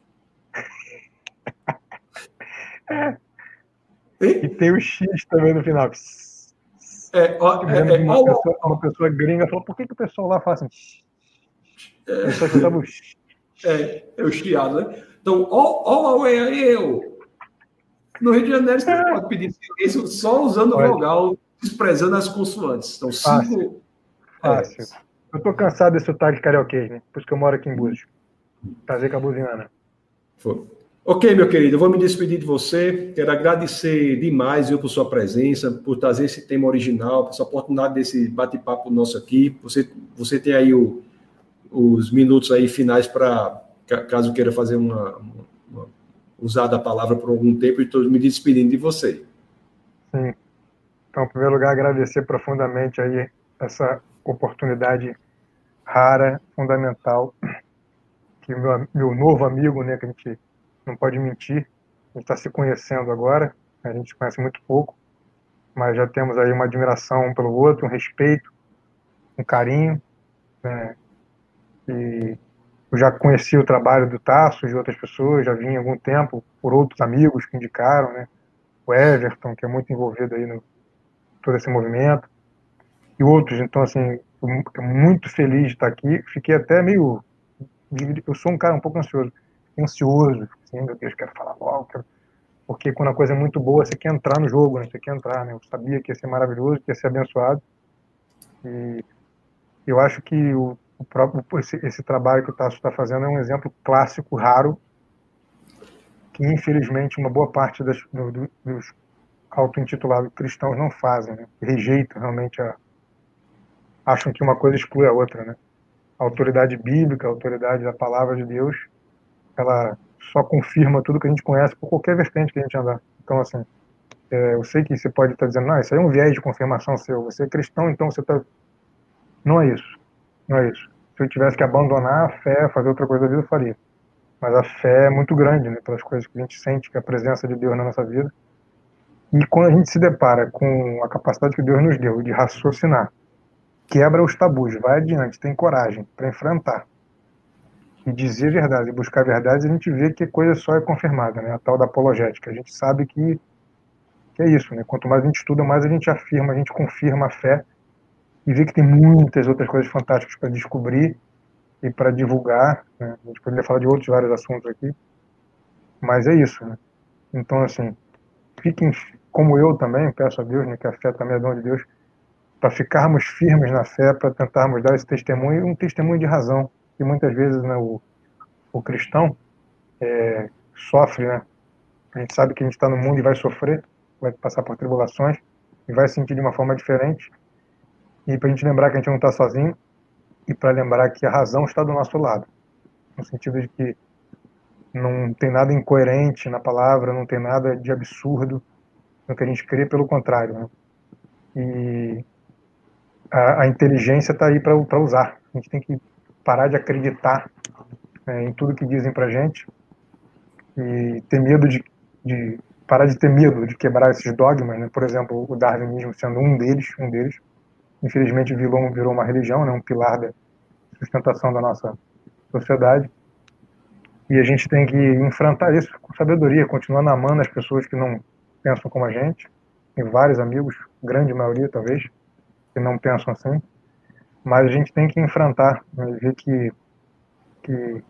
E tem o X também no final. Uma pessoa gringa falou, por que o pessoal lá fala assim? Eu só escutava o X. É o chiado, né? Então, o, a, e, a, e, o. No Rio de Janeiro, você não pode pedir silêncio só usando vogal, desprezando as consoantes. Então, Fácil. Eu tô cansado desse sotaque carioquês, né? Por isso que eu moro aqui em Búzios. Prazer com a buziana. Foi. Ok, meu querido, eu vou me despedir de você. Quero agradecer demais por sua presença, por trazer esse tema original, por essa oportunidade desse bate-papo nosso aqui. Você tem aí os minutos aí finais para, caso queira fazer usar da palavra por algum tempo, e estou me despedindo de você. Sim. Então, em primeiro lugar, agradecer profundamente aí essa oportunidade rara, fundamental, que meu novo amigo, né, que a gente não pode mentir, a gente está se conhecendo agora, a gente se conhece muito pouco, mas já temos aí uma admiração um pelo outro, um respeito, um carinho, né, e eu já conheci o trabalho do Tasso, de outras pessoas, já vim há algum tempo por outros amigos que indicaram, né, o Everton, que é muito envolvido aí no todo esse movimento, e outros. Então, assim, muito feliz de estar aqui. Fiquei até meio... Eu sou um cara um pouco ansioso, assim, meu Deus, quero falar logo, porque quando a coisa é muito boa, você quer entrar no jogo, né? Você quer entrar, né? Eu sabia que ia ser maravilhoso, que ia ser abençoado, e eu acho que esse trabalho que o Tasso está fazendo é um exemplo clássico, raro, que infelizmente uma boa parte dos auto-intitulados cristãos não fazem, né? Rejeitam realmente acham que uma coisa exclui a outra, né? A autoridade bíblica, a autoridade da palavra de Deus, ela só confirma tudo que a gente conhece por qualquer vertente que a gente andar. Então, assim, eu sei que você pode estar dizendo, não, isso aí é um viés de confirmação seu, você é cristão, então você está... Não é isso, não é isso. Se eu tivesse que abandonar a fé, fazer outra coisa da vida, eu faria. Mas a fé é muito grande, né, pelas coisas que a gente sente, que é a presença de Deus na nossa vida. E quando a gente se depara com a capacidade que Deus nos deu de raciocinar, quebra os tabus, vai adiante, tem coragem para enfrentar e dizer verdade, e buscar verdade, a gente vê que a coisa só é confirmada, né? A tal da apologética. A gente sabe que é isso, né? Quanto mais a gente estuda, mais a gente afirma, a gente confirma a fé e vê que tem muitas outras coisas fantásticas para descobrir e para divulgar, né? A gente poderia falar de outros vários assuntos aqui, mas é isso, né? Então, assim, fiquem como eu também, peço a Deus, né, que a fé também é dom de Deus, para ficarmos firmes na fé, para tentarmos dar esse testemunho, um testemunho de razão, que muitas vezes, né, o cristão sofre, né? A gente sabe que a gente está no mundo e vai sofrer, vai passar por tribulações e vai sentir de uma forma diferente. E para a gente lembrar que a gente não está sozinho e para lembrar que a razão está do nosso lado, no sentido de que não tem nada incoerente na palavra, não tem nada de absurdo no que a gente crê, pelo contrário, né? E a inteligência está aí para usar. A gente tem que parar de acreditar em tudo que dizem para gente e ter medo de parar de ter medo de quebrar esses dogmas, né? Por exemplo, o darwinismo sendo um deles, infelizmente virou uma religião, né? Um pilar da sustentação da nossa sociedade, e a gente tem que enfrentar isso com sabedoria, continuando amando as pessoas que não pensam como a gente. Tem vários amigos, grande maioria talvez, que não pensam assim, mas a gente tem que enfrentar, né? Ver que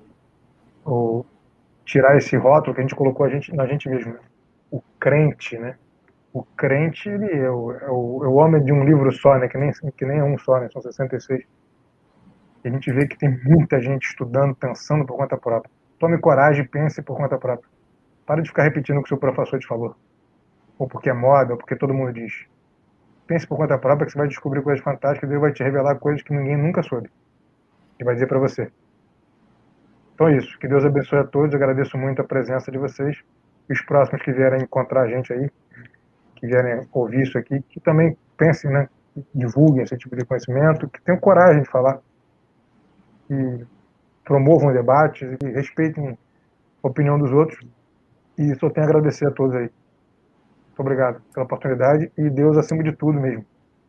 tirar esse rótulo que a gente colocou na gente mesmo, o crente, né? O crente, ele é o homem de um livro só, né? Que nem é um só, né? São 66. E a gente vê que tem muita gente estudando, pensando por conta própria. Tome coragem e pense por conta própria. Para de ficar repetindo o que o seu professor te falou. Ou porque é moda, ou porque todo mundo diz. pense por conta própria, que você vai descobrir coisas fantásticas, Deus vai te revelar coisas que ninguém nunca soube. E vai dizer para você. Então é isso. Que Deus abençoe a todos. Eu agradeço muito a presença de vocês. E os próximos que vierem encontrar a gente aí, que vierem ouvir isso aqui, que também pensem, né? Divulguem esse tipo de conhecimento, que tenham coragem de falar, que promovam debates e respeitem a opinião dos outros. E só tenho a agradecer a todos aí. Muito obrigado pela oportunidade e Deus acima de tudo mesmo.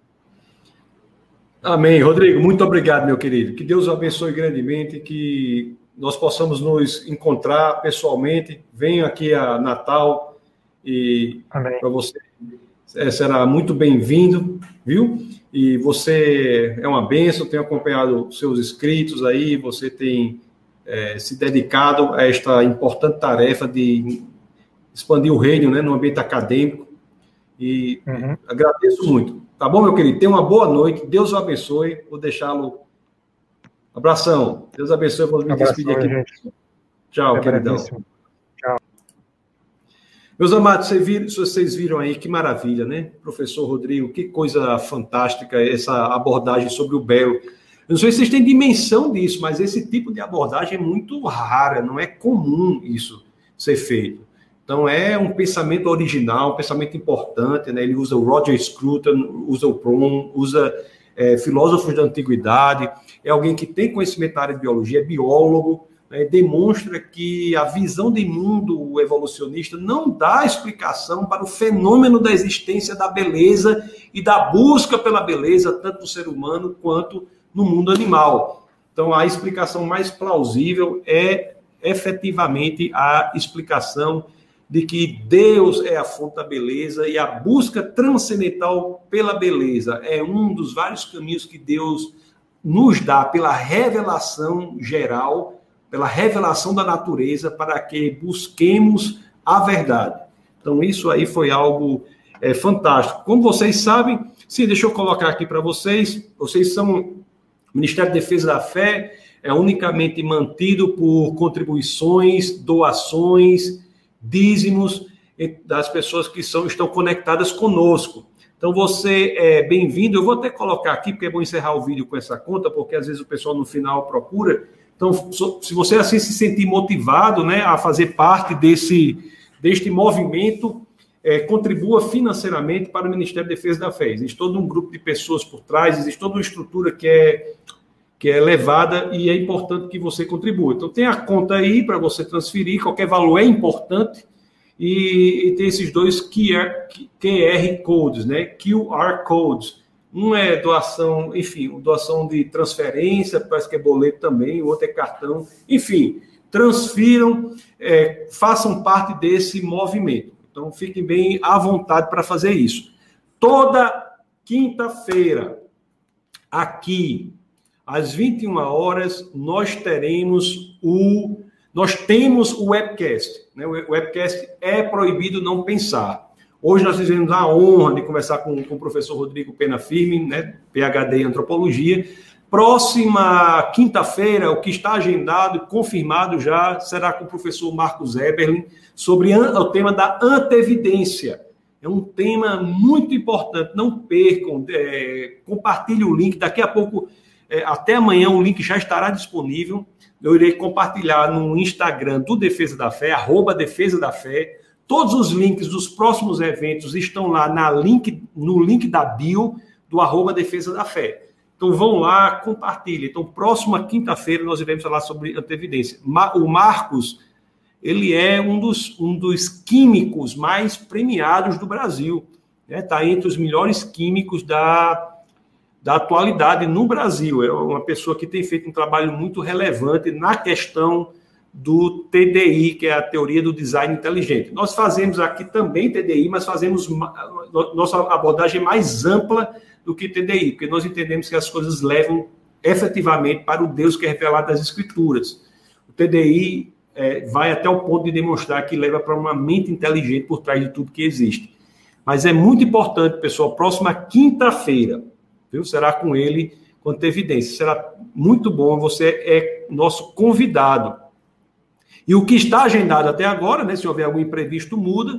Amém. Rodrigo, muito obrigado, meu querido. Que Deus o abençoe grandemente, que nós possamos nos encontrar pessoalmente. Venha aqui a Natal e para você será muito bem-vindo, viu? E você é uma bênção, tenho acompanhado seus inscritos aí, você tem se dedicado a esta importante tarefa de expandir o reino, né, no ambiente acadêmico. E agradeço muito. Tá bom, meu querido? Tenha uma boa noite. Deus o abençoe. Vou deixá-lo. Abração. Deus abençoe. Vou me despedir aqui. Gente. Tchau, queridão. Tchau. Meus amados, vocês viram aí que maravilha, né? Professor Rodrigo, que coisa fantástica essa abordagem sobre o belo. Eu não sei se vocês têm dimensão disso, mas esse tipo de abordagem é muito rara, não é comum isso ser feito. Então, é um pensamento original, um pensamento importante, né? Ele usa o Roger Scruton, usa o Prohm, usa filósofos da antiguidade, é alguém que tem conhecimento na área de biologia, é biólogo, né? Demonstra que a visão de mundo evolucionista não dá explicação para o fenômeno da existência da beleza e da busca pela beleza, tanto no ser humano quanto no mundo animal. Então, a explicação mais plausível é, efetivamente, a explicação de que Deus é a fonte da beleza e a busca transcendental pela beleza é um dos vários caminhos que Deus nos dá pela revelação geral, pela revelação da natureza, para que busquemos a verdade. Então, isso aí foi algo fantástico. Como vocês sabem, sim, deixa eu colocar aqui para vocês são o Ministério da Defesa da Fé, é unicamente mantido por contribuições, doações, dízimos das pessoas que estão conectadas conosco. Então, você é bem-vindo. Eu vou até colocar aqui, porque é bom encerrar o vídeo com essa conta, porque às vezes o pessoal no final procura. Então, se você assim se sentir motivado, né, a fazer parte deste movimento, contribua financeiramente para o Ministério da Defesa da Fé. Existe todo um grupo de pessoas por trás, existe toda uma estrutura que é levada e é importante que você contribua. Então, tem a conta aí para você transferir, qualquer valor é importante, e tem esses dois QR Codes, né? QR Codes. Um é doação, enfim, doação de transferência, parece que é boleto também, o outro é cartão. Enfim, transfiram, façam parte desse movimento. Então, fiquem bem à vontade para fazer isso. Toda quinta-feira, aqui, às 21 horas, nós temos o webcast. Né? O webcast é proibido não pensar. Hoje nós tivemos a honra de conversar com o professor Rodrigo Pena Firme, né? PhD em Antropologia. Próxima quinta-feira, o que está agendado, confirmado já, será com o professor Marcos Eberlin, sobre o tema da antevidência. É um tema muito importante, não percam, compartilhe o link, daqui a pouco, até amanhã o link já estará disponível, eu irei compartilhar no Instagram do Defesa da Fé, @Defesa da Fé, todos os links dos próximos eventos estão lá no link da bio do @Defesa da Fé. Então vão lá, compartilhem. Então, próxima quinta-feira nós iremos falar sobre antevidência. O Marcos, ele é um dos químicos mais premiados do Brasil. Está entre os melhores químicos da atualidade no Brasil. É uma pessoa que tem feito um trabalho muito relevante na questão do TDI, que é a teoria do design inteligente. Nós fazemos aqui também TDI, mas fazemos nossa abordagem mais ampla do que TDI, porque nós entendemos que as coisas levam efetivamente para o Deus que é revelado nas Escrituras. O TDI vai até o ponto de demonstrar que leva para uma mente inteligente por trás de tudo que existe. Mas é muito importante, pessoal, próxima quinta-feira, viu? Será com ele, com antevidência. Será muito bom, você é nosso convidado. E o que está agendado até agora, né, se houver algum imprevisto, muda,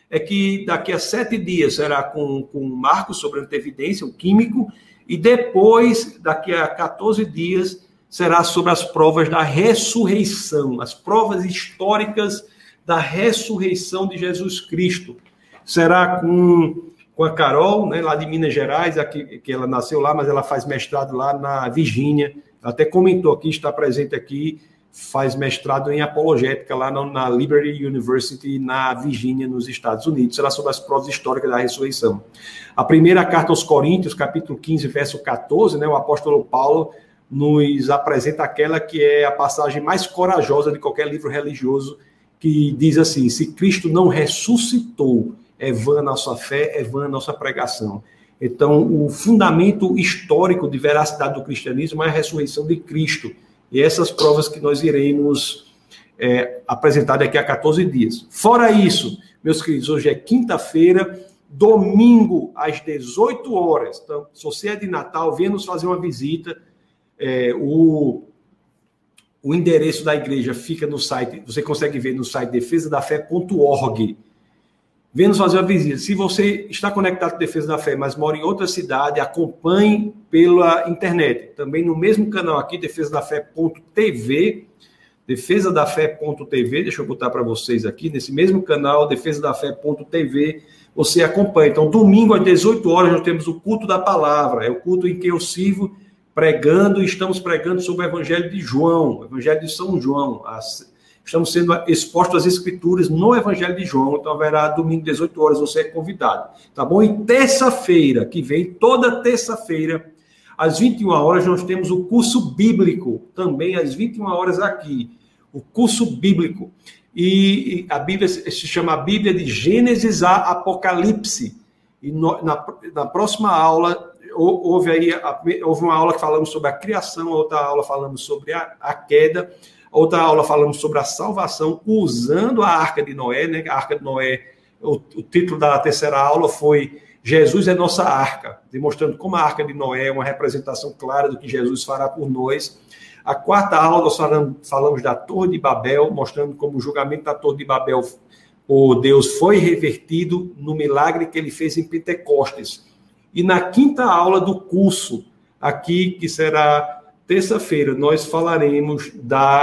é que daqui a 7 dias será com Marcos sobre antevidência, o químico, e depois, daqui a 14 dias, será sobre as provas da ressurreição, as provas históricas da ressurreição de Jesus Cristo. Será com a Carol, né, lá de Minas Gerais, aqui, que ela nasceu lá, mas ela faz mestrado lá na Virgínia. Até comentou aqui, está presente aqui, faz mestrado em apologética lá na Liberty University, na Virgínia, nos Estados Unidos. Será sobre as provas históricas da ressurreição. A primeira carta aos Coríntios, capítulo 15, verso 14, né, o apóstolo Paulo nos apresenta aquela que é a passagem mais corajosa de qualquer livro religioso, que diz assim: se Cristo não ressuscitou, é vã a nossa fé, é vã a nossa pregação. Então, o fundamento histórico de veracidade do cristianismo é a ressurreição de Cristo. E essas provas que nós iremos apresentar daqui a 14 dias. Fora isso, meus queridos, hoje é quinta-feira, domingo, às 18 horas. Então, se você é de Natal, venha nos fazer uma visita. O endereço da igreja fica no site, você consegue ver no site defesadafé.org. Venha nos fazer uma visita. Se você está conectado com Defesa da Fé, mas mora em outra cidade, acompanhe pela internet. Também no mesmo canal aqui, defesadafé.tv, defesadafé.tv, deixa eu botar para vocês aqui, nesse mesmo canal, defesadafé.tv, você acompanha. Então, domingo às 18 horas, nós temos o culto da palavra, é o culto em que eu sirvo pregando, e estamos pregando sobre o Evangelho de João, o Evangelho de São João. Estamos sendo expostos às Escrituras no Evangelho de João, então haverá domingo, 18 horas, você é convidado, tá bom? E terça-feira, que vem, toda terça-feira, às 21 horas, nós temos o curso bíblico, também às 21 horas aqui, o curso bíblico. E a Bíblia se chama a Bíblia de Gênesis a Apocalipse. E na próxima aula, houve uma aula que falamos sobre a criação, outra aula falamos sobre a queda, outra aula falamos sobre a salvação usando a Arca de Noé, né? A Arca de Noé, o título da terceira aula foi Jesus é nossa arca, demonstrando como a Arca de Noé é uma representação clara do que Jesus fará por nós. A quarta aula nós falamos da Torre de Babel, mostrando como o julgamento da Torre de Babel por Deus foi revertido no milagre que ele fez em Pentecostes. E na quinta aula do curso, aqui, que será terça-feira, nós falaremos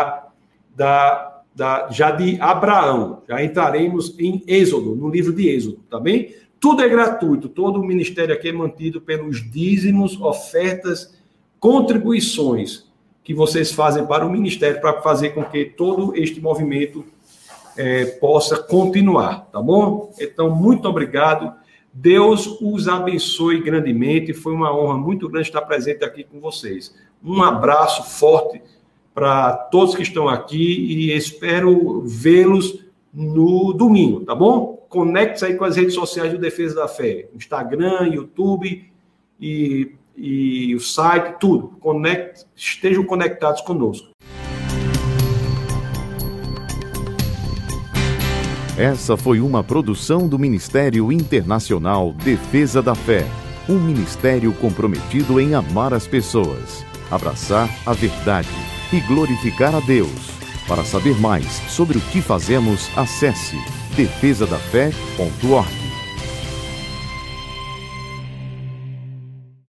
já de Abraão. Já entraremos em Êxodo, no livro de Êxodo, tá bem? Tudo é gratuito, todo o ministério aqui é mantido pelos dízimos, ofertas, contribuições que vocês fazem para o ministério, para fazer com que todo este movimento possa continuar, tá bom? Então, muito obrigado. Deus os abençoe grandemente. Foi uma honra muito grande estar presente aqui com vocês. Um abraço forte para todos que estão aqui e espero vê-los no domingo, tá bom? Conecte-se aí com as redes sociais do Defesa da Fé, Instagram, YouTube e o site, tudo. Estejam conectados conosco. Essa foi uma produção do Ministério Internacional Defesa da Fé, um ministério comprometido em amar as pessoas, abraçar a verdade e glorificar a Deus. Para saber mais sobre o que fazemos, acesse defesadafé.org.